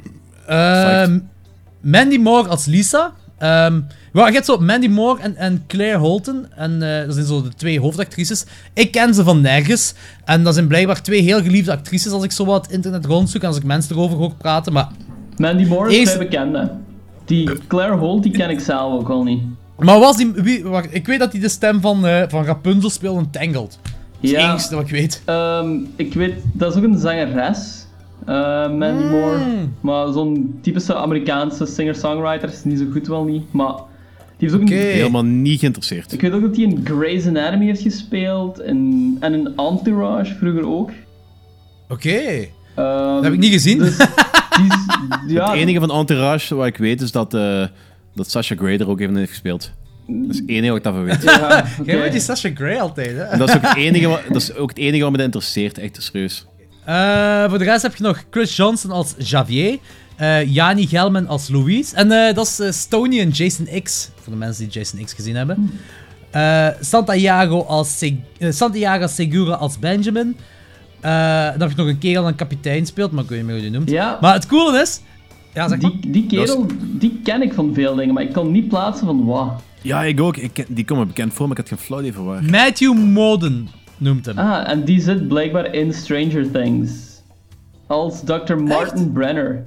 Um, Mandy Moore als Lisa. Um, ja, je hebt zo Mandy Moore en, en Claire Holton. En uh, dat zijn zo de twee hoofdactrices. Ik ken ze van nergens. En dat zijn blijkbaar twee heel geliefde actrices als ik zo wat internet rondzoek en als ik mensen erover hoor praten. Maar Mandy Moore is eerst... vrij bekende. Die Claire Holt, die ken ik zelf ook al niet. Maar was die... Wie, wacht, ik weet dat hij de stem van, uh, van Rapunzel speelt in Tangled. Dat is ja. het enigste wat ik weet. Um, ik weet... Dat is ook een zangeres. Uh, Mandy mm. Moore. Maar zo'n typische Amerikaanse singer-songwriter is niet zo goed wel niet. Maar die heeft ook okay. een... Helemaal niet geïnteresseerd. Ik weet ook dat hij in Grey's Anatomy heeft gespeeld. En, en in Entourage vroeger ook. Oké. Okay. Um, dat heb ik niet gezien. Dus, die, ja, het enige van Entourage wat ik weet is dat, uh, dat Sasha Grey er ook even heeft gespeeld. Dat is het enige wat ik daarvan weet. Ja, okay. Jij weet die Sasha Grey altijd, hè? En dat is ook het enige wat, dat is ook het enige wat me interesseert, echt serieus. Uh, voor de rest heb je nog Chris Johnson als Javier, uh, Jani Gelman als Louise. En uh, dat is uh, Stoney en Jason X, voor de mensen die Jason X gezien hebben. Uh, Santiago, als Se- uh, Santiago Segura als Benjamin. Uh, dan heb je nog een kerel dat een kapitein speelt, maar ik weet niet meer hoe die noemt. Ja. Maar het coole is... Ja, zeg maar. Die, die kerel, die ken ik van veel dingen, maar ik kan niet plaatsen van wat. Ja, ik ook. Ik ken, die komt me bekend voor, maar ik had geen flauw idee van waar. Matthew Modine noemt hem. Ah, en die zit blijkbaar in Stranger Things. Als dokter Martin Echt? Brenner.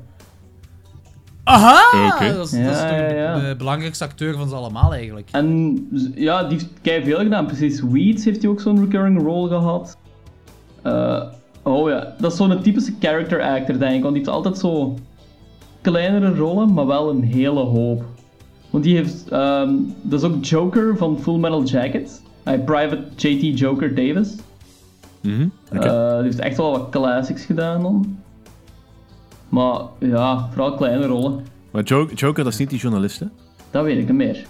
Aha! Okay. Dat is, ja, dat is toch ja, de, ja. de belangrijkste acteur van ze allemaal, eigenlijk. En ja, die heeft kei veel gedaan. Precies, Weeds heeft hij ook zo'n recurring role gehad. Uh, oh ja, dat is zo'n typische character actor, denk ik. Want die heeft altijd zo kleinere rollen, maar wel een hele hoop. Want die heeft... Um, dat is ook Joker van Full Metal Jacket. Uh, Private J T Joker Davis. Mm-hmm. Okay. Uh, die heeft echt wel wat classics gedaan dan. Maar ja, vooral kleine rollen. Maar Joker, Joker dat is niet die journalist, hè? Dat weet ik niet meer.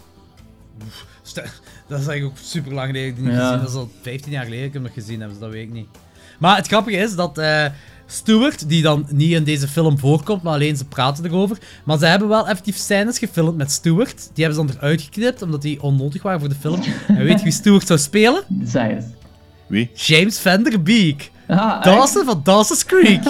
Dat is eigenlijk ook super lang geleden. Ik heb ja. gezien. Dat is al vijftien jaar geleden dat ik hem nog gezien heb, dus dat weet ik niet. Maar het grappige is dat uh, Stewart, die dan niet in deze film voorkomt, maar alleen ze praten erover. Maar ze hebben wel effectief scènes gefilmd met Stewart. Die hebben ze dan eruit geknipt, omdat die onnodig waren voor de film. En weet je wie Stewart zou spelen? Zeg het. Wie? James Van Der Beek. Ah, Dawson van Dawson's Creek.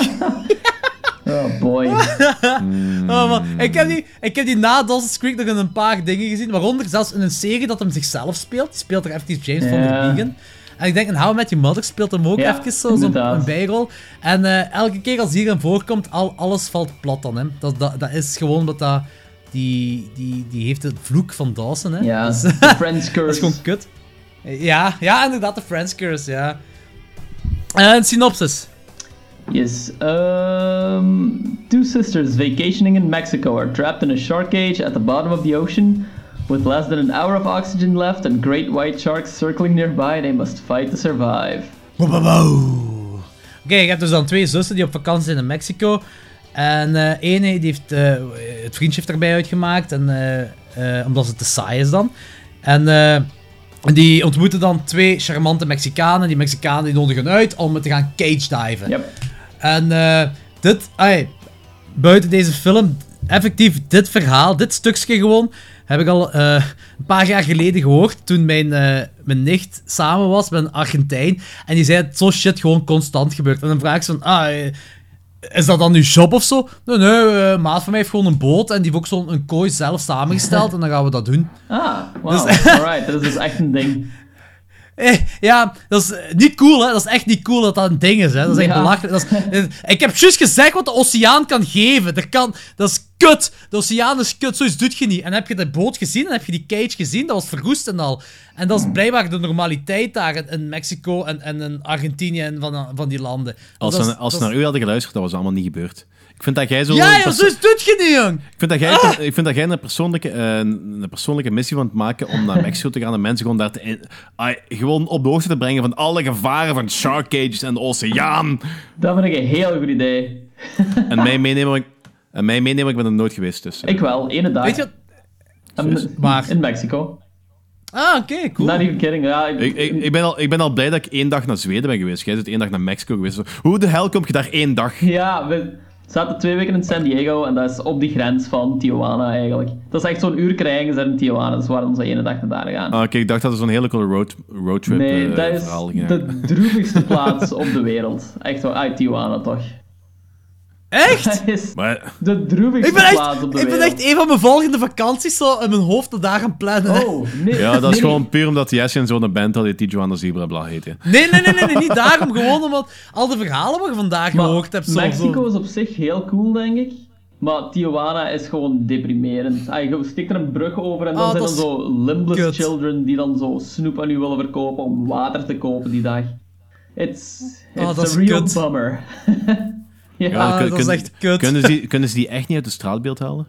Oh boy. mm. oh, man. Ik, heb die, ik heb die na Dawson's Creek nog in een paar dingen gezien. Waaronder zelfs in een serie dat hem zichzelf speelt. Die speelt er effectief James yeah. Van Der Beek in. En ik denk, in How I Met Your Mother speelt hem ook ja, even zo, zo'n een bijrol. En uh, elke keer als hij erin voorkomt, al, alles valt plat aan hem. Dat, dat, dat is gewoon omdat dat... Die, die, die heeft de vloek van Dawson, hè. Ja, dus, de Friends Curse. Dat is gewoon kut. Ja, ja, inderdaad, de Friends Curse, ja. Uh, een synopsis. Yes. Um, two sisters vacationing in Mexico are trapped in a shark cage at the bottom of the ocean. With less than an hour of oxygen left and great white sharks circling nearby, they must fight to survive. Oké, okay, je hebt dus dan twee zussen die op vakantie zijn in Mexico. En uh, ene die heeft uh, het vriendschap erbij uitgemaakt, en, uh, uh, omdat ze te saai is dan. En uh, die ontmoeten dan twee charmante Mexicanen. Die Mexicanen die nodigen uit om te gaan cage diven. Yep. En uh, dit, ay, buiten deze film, effectief dit verhaal, dit stukje gewoon, heb ik al uh, een paar jaar geleden gehoord, toen mijn, uh, mijn nicht samen was met een Argentijn. En die zei dat zo shit gewoon constant gebeurt. En dan vraag ik ze van, ah, is dat dan uw job of zo? Nee, nee, uh, maat van mij heeft gewoon een boot en die heeft ook zo'n een kooi zelf samengesteld en dan gaan we dat doen. Ah, wow, dus, alright, dat is dus echt een ding. Eh, ja, dat is niet cool, hè. Dat is echt niet cool dat dat een ding is, hè. Dat is echt Ja. belachelijk. Dat is, ik heb juist gezegd wat de oceaan kan geven. Dat, kan, dat is kut. De oceaan is kut. Zoiets doet je niet. En heb je de boot gezien? En heb je die cage gezien? Dat was verroest en al. En dat is blijkbaar de normaliteit daar in, in Mexico en, en in Argentinië en van, van die landen. Als Dat ze is- als ze dat naar is- u hadden geluisterd, dat was allemaal niet gebeurd. Ik vind dat jij zo... Ja, ja, perso- zoiets doet je niet, jong. Ik vind dat jij, Ah! ik vind dat jij een, persoonlijke, eh, een persoonlijke missie van het maken om naar Mexico te gaan en mensen gewoon daar te in- ah, gewoon op de hoogte te brengen van alle gevaren van shark cages en de oceaan. Dat vind ik een heel goed idee. En mij meenemen, en mij meenemen, ik ben er nooit geweest. Dus, eh. Ik wel, ene dag. Weet je wat? En- Waar? In Mexico. Ah, oké, cool. Not even kidding. Ja, ik, Ik, ik, ik, ben al, ik ben al blij dat ik één dag naar Zweden ben geweest. Jij bent één dag naar Mexico geweest. Zo, hoe de hel kom je daar één dag? Ja, we zaten twee weken in San Diego en dat is op die grens van Tijuana eigenlijk. Dat is echt zo'n uur krijgen ze in Tijuana, dus we waren onze ene dag naar daar gaan. Ah, oké, ik dacht dat het zo'n hele coole road, roadtrip Nee, eh, dat is verhaal ging. de droevigste plaats op de wereld. Echt wel, uit Tijuana toch. Echt? Dat is Maar, de droevigste Ik ben, plaats echt, op de ik ben wereld. echt een van mijn volgende vakanties zo in mijn hoofd dat daar gaan plannen. Oh, nee. ja, dat is nee, gewoon puur omdat Jesse en zo'n band had die Tijuana Zebra Bla heette. Nee, nee, nee, nee, nee, niet daarom. Gewoon omdat al de verhalen wat je vandaag maar gehoord hebt. Zo, Mexico zo. is op zich heel cool, denk ik. Maar Tijuana is gewoon deprimerend. Ah, je stikt er een brug over en dan Ah, zijn er dat is zo limbless kut. children die dan zo snoep aan u willen verkopen om water te kopen die dag. It's, Ah, it's dat is a real kut. bummer. ja, Ja, Ah, kun- dat is kun- echt kut. Kunnen ze, die, kunnen ze die echt niet uit het straatbeeld halen?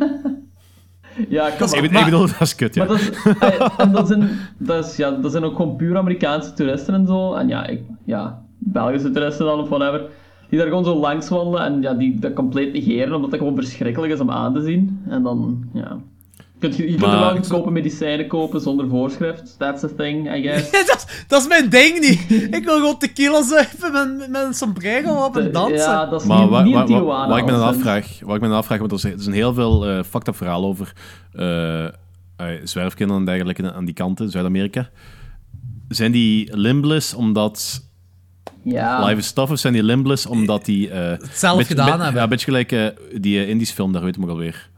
ja kom Ik, op. bedoel- maar- ik bedoel, dat is kut, ja. Maar dat, is, eh, en dat, zijn, dat, is, ja, dat zijn ook gewoon puur Amerikaanse toeristen en zo. En ja, ik, ja, Belgische toeristen dan of whatever. Die daar gewoon zo langs wandelen en ja, die dat compleet negeren, omdat dat gewoon verschrikkelijk is om aan te zien. En dan, ja... Je kunt, je kunt er Maar- wel goedkope medicijnen kopen zonder voorschrift. That's the thing, I guess. dat, is, dat is mijn ding niet. Ik wil gewoon tequila zuipen met, met een sombrero op en dansen. Ja, dat is Maar niet, waar, niet in waar, waar, Tijuana. waar ik me dan alleszins. afvraag, waar ik me dan afvraag, want er zijn, er zijn heel veel eh fucked up verhalen over eh, eh, zwerfkinderen en dergelijke aan die kanten, Zuid-Amerika. Zijn die limbless omdat Ja. live is tough, of zijn die limbless omdat die... eh, Het zelf beetje- gedaan be- hebben. Ja, een beetje gelijk eh, die uh, Indische film, daar weet ik nog alweer.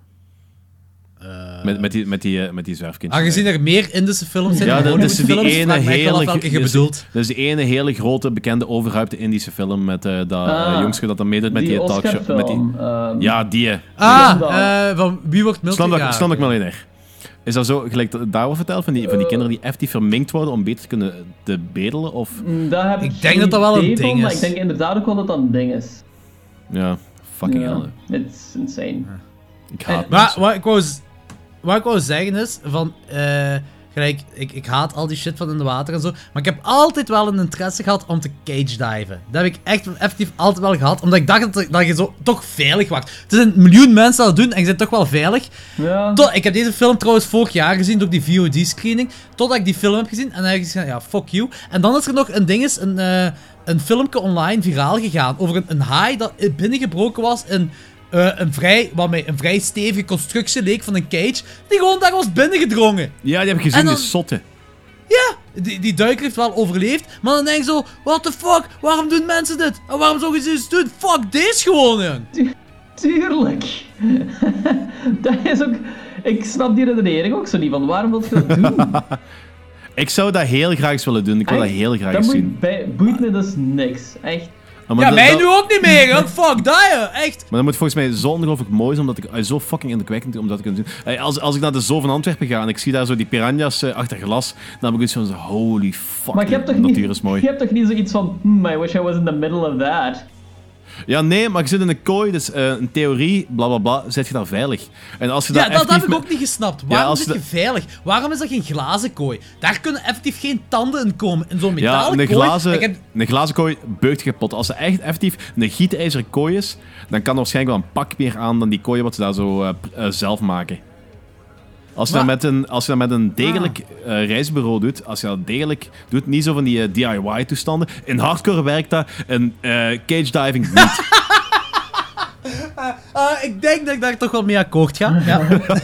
Met, met die, met die, eh, met die zwerfkindjes. Aangezien er meer Indische films zijn Ja, dan dat, dat is die Hollywood-films, ene vraag ik me echt wel af hele... welke je dat is- bedoelt. Dat is die ene hele grote, bekende, overhypte Indische film met eh, dat Ah, eh, jongske dat dan meedoet met die, die talkshow. Met die, Oscar-film, ehm, ja, die. eh, Ah, dan? eh, van Wie wordt Slumdog multimiljonair? Slumdog Millionaire. Is dat zo, gelijk dat daarover verteld, van die, van die kinderen die effectief verminkt worden om beter te kunnen te bedelen? Of... Mm, daar heb ik, Ik denk geen dat dat wel een idee van, ding maar is. ik denk inderdaad ook wel dat dat een ding is. Ja, fucking Ja, hell. it's insane. Ik haat Maar mensen. wat ik, wou, z- wat ik wou zeggen is, van, eh, gelijk, ik, ik haat al die shit van in de water en zo, maar ik heb altijd wel een interesse gehad om te cage diven. Dat heb ik echt effectief altijd wel gehad, omdat ik dacht dat, dat je zo toch veilig was. Er zijn een miljoen mensen dat doen en je bent toch wel veilig. Ja. Tot, ik heb deze film trouwens vorig jaar gezien door die V O D-screening, totdat ik die film heb gezien en dan heb ik gezegd, ja, fuck you. En dan is er nog een ding, is een, eh, een filmpje online viraal gegaan over een, een haai dat binnengebroken was in... eh, een, vrij, wat mij een vrij stevige constructie leek van een cage, die gewoon daar was binnengedrongen. Ja, die heb ik gezien, En dan- die sotte. Ja, die, die duiker heeft wel overleefd, maar dan denk je zo, what the fuck, waarom doen mensen dit? En waarom zouden ze dit doen? Fuck deze gewoon, jong. Tuurlijk. Dat is ook... Ik snap die redenering ook zo niet van, waarom wil je dat doen? Ik zou dat heel graag eens willen doen. Ik wil dat Echt, heel graag dat eens moet- zien. bij- boeit me dus niks. Echt. Ah, maar Ja, dat- mij dat- nu ook niet meer, jong. Fuck dat, joh. Echt. Maar dat moet volgens mij zo ongelooflijk mooi zijn, omdat ik eh, zo fucking indrukwekkend om dat te kunnen doen. Eh, Als, als ik naar de Zoo van Antwerpen ga en ik zie daar zo die piranha's eh, achter glas, dan heb ik iets van zo, holy fuck, Maar je hebt de toch niet, natuur is mooi. je hebt toch niet zoiets van, hmm, I wish I was in the middle of that. Ja, nee, maar je zit in een kooi, dus eh, een theorie, bla bla bla, zit je daar veilig. En als je Ja, daar dat heb effectief ik met- ook niet gesnapt. Waarom als zit de- je veilig? Waarom is dat geen glazen kooi? Daar kunnen effectief geen tanden in komen. In zo'n Ja, metalen een kooi... glazen, ik heb- een glazen kooi beukt je kapot. Als ze echt effectief een gietijzeren kooi is, dan kan er waarschijnlijk wel een pak meer aan dan die kooi wat ze daar zo eh, pr- eh, zelf maken. Als je, Maar- dat met een, als je dat met een degelijk eh, reisbureau doet, als je dat degelijk doet, niet zo van die eh, D I Y-toestanden. In hardcore werkt dat, in eh, cage diving niet. Ah, ik denk dat ik daar toch wel mee akkoord ga. Ja.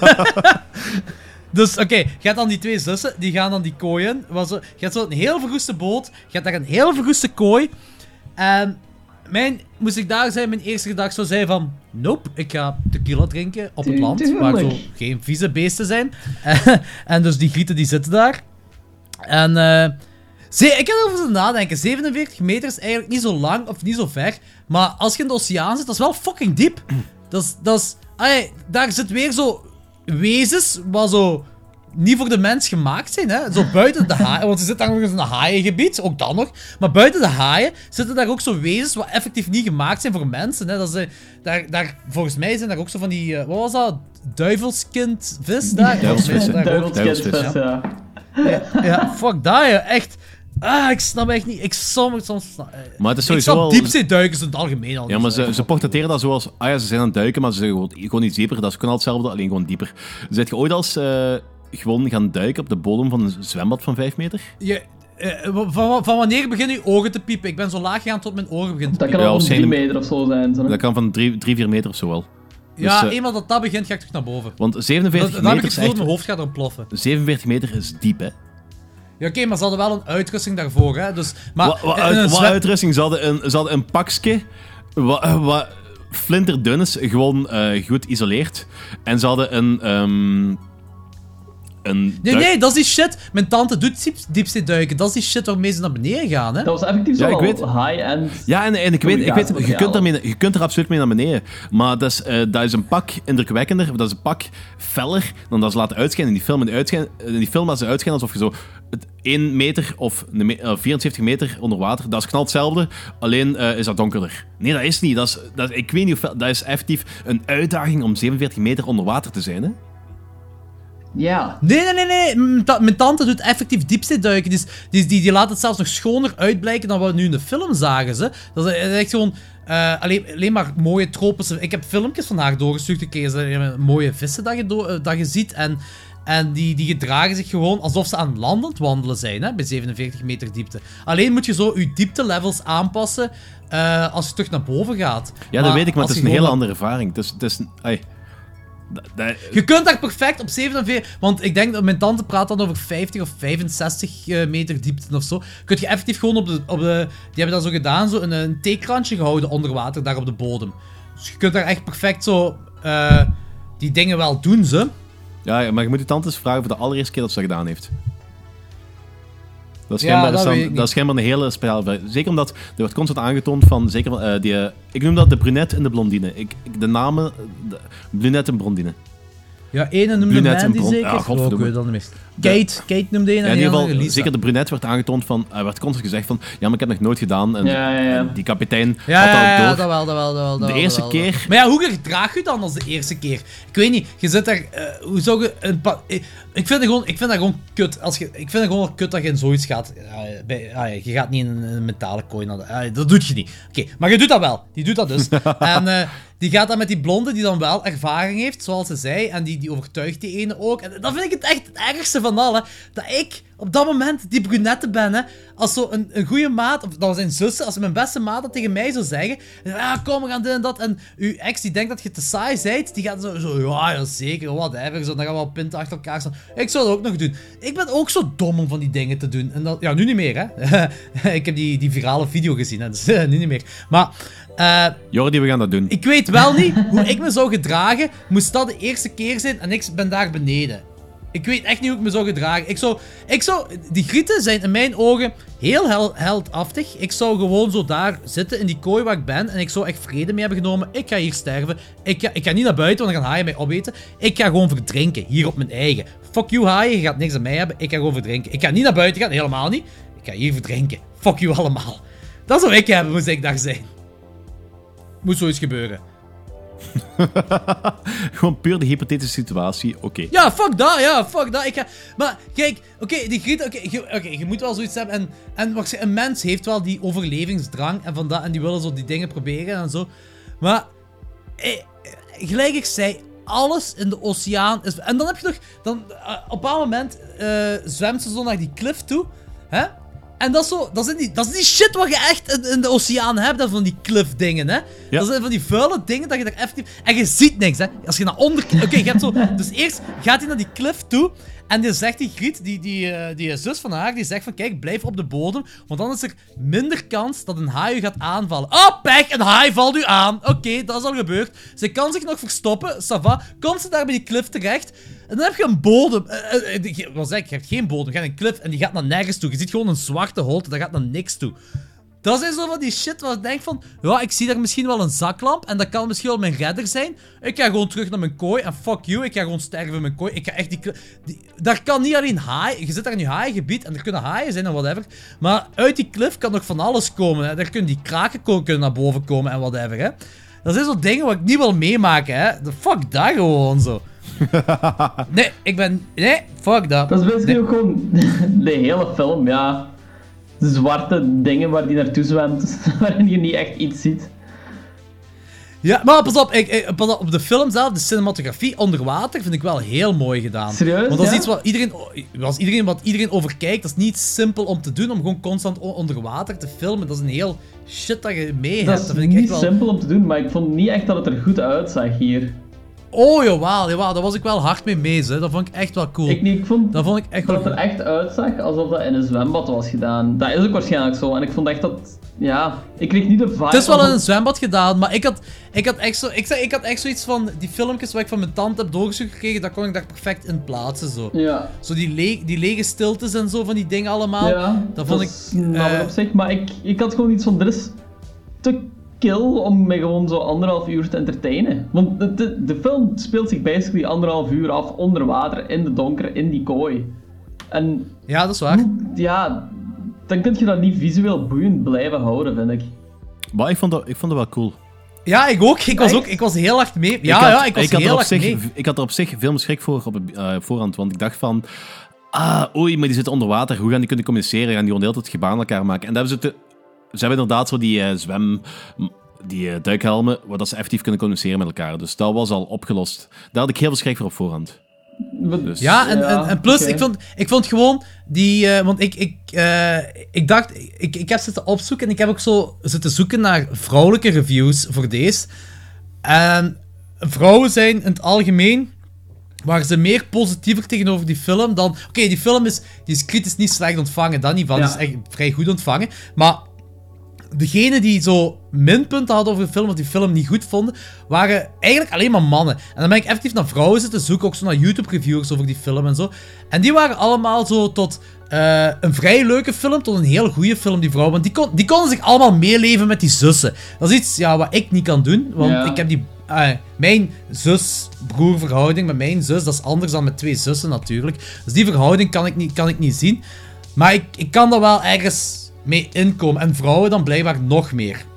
Dus oké, je hebt dan die twee zussen, die gaan dan die kooi in. Was zo, je hebt zo een heel verroeste boot, je hebt daar een heel verroeste kooi. En mijn, moest ik daar zijn, mijn eerste gedachte zou zijn van... Nope, ik ga tequila drinken op het land, waar zo geen vieze beesten zijn. En dus die grieten die zitten daar. En eh, Zee, ik kan erover nadenken. zevenenveertig meter is eigenlijk niet zo lang of niet zo ver. Maar als je in de oceaan zit, dat is wel fucking diep. Dat is... Dat is allee, daar zit weer zo wezens wat zo niet voor de mens gemaakt zijn, hè. Zo buiten de haaien, want ze zitten daar nog eens in een haaiengebied, ook dan nog. Maar buiten de haaien zitten daar ook zo wezens wat effectief niet gemaakt zijn voor mensen, hè. Dat is, daar, daar, volgens mij zijn daar ook zo van die, uh, wat was dat? Duivelskindvis daar? Duivelsvis, hè. Duivelskindvis, ja. Ja, ja, fuck dat, ja, echt. Ah, ik snap echt niet. Ik soms... soms maar het is ik sowieso snap al... diepzeeduikers in het algemeen al. Ja, maar ze, ze portretteren dat zoals... Ah ja, ze zijn aan het duiken, maar ze zeggen gewoon, gewoon iets dieper. Dat is gewoon hetzelfde, alleen gewoon dieper. Zet je ooit als uh, gewoon gaan duiken op de bodem van een zwembad van vijf meter? Ja, uh, van, van wanneer beginnen je ogen te piepen? Ik ben zo laag gegaan tot mijn ogen begint te dat piepen. kan al ja, drie meter of zo zijn. Zo, dat kan van drie, drie, vier meter of zo wel. Ja, dus, uh, eenmaal dat dat begint, ga ik terug naar boven. Want zevenenveertig dat, meter dat is heb ik het echt... mijn hoofd gaat ontploffen. zevenenveertig meter is diep, hè? Ja, oké, okay, maar ze hadden wel een uitrusting daarvoor, hè. Dus, maar, wat wat, uit, wat uitrusting? Ze hadden een, ze hadden een pakje wat, wat flinterdun is, gewoon uh, goed isoleerd. En ze hadden een... Um, een nee, nee, dat is die shit. Mijn tante doet diep, diepzee duiken. Dat is die shit waarmee ze naar beneden gaan, hè. Dat was effectief zo ja, high-end. Ja, en, en ik weet, ik weet je, kunt daarmee, je kunt er absoluut mee naar beneden. Maar dat is, uh, dat is een pak indrukwekkender, dat is een pak feller dan dat ze laten uitschijnen in die film. In die, uitschijn, in die film laten ze uitschijnen alsof je zo één meter of uh, vierenzeventig meter onder water, dat is knal hetzelfde, alleen uh, is dat donkerder. Nee, dat is niet. Dat is, dat is, ik weet niet of dat is effectief een uitdaging om zevenenveertig meter onder water te zijn, hè? Ja. Nee, nee, nee, nee. M- ta- mijn tante doet effectief diepzeeduiken. Die, die, die, die laat het zelfs nog schoner uitblijken dan wat we nu in de film zagen. Ze. Dat is echt gewoon... Uh, alleen, alleen maar mooie tropische... Ik heb filmpjes van haar doorgestuurd. Een keer mooie vissen dat je, do- dat je ziet. En, en die, die gedragen zich gewoon alsof ze aan land aan het wandelen zijn. Hè, bij zevenenveertig meter diepte. Alleen moet je zo je dieptelevels aanpassen uh, als je terug naar boven gaat. Ja, dat weet ik, maar het is een hele andere ervaring. Het is... Het is ay. Dat, dat... Je kunt daar perfect op zevenenveertig... Want ik denk dat mijn tante praat dan over vijftig of vijfenzestig meter diepte of zo. Kun je effectief gewoon op de... Op de die hebben dat zo gedaan, zo een, een theekrantje gehouden onder water, daar op de bodem. Dus je kunt daar echt perfect zo... Uh, die dingen wel doen, ze. Ja, ja, maar je moet je tante eens vragen voor de allereerste keer dat ze dat gedaan heeft. Dat is, ja, dat, dan, dat is schijnbaar een hele speciale... Zeker omdat er wordt constant aangetoond van... Zeker, uh, die, uh, ik noem dat de brunette en de blondine. Ik, ik, de namen... De, brunette en blondine. Ja, ene noemde Mandy zeker. Ja, godverdomme. Dan de Kate, Kate noemde een. Ja, in ieder geval, zeker de brunette werd aangetoond van... Er uh, werd constant gezegd van... Ja, maar ik heb het nog nooit gedaan. En, ja, ja, ja. en die kapitein ja, had dat ook door. Ja, dat wel, dat wel, dat wel. Dat de wel, eerste dat wel, keer... Dat wel. Maar ja, hoe gedraag je dan als de eerste keer? Ik weet niet, je zit daar... Uh, hoe zou je... Een pa- ik, ik, vind het gewoon, ik vind dat gewoon kut. Als je, ik vind het gewoon wel kut dat je in zoiets gaat. Uh, bij, uh, je gaat niet in een, een metalen kooi naar de, uh, dat doe je niet. Oké, okay, maar je doet dat wel. Die doet dat dus. en... Uh, Die gaat dan met die blonde die dan wel ervaring heeft, zoals ze zei. En die, die overtuigt die ene ook. En dat vind ik het echt het ergste van al, hè. Dat ik op dat moment die brunette ben, hè. Als zo een, een goede maat, of dat was zijn zussen, als mijn beste maat dat tegen mij zou zeggen. Ja, kom, we gaan dit en dat. En uw ex die denkt dat je te saai bent, die gaat zo, zo ja, ja, zeker, whatever. Zo, dan gaan we wel pinten achter elkaar staan. Ik zou dat ook nog doen. Ik ben ook zo dom om van die dingen te doen. En dat, ja, nu niet meer, hè. Ik heb die, die virale video gezien, hè. Dus nu niet meer. Maar... Uh, Jordi, we gaan dat doen. Ik weet wel niet hoe ik me zou gedragen, moest dat de eerste keer zijn en ik ben daar beneden. Ik weet echt niet hoe ik me zou gedragen. Ik zou... Ik zou die grieten zijn in mijn ogen heel hel, heldhaftig. Ik zou gewoon zo daar zitten in die kooi waar ik ben en ik zou echt vrede mee hebben genomen. Ik ga hier sterven. Ik ga, ik ga niet naar buiten, want dan gaan haaien mij opeten. Ik ga gewoon verdrinken, hier op mijn eigen. Fuck you haaien, je gaat niks aan mij hebben. Ik ga gewoon verdrinken. Ik ga niet naar buiten gaan, helemaal niet. Ik ga hier verdrinken. Fuck you allemaal. Dat zou ik hebben, moest ik daar zijn. Moet zoiets gebeuren. Gewoon puur de hypothetische situatie, oké. Okay. Ja, fuck dat, ja, fuck dat. Ik ga... Maar kijk, oké, okay, die griet, oké, okay, okay, je moet wel zoiets hebben. En, en wacht, een mens heeft wel die overlevingsdrang en, van dat, en die willen zo die dingen proberen en zo. Maar, eh, gelijk ik zei, alles in de oceaan is... En dan heb je nog... Dan, uh, op een moment uh, zwemt ze zo naar die cliff toe, hè? En dat is zo, dat is, die, dat is die shit wat je echt in, in de oceaan hebt, dat van die cliff dingen, hè. Ja. Dat zijn van die vuile dingen dat je daar effectief... En je ziet niks, hè. Als je naar onder... Oké, okay, je hebt zo... Dus eerst gaat hij naar die cliff toe en die zegt die Griet, die, die, uh, die zus van haar, die zegt van kijk, blijf op de bodem, want dan is er minder kans dat een haai u gaat aanvallen. Oh, pech, een haai valt u aan. Oké, okay, dat is al gebeurd. Ze kan zich nog verstoppen, ça va. Komt ze daar bij die cliff terecht... En dan heb je een bodem. Uh, uh, uh, wat zeg ik? Je hebt geen bodem. Je hebt een cliff en die gaat naar nergens toe. Je ziet gewoon een zwart zwarte holte, dat gaat naar niks toe. Dat zijn zo van die shit waar ik denk van... Ja, ik zie daar misschien wel een zaklamp en dat kan misschien wel mijn redder zijn. Ik ga gewoon terug naar mijn kooi en fuck you, ik ga gewoon sterven in mijn kooi. Ik ga echt die... die daar kan niet alleen haaien... Je zit daar in je haaiengebied en er kunnen haaien zijn en whatever. Maar uit die cliff kan nog van alles komen. Hè. Daar kunnen die kraken kunnen naar boven komen en whatever. Hè. Dat zijn zo dingen wat ik niet wil meemaken. Hè. De fuck dat gewoon zo. Nee, ik ben... Nee, fuck dat. Dat is basically nee. ook gewoon de hele film, ja... zwarte dingen waar die naartoe zwemt, waarin je niet echt iets ziet. Ja, maar pas op, ik, ik, pas op, op de film zelf, de cinematografie onder water vind ik wel heel mooi gedaan. Serieus? Want dat is ja? iets wat iedereen, wat iedereen, wat iedereen over kijkt. Dat is niet simpel om te doen, om gewoon constant onder water te filmen. Dat is een heel shit dat je mee hebt. Dat is dat vind ik niet echt wel... simpel om te doen, maar ik vond niet echt dat het er goed uitzag hier. Oh jawel, jawel, daar was ik wel hard mee mee, hè. Dat vond ik echt wel cool. Ik, niet, ik vond dat, vond ik echt dat wel het er echt uitzag alsof dat in een zwembad was gedaan. Dat is ook waarschijnlijk zo. En ik vond echt dat... Ja, ik kreeg niet de vibe... Het is wel alsof... in een zwembad gedaan, maar ik had, ik had echt zo... Ik, zeg, ik had echt zoiets van... Die filmpjes waar ik van mijn tante heb doorgestuurd gekregen, dat kon ik daar perfect in plaatsen, zo. Ja. Zo die, le die lege stiltes en zo van die dingen allemaal. Ja, dat vond dat ik... snap ik uh, op zich. Maar ik, ik had gewoon iets van... Er is te kill om me gewoon zo anderhalf uur te entertainen. Want de, de, de film speelt zich basically anderhalf uur af onder water, in de donker, in die kooi. En... Ja, dat is waar. Ja... Dan kun je dat niet visueel boeiend blijven houden, vind ik. Maar ik vond dat, ik vond dat wel cool. Ja, ik ook. Ik was, ook, ik was heel hard mee. Ja, ik had, ja, ik was ik had heel hard zich, mee. Ik had er op zich veel schrik voor op het uh, voorhand, want ik dacht van... Ah, oei, maar die zitten onder water. Hoe gaan die kunnen communiceren? Gaan die gewoon de hele tijd gebaar aan elkaar maken? En daar hebben ze... Te, ze hebben inderdaad zo die uh, zwem... Die uh, duikhelmen, waar dat ze effectief kunnen communiceren met elkaar. Dus dat was al opgelost. Daar had ik heel veel schrik voor op voorhand. Dus. Ja, en, en, en plus, okay. ik, vond, ik vond gewoon die... Uh, want ik, ik, uh, ik dacht... Ik, ik heb zitten opzoeken en ik heb ook zo zitten zoeken naar vrouwelijke reviews voor deze. En vrouwen zijn in het algemeen... Waren ze meer positiever tegenover die film dan... Oké, okay, die film is, die is kritisch niet slecht ontvangen. Dat niet van. Ja. Die is echt vrij goed ontvangen. Maar... Degenen die zo minpunten hadden over de film, of die film niet goed vonden, waren eigenlijk alleen maar mannen. En dan ben ik effectief naar vrouwen zitten zoeken, ook zo naar YouTube-reviewers over die film en zo. En die waren allemaal zo tot uh, een vrij leuke film, tot een heel goede film, die vrouwen. Want die, kon, die konden zich allemaal meeleven met die zussen. Dat is iets ja, wat ik niet kan doen, want ja. ik heb die... Uh, mijn zus-broer verhouding met mijn zus, dat is anders dan met twee zussen natuurlijk. Dus die verhouding kan ik niet, kan ik niet zien. Maar ik, ik kan dat wel ergens... mee inkomen. En vrouwen dan blijkbaar nog meer.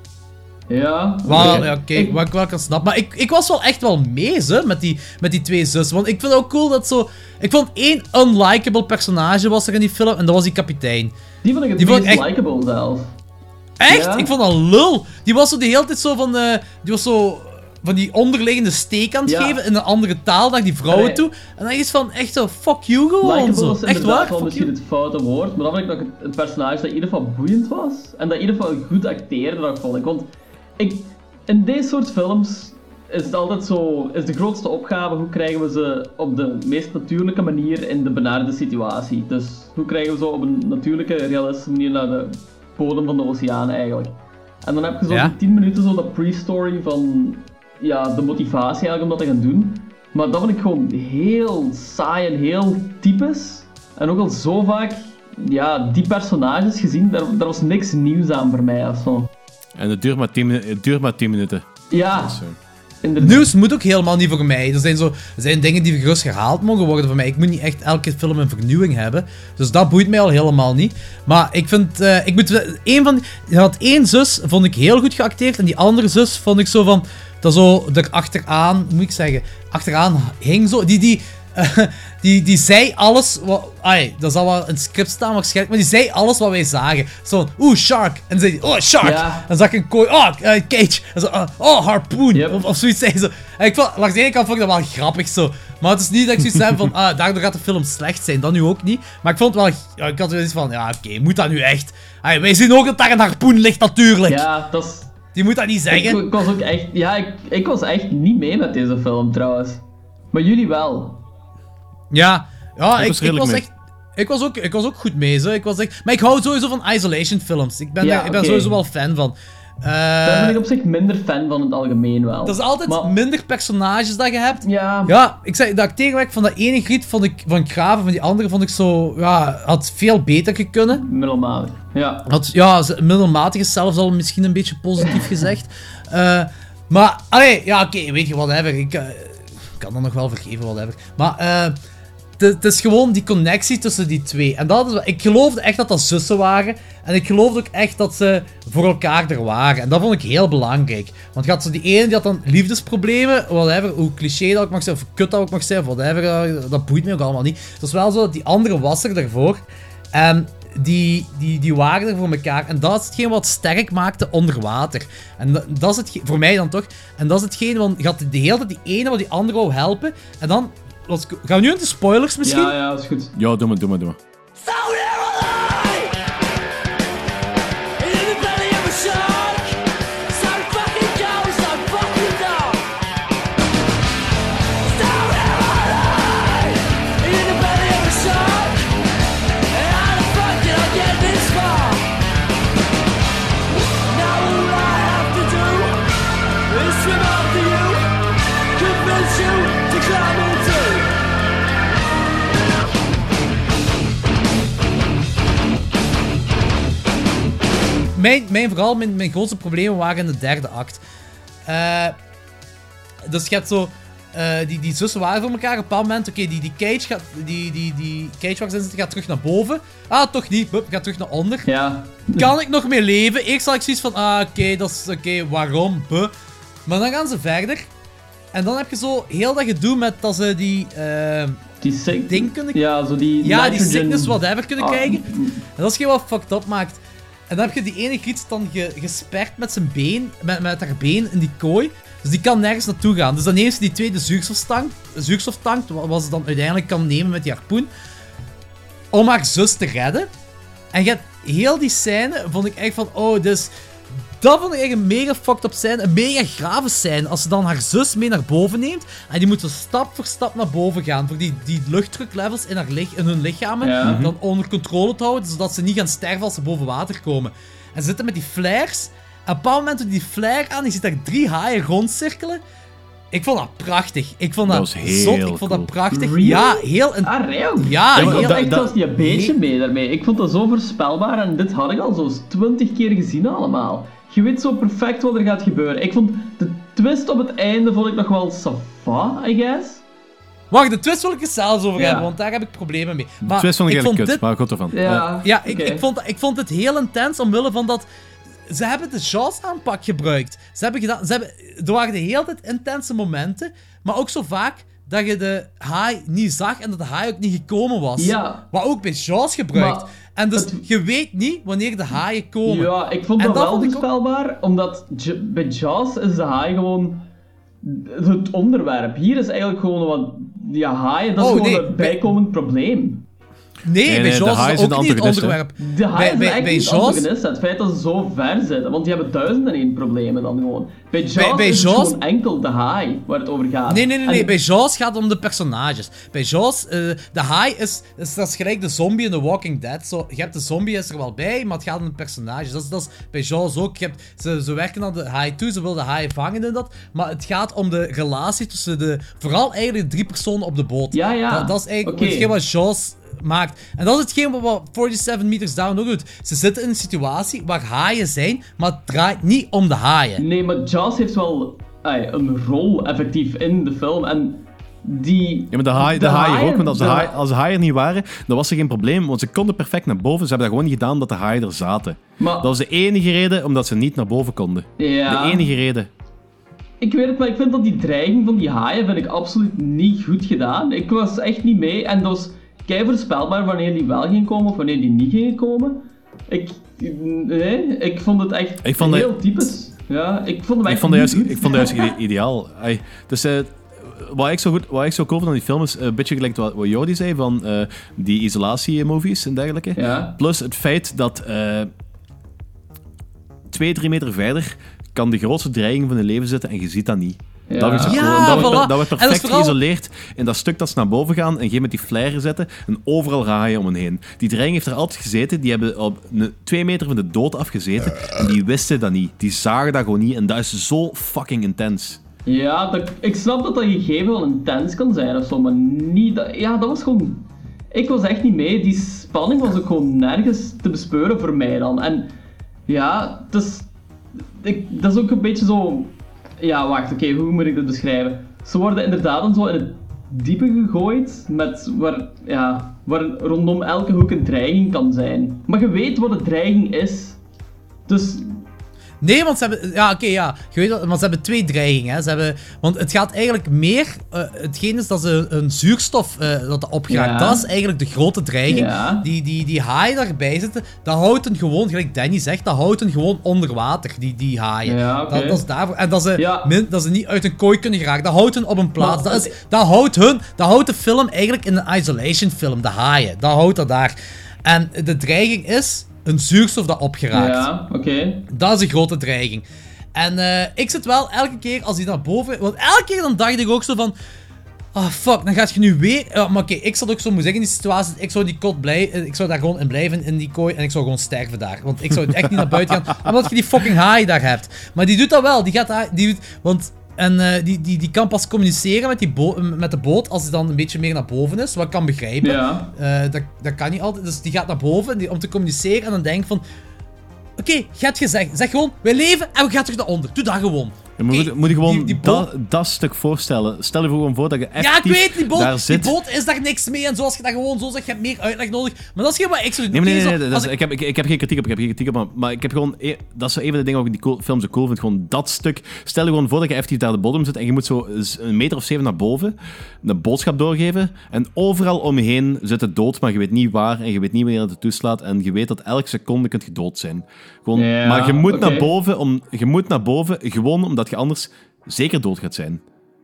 Ja. Wel, ja, oké, okay, wat ik wel kan snappen. Maar ik, ik was wel echt wel mee, hè, met die, met die twee zussen. Want ik vind het ook cool dat zo... Ik vond één unlikable personage was er in die film, en dat was die kapitein. Die vond ik het meest echt... likable zelf. Echt? Ja? Ik vond dat lul. Die was zo de hele tijd zo van... Uh, die was zo... van die onderliggende steek aan het ja. geven in een andere taal naar die vrouwen nee. toe. En dan is van echt zo, fuck you gewoon zo. Is echt waar. Wel misschien you. Het foute woord, maar dan vond ik dat het, het personage dat in ieder geval boeiend was. En dat in ieder geval goed acteerde, dat vond ik. Want ik, in deze soort films is het altijd zo, is de grootste opgave, hoe krijgen we ze op de meest natuurlijke manier in de benarde situatie. Dus hoe krijgen we ze op een natuurlijke, realistische manier naar de bodem van de oceaan eigenlijk. En dan heb je zo ja? tien minuten zo dat pre-story van... Ja, de motivatie eigenlijk om dat te gaan doen. Maar dat vond ik gewoon heel saai en heel typisch. En ook al zo vaak, ja, die personages gezien, daar, daar was niks nieuws aan voor mij of zo. En het duurt maar tien, het duurt maar tien minuten. Ja. Dus, nieuws moet ook helemaal niet voor mij. Er zijn, zo, er zijn dingen die gerust gehaald mogen worden voor mij. Ik moet niet echt elke film een vernieuwing hebben. Dus dat boeit mij al helemaal niet. Maar ik vind... Uh, ik moet, een van die, je had één zus, vond ik heel goed geacteerd. En die andere zus vond ik zo van... Dat zo er achteraan, moet ik zeggen, achteraan hing zo. Die, die, uh, die, die zei alles. Wat, ai, dat zal wel in het script staan waarschijnlijk. Maar die zei alles wat wij zagen. Zo, oeh, shark. En dan zei hij, oh, shark. Ja. Dan zag ik een kooi, oh, uh, cage. En zo, uh, oh, harpoen. Yep. Of, of zoiets zei ze. En ik vond, langs de ene kant vond ik dat wel grappig zo. Maar het is niet dat ik zoiets heb van, ah, daardoor gaat de film slecht zijn. Dat nu ook niet. Maar ik vond het wel, ja, ik had zoiets van, ja, oké, okay, moet dat nu echt? Ai, wij zien ook dat daar een harpoen ligt natuurlijk. Ja, dat is... Je moet dat niet zeggen. Ik, ik was ook echt... Ja, ik, ik was echt niet mee met deze film, trouwens. Maar jullie wel. Ja, ja ik, ik, was, ik was echt... Ik was, ook, ik was ook goed mee, zo. Ik was echt, maar ik hou sowieso van isolation films. Ik ben, ja, daar, ik ben okay. sowieso wel fan van. Uh, Daar ben ik op zich minder fan van in het algemeen wel. Dat is altijd maar... minder personages dat je hebt. Ja. Ja, ik zeg, dat acteerwerk van dat ene griet vond ik, van Graven, van die andere vond ik zo, ja, had veel beter gekunnen. Middelmatig, ja. Had, ja, middelmatig is zelfs al misschien een beetje positief gezegd. Uh, maar, allee, ja, oké, okay, weet je, whatever. Ik uh, kan dat nog wel vergeven, whatever. Maar, eh... Uh, Het is gewoon die connectie tussen die twee. En dat is, ik geloofde echt dat dat zussen waren. En ik geloofde ook echt dat ze voor elkaar er waren. En dat vond ik heel belangrijk. Want je had zo die ene die had dan liefdesproblemen. Whatever, hoe cliché dat ook mag zijn. Of kut dat ook mag zijn. Whatever, dat boeit me ook allemaal niet. Het was wel zo dat die andere was er daarvoor. En die, die, die waren er voor elkaar. En dat is hetgeen wat sterk maakte onder water. En dat, dat is het, voor mij dan toch. En dat is hetgeen, want je had de hele tijd die ene wat die andere wou helpen. En dan... Gaan we nu in de spoilers misschien? Ja, ja, dat is goed. Ja, doe maar, doe maar, doe maar. Mijn, mijn, vooral mijn, mijn grootste problemen waren in de derde act. Uh, dus je hebt zo... Uh, die, die zussen waren voor elkaar. Op een bepaald moment... Oké, okay, die, die cage gaat... Die, die, die cage waar ze in zitten gaat terug naar boven. Ah, toch niet. Bup, gaat terug naar onder. Ja. Kan ik nog mee leven? Eerst had ik zoiets van... Ah, oké, okay, dat is... Oké, okay, waarom? Buh. Maar dan gaan ze verder. En dan heb je zo heel dat gedoe met dat ze die... Uh, die sick... ding kunnen... Ja, zo die... Ja, nitrogen... die sickness whatever kunnen oh. krijgen. En dat is geen wat fucked up maakt. En dan heb je die ene griet dan ge, gesperd met zijn been, met, met haar been in die kooi. Dus die kan nergens naartoe gaan. Dus dan heeft ze die tweede zuurstoftank, zuurstoftank, wat ze dan uiteindelijk kan nemen met die harpoen, om haar zus te redden. En je hebt heel die scène, vond ik echt van, oh, dus... Dat vond ik echt een mega fucked up scène, een mega grave scène, als ze dan haar zus mee naar boven neemt. En die moeten stap voor stap naar boven gaan, voor die, die luchtdruklevels in, haar lich, in hun lichamen ja. dan onder controle te houden, zodat ze niet gaan sterven als ze boven water komen. En ze zitten met die flares, en op een bepaald moment doet die flare aan, je ziet daar drie haaien rondcirkelen. Ik vond dat prachtig. Ik vond dat, dat heel zot, ik vond cool. dat prachtig. Really? Ja, heel... Een... Ah, real? Ja, ik heel... vond echt zelfs niet een beetje nee. mee daarmee. Ik vond dat zo voorspelbaar en dit had ik al zo twintig keer gezien allemaal. Je weet zo perfect wat er gaat gebeuren. Ik vond de twist op het einde vond ik nog wel sava, I guess. Wacht, de twist wil ik er zelfs over ja. hebben, want daar heb ik problemen mee. Maar de twist vond ik, ik eigenlijk kut, dit... maar goed ervan. Ja, ja, ja okay. ik, ik, vond, ik vond het heel intens omwille van dat... Ze hebben de Jaws-aanpak gebruikt. Ze hebben gedaan... Ze hebben, er waren de hele tijd intense momenten, maar ook zo vaak dat je de haai niet zag en dat de haai ook niet gekomen was. Ja. Wat ook bij Jaws gebruikt. Maar en dus het... je weet niet wanneer de haaien komen. Ja, ik vond en dat, dat wel voorspelbaar, ook... omdat J- bij Jaws is de haai gewoon het onderwerp. Hier is eigenlijk gewoon wat... Ja, haaien, dat is oh, gewoon nee, een bijkomend bij... probleem. Nee, nee, bij Jaws is dat ook niet het onderwerp. De haai is bij, eigenlijk bij niet Jaws... antagonist. Het feit dat ze zo ver zitten, want die hebben duizend en één problemen dan gewoon. Bij Jaws bij, bij is Jaws... het gewoon enkel de haai waar het over gaat. Nee, nee, nee, nee. En... bij Jaws gaat het om de personages. Bij Jaws, uh, de haai is, is, dat is gelijk de zombie in The Walking Dead. Zo, je hebt de zombie is er wel bij, maar het gaat om de personages. Dat is, dat is bij Jaws ook. Je hebt, ze, ze werken naar de haai toe, ze willen de haai vangen in dat. Maar het gaat om de relatie tussen de... Vooral eigenlijk de drie personen op de boot. Ja, ja. Dat, dat is eigenlijk okay. hetgeen wat Jaws... maakt. En dat is hetgeen wat forty-seven Meters Down ook doet. Ze zitten in een situatie waar haaien zijn, maar het draait niet om de haaien. Nee, maar Jaws heeft wel ay, een rol effectief in de film en die... Ja, maar de haaien, de de haaien haaien ook, want als de, de... haai, als de haaien niet waren, dan was er geen probleem, want ze konden perfect naar boven. Ze hebben dat gewoon niet gedaan dat de haaien er zaten. Maar... Dat was de enige reden omdat ze niet naar boven konden. Ja. De enige reden. Ik weet het, maar ik vind dat die dreiging van die haaien vind ik absoluut niet goed gedaan. Ik was echt niet mee en dat was... kei voorspelbaar wanneer die wel ging komen of wanneer die niet ging komen. Ik, nee, ik vond het echt ik vond heel de, typisch. Ja, ik vond het echt ik vond het juist, ik vond het juist ideaal. Ay, dus uh, wat ik zo goed, wat ik zo cool vond aan die film is een uh, beetje gelijk wat, wat Jordi zei van uh, die isolatiemovies en dergelijke. Ja. Plus het feit dat uh, twee, drie meter verder kan de grootste dreiging van je leven zitten en je ziet dat niet. Ja. Dat, is zo Ja, cool. dat, wordt, voilà. dat wordt En perfect dat is vooral- geïsoleerd in dat stuk dat ze naar boven gaan en gegeven met die flyer zetten en overal haaien om hen heen. Die dreiging heeft er altijd gezeten, die hebben op een, twee meter van de dood afgezeten en die wisten dat niet. Die zagen dat gewoon niet en dat is zo fucking intens. Ja, dat, ik snap dat dat gegeven wel intens kan zijn of zo, maar niet... Dat, ja, dat was gewoon... Ik was echt niet mee. Die spanning was ook gewoon nergens te bespeuren voor mij dan. En ja, het is, ik, dat is ook een beetje zo... Ja, wacht, oké, okay, hoe moet ik dat beschrijven? Ze worden inderdaad dan zo in het diepe gegooid, met waar, ja, waar rondom elke hoek een dreiging kan zijn. Maar je weet wat de dreiging is. Dus... Nee, want ze hebben... Ja, oké, okay, ja. Je weet wat, want ze hebben twee dreigingen. Hè. Ze hebben, want het gaat eigenlijk meer... Uh, hetgeen is dat ze een zuurstof uh, dat opgaat. Ja. Dat is eigenlijk de grote dreiging. Ja. Die, die, die haaien daarbij zitten, dat houdt hen gewoon, gelijk Danny zegt, dat houdt hen gewoon onder water, die, die haaien. Ja, okay. dat, dat is daarvoor. En dat ze, ja. min, dat ze niet uit een kooi kunnen geraken. Dat houdt hen op een plaats. Maar, dat, is, dat, houdt hun, dat houdt de film eigenlijk in een isolation film, de haaien. Dat houdt dat daar. En de dreiging is... een zuurstof dat opgeraakt. Ja, oké. Okay. Dat is een grote dreiging. En uh, ik zit wel elke keer als hij naar boven... Want elke keer dan dacht ik ook zo van... Ah, oh, fuck, dan gaat je nu weer... Uh, maar oké, okay, ik zat ook zo moeten zeggen in die situatie... Ik zou die kot blijven... Ik zou daar gewoon in blijven, in die kooi. En ik zou gewoon sterven daar. Want ik zou echt niet naar buiten gaan. Omdat je die fucking haai daar hebt. Maar die doet dat wel. Die gaat daar... Die doet, want... En uh, die, die, die kan pas communiceren met, die bo- met de boot als hij dan een beetje meer naar boven is. Wat ik kan begrijpen. Ja. Uh, dat, dat kan niet altijd. Dus die gaat naar boven die, om te communiceren. En dan denk ik van... Oké, okay, je hebt gezegd. Zeg gewoon, wij leven en we gaan terug naar onder. Doe dat gewoon. Ja, moet, okay, moet je gewoon die, die dat, dat stuk voorstellen. Stel je gewoon voor dat je echt ja, ik weet, die boot, daar zit. Die boot is daar niks mee. En zoals je dat gewoon zo zegt, je hebt meer uitleg nodig. Maar dat is geen wat ik zou doen. Nee, nee, nee. nee, nee dat is, ik... Ik, heb, ik, ik heb geen kritiek op, ik heb geen kritiek op. Maar, maar ik heb gewoon... Dat is zo een van de dingen wat ik die cool, film zo cool vind. Gewoon dat stuk. Stel je gewoon voor dat je effectief daar de bodem zit en je moet zo een meter of zeven naar boven een boodschap doorgeven. En overal om je heen zit het dood, maar je weet niet waar en je weet niet wanneer het toeslaat. En je weet dat elke seconde kunt je dood zijn. Gewoon, ja, maar je moet, okay. naar boven om, je moet naar boven gewoon omdat je anders... zeker dood gaat zijn.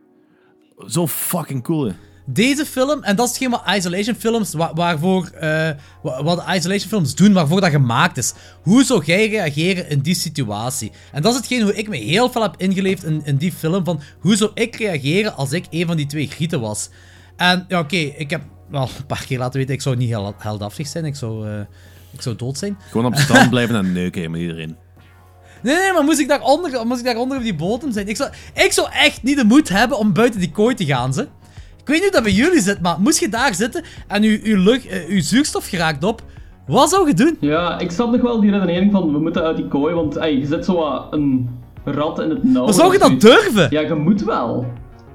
Zo fucking cool, hè. Deze film, en dat is hetgeen wat isolation films, waar, waarvoor, uh, wat isolation films doen, waarvoor dat gemaakt is. Hoe zou jij reageren in die situatie? En dat is hetgeen hoe ik me heel veel heb ingeleefd in, in die film, van hoe zou ik reageren als ik een van die twee grieten was. En ja, oké, okay, ik heb wel een paar keer laten weten, ik zou niet heel heldhaftig zijn, ik zou, uh, ik zou dood zijn. Gewoon op de strand blijven en neuken met iedereen. Nee, nee, maar moest ik daaronder, moest ik daaronder op die bodem zijn? Ik zou, ik zou echt niet de moed hebben om buiten die kooi te gaan, ze. Ik weet niet hoe dat bij jullie zit, maar moest je daar zitten en je, je, lucht, uh, je zuurstof geraakt op, wat zou je doen? Ja, ik snap nog wel die redenering van, we moeten uit die kooi, want ey, je zit zo wat een rat in het nauw. Maar zou je dat durven? Ja, je moet wel.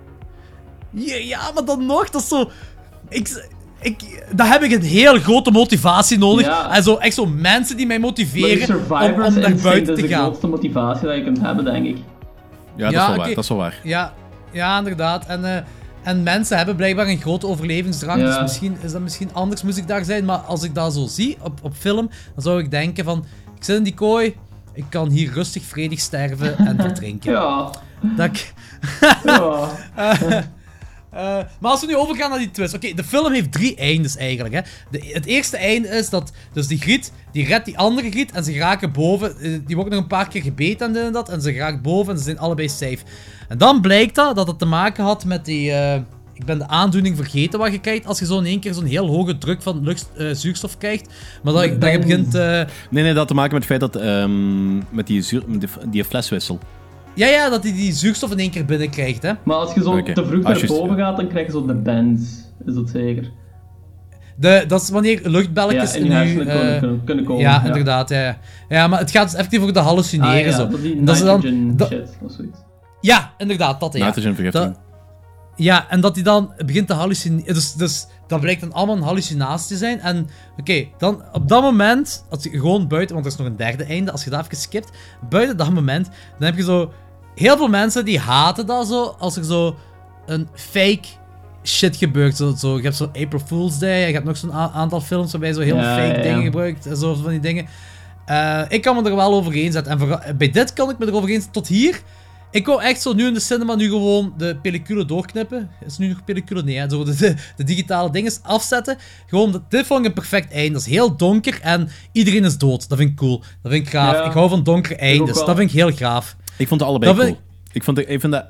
Ja, ja, maar dan nog, dat is zo... Ik... Ik, dan heb ik een heel grote motivatie nodig. Ja. En zo, echt zo mensen die mij motiveren om, om naar buiten te gaan. Dat is de grootste motivatie dat je kunt hebben, denk ik. Ja, dat, ja, is, wel okay. waar. dat is wel waar. Ja, ja inderdaad. En, uh, en mensen hebben blijkbaar een grote overlevingsdrang. Ja. Dus misschien is dat misschien anders, moest ik daar zijn. Maar als ik dat zo zie op, op film, dan zou ik denken van... Ik zit in die kooi, ik kan hier rustig vredig sterven en verdrinken. Ja. Dat ik... ja. uh, Uh, maar als we nu overgaan naar die twist. Oké, okay, de film heeft drie eindes eigenlijk. Hè. De, het eerste einde is dat dus die griet, die redt die andere griet en ze geraken boven. Uh, die wordt nog een paar keer gebeten en dit en dat. En ze geraakt boven en ze zijn allebei safe. En dan blijkt dat dat het te maken had met die... Uh, ik ben de aandoening vergeten wat je krijgt als je zo in één keer zo'n heel hoge druk van lucht, uh, zuurstof krijgt. Maar dat, dat je begint... Uh... Nee, nee, dat had te maken met het feit dat... Um, met die, zuur, met die, die fleswissel. Ja, ja, dat hij die zuurstof in één keer binnenkrijgt, hè. Maar als je zo okay. te vroeg naar boven gaat, dan krijg je zo de bands. Is dat zeker? De, dat is wanneer luchtbelletjes ja, in je hersenen uh, kunnen, kunnen komen. Ja, ja, inderdaad, ja. Ja, maar het gaat dus effectief over de hallucineren, ah, ja, zo. Dat die dat nitrogen dan, shit, of zoiets. Ja, inderdaad, dat, ja. Nitrogen vergiftiging. Ja, en dat hij dan begint te hallucineren. Dus, dus dat blijkt dan allemaal een hallucinatie te zijn. En oké, okay, dan op dat moment, als je gewoon buiten, want er is nog een derde einde, als je dat even skipt, buiten dat moment, dan heb je zo heel veel mensen die haten dat zo, als er zo een fake shit gebeurt. Zo, zo, je hebt zo April Fool's Day, je hebt nog zo'n a- aantal films waarbij je zo heel ja, fake ja, dingen ja. gebruikt, en zo van die dingen. Uh, ik kan me er wel overheen zetten. En voor, bij dit kan ik me er overheen zetten. Tot hier. Ik wou echt zo nu in de cinema nu gewoon de pellicule doorknippen. Is nu nog pellicule? Nee, hè? Zo de, de, de digitale dingen afzetten. Gewoon, de, dit vond ik een perfect einde. Dat is heel donker en iedereen is dood. Dat vind ik cool. Dat vind ik gaaf. Ja. Ik hou van donkere eindes. Dat vind ik heel gaaf. Ik vond het allebei dat cool. Ik... ik vond het, ik vind dat...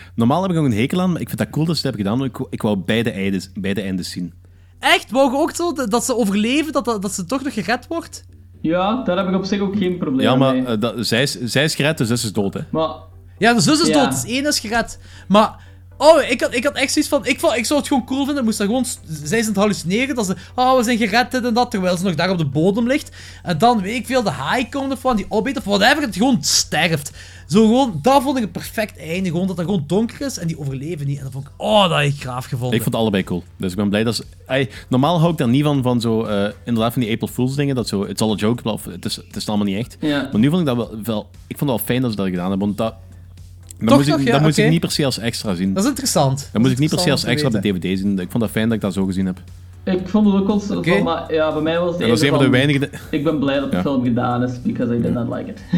Normaal heb ik nog een hekel aan, maar ik vind dat cool dat ze het hebben gedaan. Ik, ik wou beide eindes, beide eindes zien. Echt? Wou je ook zo dat ze overleven, dat, dat, dat ze toch nog gered wordt? Ja, daar heb ik op zich ook geen probleem ja, maar mee. uh, dat, zij, is, zij is gered, de zus is dood, hè. Maar... Ja, de zus is ja. dood, dus één is gered. Maar... Oh, ik had, ik had echt zoiets van... Ik, vond, ik zou het gewoon cool vinden. Moest dat gewoon... Zij zijn het hallucineren. Dat ze... Oh, we zijn gered, dit en dat. Terwijl ze nog daar op de bodem ligt. En dan, weet ik veel, de haai komt of van die opbeet of whatever. Het gewoon sterft. Zo gewoon... Dat vond ik een perfect einde. Gewoon dat het gewoon donker is. En die overleven niet. En dat vond ik... Oh, dat heb ik gaaf gevonden. Ik vond het allebei cool. Dus ik ben blij dat ze... Ay, normaal hou ik daar niet van, van zo... Uh, inderdaad van die April Fools dingen. Dat zo... Het is al een joke, of het is, het is allemaal niet echt. Ja. Maar nu vond ik dat wel... wel ik vond het wel fijn dat ze dat gedaan hebben. Want dat... Dat Toch moest, ik, nog, ja, dat moest okay. ik niet per se als extra zien. Dat is interessant. Dat moest ik niet per se als extra op de weten. D V D zien. Ik vond dat fijn dat ik dat zo gezien heb. Ik vond het ook wel zo, okay. maar ja, bij mij was het ja, dat is een van de van, weinige... Ik ben blij dat de ja. film gedaan is, because I did not like it.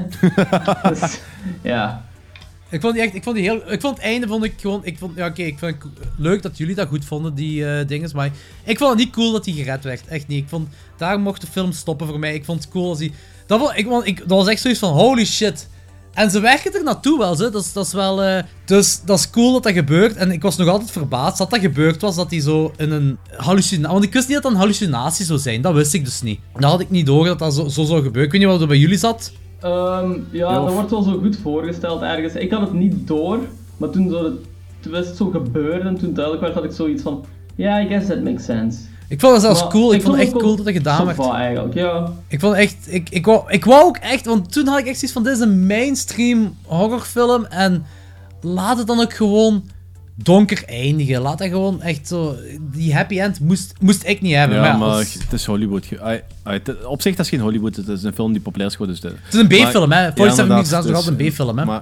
dus, ja. Ik vond die echt, ik vond die heel, ik vond het einde vond ik gewoon, ik vond, ja oké, okay, ik vond het leuk dat jullie dat goed vonden, die uh, dinges, maar ik vond het niet cool dat hij gered werd, echt niet. Ik vond, daar mocht de film stoppen voor mij. Ik vond het cool als hij, dat, vond, ik, vond, ik, dat was echt zoiets van, holy shit. En ze werken er naartoe wel, zo. Dat, is, dat is wel, uh, dus dat is cool dat dat gebeurt. En ik was nog altijd verbaasd dat dat gebeurd was, dat hij zo in een hallucinatie, want ik wist niet dat dat een hallucinatie zou zijn, dat wist ik dus niet. Dat had ik niet door dat dat zo, zo zou gebeuren. Ik weet niet wat er bij jullie zat. Um, ja, dat wordt wel zo goed voorgesteld ergens. Ik had het niet door, maar toen zo de twist zo gebeurde en toen duidelijk werd, had ik zoiets van... Ja, yeah, I guess that makes sense. Ik vond het zelfs maar cool. Ik, ik vond het vond echt cool dat het gedaan werd. Eigenlijk, ja. Ik vond echt... Ik, ik, wou, ik wou ook echt... Want toen had ik echt zoiets van... Dit is een mainstream horrorfilm. En laat het dan ook gewoon donker eindigen. Laat dat gewoon echt zo... Die happy end moest, moest ik niet hebben. Ja, maar, maar als... het is Hollywood. I, I, te, op zich, dat is geen Hollywood. Het is een film die populair is geworden. Dus de... Het is een B-film, hè. Voor ja, je niks aan, dus, nog altijd een B-film, hè. Maar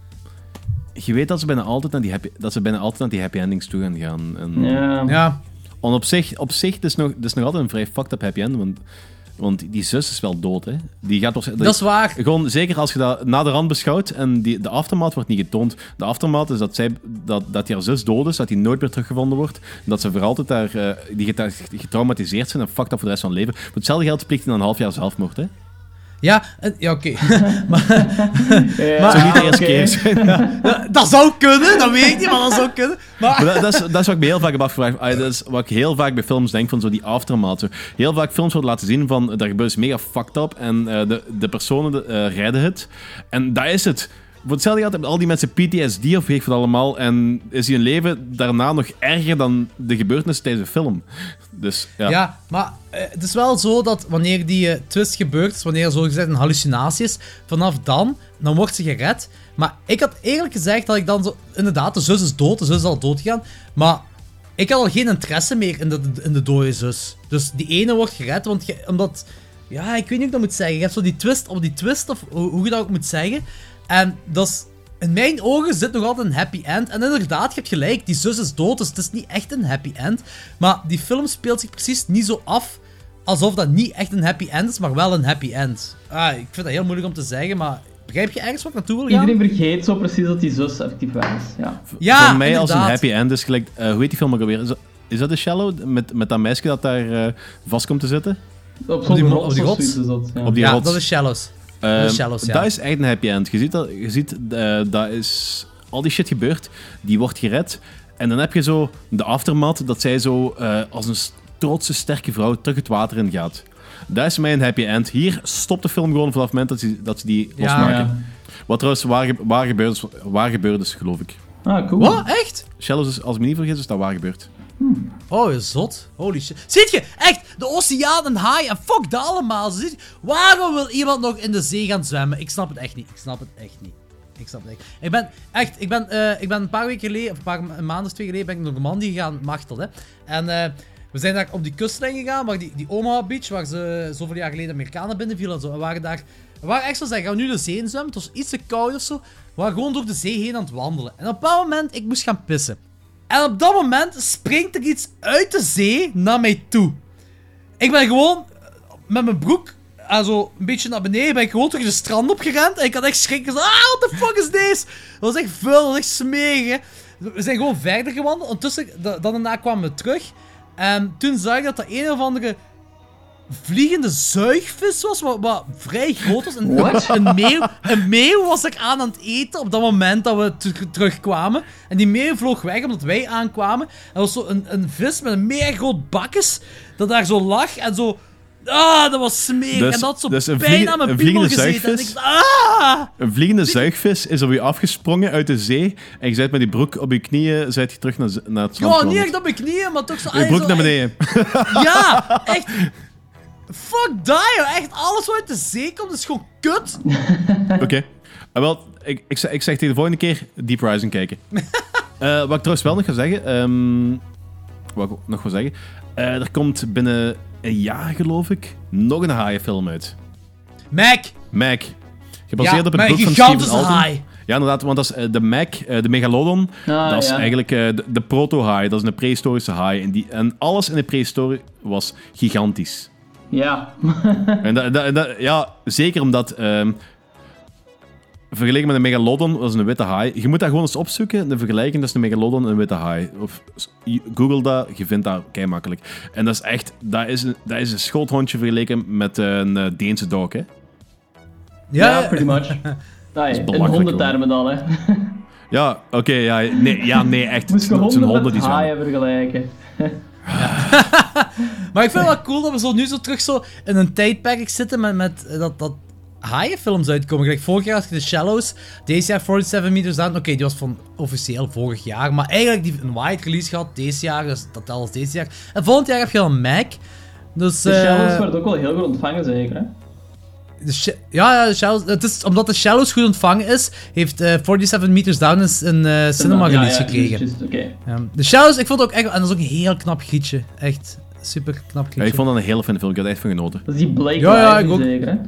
je weet dat ze bijna altijd naar die happy, dat ze bijna altijd naar die happy endings toe gaan gaan. En, ja. ja. En op zich, op zich het is nog, het is nog altijd een vrij fucked up happy end, want, want die zus is wel dood, hè. Die gaat dat is waar. Gewoon, zeker als je dat na de rand beschouwt, en die, de aftermath wordt niet getoond. De aftermath is dat, zij, dat, dat die haar zus dood is, dat die nooit meer teruggevonden wordt, en dat ze voor altijd daar, uh, die getraumatiseerd zijn en fucked up voor de rest van hun leven. Voor hetzelfde geld spreekt hij dan een half jaar zelfmoord, hè. Ja, ja oké. Okay. maar, ja, maar, zou niet de eerste okay. keer zijn. Ja. Dat zou kunnen, dat weet ik niet, maar dat zou kunnen. Maar... maar dat, dat, is, dat is wat ik me heel vaak heb afgevraagd. Ah, dat is wat ik heel vaak bij films denk, van zo die aftermath. Zo. Heel vaak films worden laten zien van, daar gebeurt mega fucked up en uh, de, de personen uh, redden het. En dat is het. Voor hetzelfde geld hebben al die mensen P T S D of weet ik wat allemaal. En is hun leven daarna nog erger dan de gebeurtenissen tijdens de film. Dus, ja. ja, maar uh, het is wel zo dat wanneer die uh, twist gebeurt, dus wanneer er zogezegd een hallucinatie is, vanaf dan, dan wordt ze gered. Maar ik had eerlijk gezegd dat ik dan zo... Inderdaad, de zus is dood, de zus is al doodgegaan. Maar ik had al geen interesse meer in de, in de dode zus. Dus die ene wordt gered, want je, omdat... Ja, ik weet niet hoe ik dat moet zeggen. Je hebt zo die twist op die twist, of hoe, hoe je dat ook moet zeggen. En dat is... In mijn ogen zit nog altijd een happy end. En inderdaad, je hebt gelijk, die zus is dood, dus het is niet echt een happy end. Maar die film speelt zich precies niet zo af alsof dat niet echt een happy end is, maar wel een happy end. Ah, ik vind dat heel moeilijk om te zeggen, maar begrijp je ergens wat ik naartoe wil gaan? Iedereen vergeet zo precies dat die zus effectief weg is. Ja, ja voor mij inderdaad. Als een happy end is gelijk... Uh, hoe heet die film ook alweer? Is dat, is dat The Shallow? Met, met dat meisje dat daar uh, vast komt te zitten? Op, op die, rots, op die rots? Is dat, ja. Op die ja, rots. dat is Shallows. Uh, dat is Shallows, ja. Dat is echt een happy end. Je ziet, dat, je ziet uh, dat is... Al die shit gebeurt, die wordt gered. En dan heb je zo de aftermath, dat zij zo uh, als een trotse, sterke vrouw terug het water in gaat. Dat is mijn happy end. Hier stopt de film gewoon vanaf het moment dat ze, dat ze die ja, losmaken. Ja. Wat trouwens waar, waar, gebeurd is, waar gebeurd is, geloof ik. Ah, cool. Wat? Echt? Shallows is, als ik me niet vergis, is dat waar gebeurd. Hmm. Oh, zot. Holy shit. Ziet je? Echt, de oceaan en haaien en fuck dat allemaal. Ziet je? Waarom wil iemand nog in de zee gaan zwemmen? Ik snap het echt niet. Ik snap het echt niet. Ik snap het echt. Ik ben echt, ik ben, uh, ik ben een paar weken geleden, of een paar een maand of twee geleden, ben ik naar Normandië gegaan, Machtel, hè. En uh, we zijn daar op die kustlijn gegaan, waar die, die Omaha Beach, waar ze zoveel jaar geleden Amerikanen binnenvielen en zo. We waren daar, we waren echt zo zeggen, gaan we nu de zee in zwemmen? Het was iets te koud of zo. We waren gewoon door de zee heen aan het wandelen. En op dat moment, ik moest gaan pissen. En op dat moment springt er iets uit de zee naar mij toe. Ik ben gewoon met mijn broek en zo een beetje naar beneden, ben ik gewoon terug de strand opgerend. En ik had echt schrik gezegd, ah, what the fuck is deze? Dat was echt vuil, dat was echt smerig. We zijn gewoon verder gewandeld. Ondertussen, dan daarna kwamen we terug. En toen zag ik dat er een of andere vliegende zuigvis was, wat, wat vrij groot was. Een, een, meeuw, een meeuw was ik aan aan het eten op dat moment dat we t- terugkwamen. En die meeuw vloog weg omdat wij aankwamen. En er was zo een, een vis met een mega groot bakkes dat daar zo lag en zo... Ah, dat was smerig. Dus, en dat had zo dus een bijna vlieg, aan mijn een piemel vliegende gezeten. zuigvis, En ik, ah! Een vliegende zuigvis is op je afgesprongen uit de zee. En je bent met die broek op je knieën zijt je terug naar, naar het strand Ja, gewandeld. niet echt op mijn knieën, maar toch zo... Je broek zo naar echt- beneden. Ja, echt... Fuck die, joh. Echt, alles wat uit de zee komt is gewoon kut. Oké. Okay. Uh, wel, ik, ik, zeg, ik zeg tegen de volgende keer Deep Rising kijken. uh, wat ik trouwens wel nog ga zeggen... Um, wat ik nog wil zeggen... Uh, er komt binnen een jaar, geloof ik, nog een haaienfilm uit. Mac. Mac. Gebaseerd Ja, op het maar boek een van gigantische Steven Alten. haai. Ja, inderdaad, want dat is uh, de Mac, uh, de Megalodon. Ah, dat is ja. eigenlijk uh, de, de proto-haai. Dat is een prehistorische haai. En, die, en alles in de prehistorie was gigantisch. Ja. en dat, dat, dat, ja, zeker omdat... Um, vergeleken met een megalodon, dat is een witte haai. Je moet dat gewoon eens opzoeken, de vergelijking tussen een megalodon en een witte haai. Of Google dat, je vindt dat kei makkelijk. En dat is echt... Dat is een, dat is een schoothondje vergeleken met een uh, Deense dog, hè? Ja, ja pretty much. Ah, in hondentermen dan, hè. Ja, oké, okay, ja, nee, ja, nee, echt. Moest je het zijn honden honden met die haaien vergelijken. Maar ik vind het wel cool dat we zo nu zo terug zo in een tijdperk zitten met, met dat, dat haaienfilms uitkomen. Gelijk vorig jaar had je The Shallows, deze jaar forty-seven Meters Down. Oké, okay, die was van officieel vorig jaar, maar eigenlijk die een wide release gehad deze jaar, dus dat telt als deze jaar. En volgend jaar heb je dan Mac. Dus, The uh, Shallows werd ook wel heel goed ontvangen, zeker, hè? De sh- ja, ja, de Shallows, het is, omdat de Shallows goed ontvangen is, heeft uh, forty-seven Meters Down een uh, cinema release ja, ja, gekregen. Just, just, okay. um, de Shallows, ik vond het ook echt, en dat is ook een heel knap gietje. Echt super knap gietje. Ja, ik vond dat een hele fijne film, ik had er echt van genoten. Dat is die Blake ja, ja, Lively, ook... zeker, hè?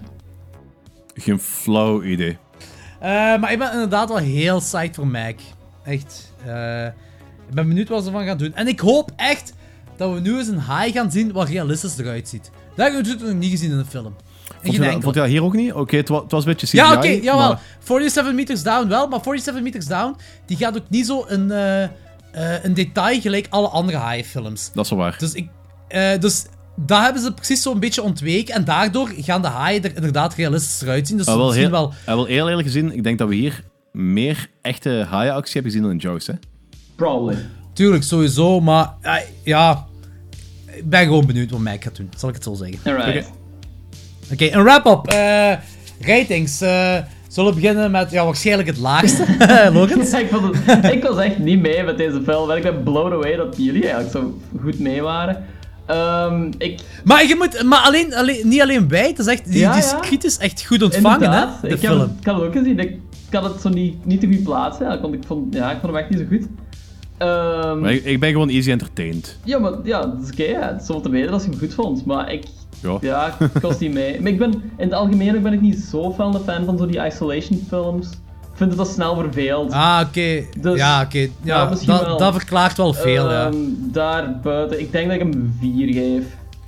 Geen flauw idee. Uh, maar ik ben inderdaad wel heel psyched voor Mac. Echt. Uh, ik ben benieuwd wat ze ervan gaan doen. En ik hoop echt dat we nu eens een haai gaan zien wat realistisch eruit ziet. Dat heb ik natuurlijk nog niet gezien in een film. Vond je, dat, vond je dat hier ook niet? Oké, okay, het, het was een beetje C G I. Ja, oké, okay, jawel. Maar... forty-seven Meters Down wel, maar forty-seven Meters Down die gaat ook niet zo een, uh, uh, een detail gelijk alle andere haaienfilms. Dat is wel waar. Dus, ik, uh, dus daar hebben ze precies zo'n beetje ontweken en daardoor gaan de haaien er inderdaad realistisch eruit zien. Dus uh, wel, heel, wel... uh, wel heel eerlijk gezien, ik denk dat we hier meer echte haaienactie hebben gezien dan in Jaws, hè? Probably. Tuurlijk, sowieso, maar uh, ja, ik ben gewoon benieuwd wat Mac gaat doen, zal ik het zo zeggen. Alright. Oké, okay. okay, een wrap-up. Uh, ratings. Uh, zullen we beginnen met ja, waarschijnlijk het laagste, Logan? Ja, ik, vond het, ik was echt niet mee met deze film, en ik ben blown away dat jullie eigenlijk zo goed mee waren. Um, ik... Maar je moet, maar alleen, alleen, niet alleen wij, het is echt, die, ja, die ja. kritisch echt goed ontvangen, Inderdaad. hè, de ik film. Heb het, ik had het ook gezien, ik, ik had het zo niet, niet te goed plaatsen, ik vond, ik vond, ja, ik vond hem echt niet zo goed. Um, maar ik, ik ben gewoon easy entertained. Ja, maar ja, dat is oké, okay, het is wel te weten als je hem goed vond, maar ik... Ja, ja ik was niet mee. Maar ik ben, in het algemeen ben ik niet zo fan, de fan van zo die isolation films. Ik vind dat dat snel verveelt. Ah, oké. Okay. Dus, ja, oké. Okay. Ja, ja dat, dat verklaart wel veel, um, ja. Daar buiten, ik denk dat ik hem een vier geef.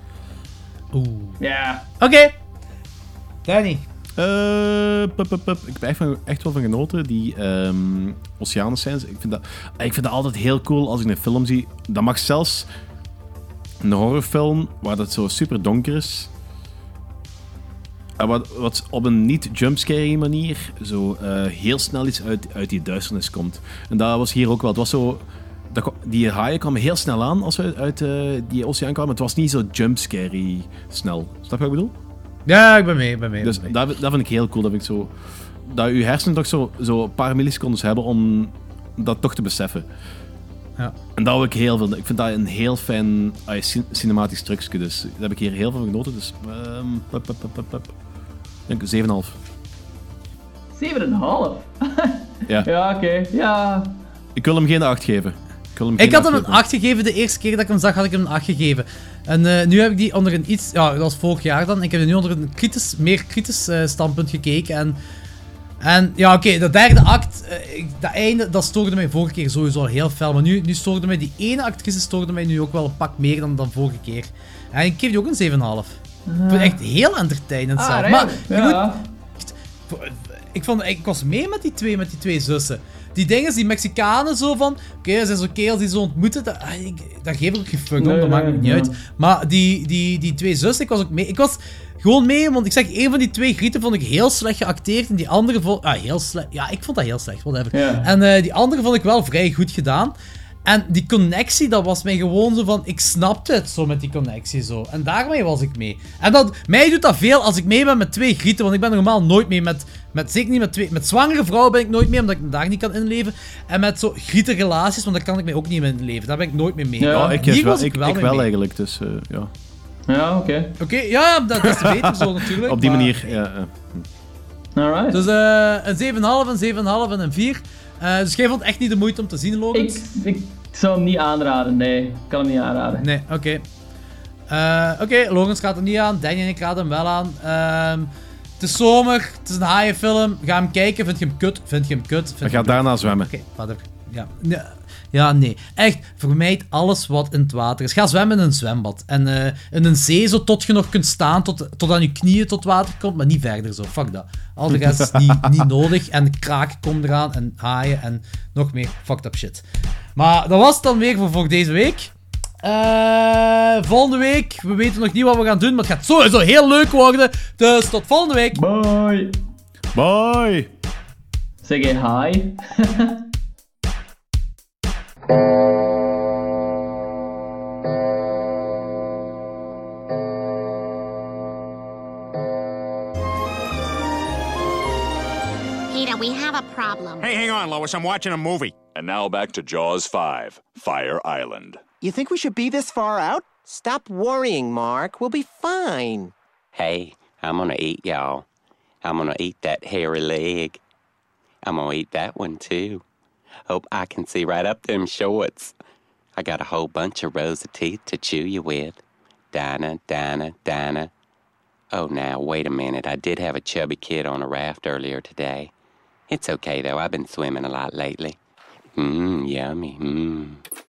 Oeh. Ja. Oké. Okay. Danny. Uh, pup, pup, pup. Ik heb echt, van, echt wel van genoten, die um, oceanenscènes. Ik vind, dat, ik vind dat altijd heel cool als ik een film zie. Dat mag zelfs een horrorfilm waar het zo super donker is. Wat, wat op een niet-jumpscare manier zo uh, heel snel iets uit, uit die duisternis komt. En dat was hier ook wel. Het was zo... Dat, die haaien kwamen heel snel aan als we uit, uit uh, die oceaan kwamen. Het was niet zo jumpscary snel. Snap je wat ik bedoel? Ja, ik ben mee, ik ben mee. Dus ben mee. Dat, dat vind ik heel cool. Dat, vind ik zo, dat je hersenen toch zo, zo een paar millisecondes hebben om dat toch te beseffen. Ja. En dat wil ik heel veel. Ik vind dat een heel fijn uh, cinematisch trucje. Dus daar heb ik hier heel veel van genoten. Dus um, pup, pup, pup, pup. Ik denk zeven komma vijf. zeven komma vijf? Ja. Ja, oké. Okay. Ja. Ik wil hem geen acht geven. Ik, wil hem ik had hem geven. een acht gegeven. De eerste keer dat ik hem zag, had ik hem een acht gegeven. En uh, nu heb ik die onder een iets... Ja, dat was vorig jaar dan. Ik heb er nu onder een kritisch, meer kritisch uh, standpunt gekeken. En, en ja, oké, okay, de derde act, uh, ik, dat einde, dat stoorde mij vorige keer sowieso al heel fel. Maar nu, nu stoorde mij die ene actrice stoorde mij nu ook wel een pak meer dan, dan vorige keer. En ik geef die ook een zeven komma vijf. Uh. Ik vind het echt heel entertainend ah, zelf. Maar ja. je moet... Ik, vond, ik was mee met die twee, met die twee zussen. die dingen, die Mexicanen zo van... Oké, okay, er zijn zo kerels die zo ontmoeten. Dat, ah, ik, daar geef ik ook geen fuck om, nee, dat maakt me niet ja. uit. Maar die, die, die twee zussen, ik was ook mee... Ik was gewoon mee, want ik zeg, een van die twee grieten vond ik heel slecht geacteerd. En die andere vond... Ah, heel slecht. Ja, ik vond dat heel slecht, whatever. Ja. En uh, die andere vond ik wel vrij goed gedaan. En die connectie, dat was mij gewoon zo van... Ik snapte het zo met die connectie zo. En daarmee was ik mee. En dat, mij doet dat veel als ik mee ben met twee grieten. Want ik ben normaal nooit mee met... met zeker niet met twee... Met zwangere vrouwen ben ik nooit mee, omdat ik me daar niet kan inleven. En met zo grietenrelaties, want daar kan ik mij ook niet mee inleven. Daar ben ik nooit mee mee. Ja, ja ik, Hier was ik wel, ik, ik wel eigenlijk, dus uh, ja. Ja, oké. Okay. Oké, okay, ja, dat is beter zo natuurlijk. Op die maar... manier, ja. Uh. Alright. Dus uh, een zeven komma vijf, een zeven komma vijf en een vier. Uh, dus jij vond echt niet de moeite om te zien, Logan? Ik, ik zou hem niet aanraden, nee. Ik kan hem niet aanraden. Nee, oké. Okay. Uh, oké, okay, Logan gaat er niet aan. Danny en ik raden hem wel aan. Uh, het is zomer, het is een haaienfilm. Ga hem kijken, vind je hem kut? Vind je hem kut? Ga daarna zwemmen. Oké, okay, wat ja. Nee. Ja, nee. Echt, vermijd alles wat in het water is. Ga zwemmen in een zwembad. En uh, in een zee, zo tot je nog kunt staan, tot, tot aan je knieën tot water komt, maar niet verder zo. Fuck dat. Al de rest is niet, niet nodig. En kraken komen eraan, en haaien, en nog meer fucked up shit. Maar dat was het dan weer voor, voor deze week. Uh, volgende week, we weten nog niet wat we gaan doen, maar het gaat sowieso heel leuk worden. Dus tot volgende week. Bye. Bye. Zeg je hi. Peter, we have a problem. Hey, hang on, Lois. I'm watching a movie. And now back to Jaws five, Fire Island. You think we should be this far out? Stop worrying, Mark. We'll be fine. Hey, I'm gonna eat y'all. I'm gonna eat that hairy leg. I'm gonna eat that one, too. Hope I can see right up them shorts. I got a whole bunch of rows of teeth to chew you with. Dinah, Dinah, Dinah. Oh, now, wait a minute. I did have a chubby kid on a raft earlier today. It's okay, though. I've been swimming a lot lately. Mmm, yummy, mmm.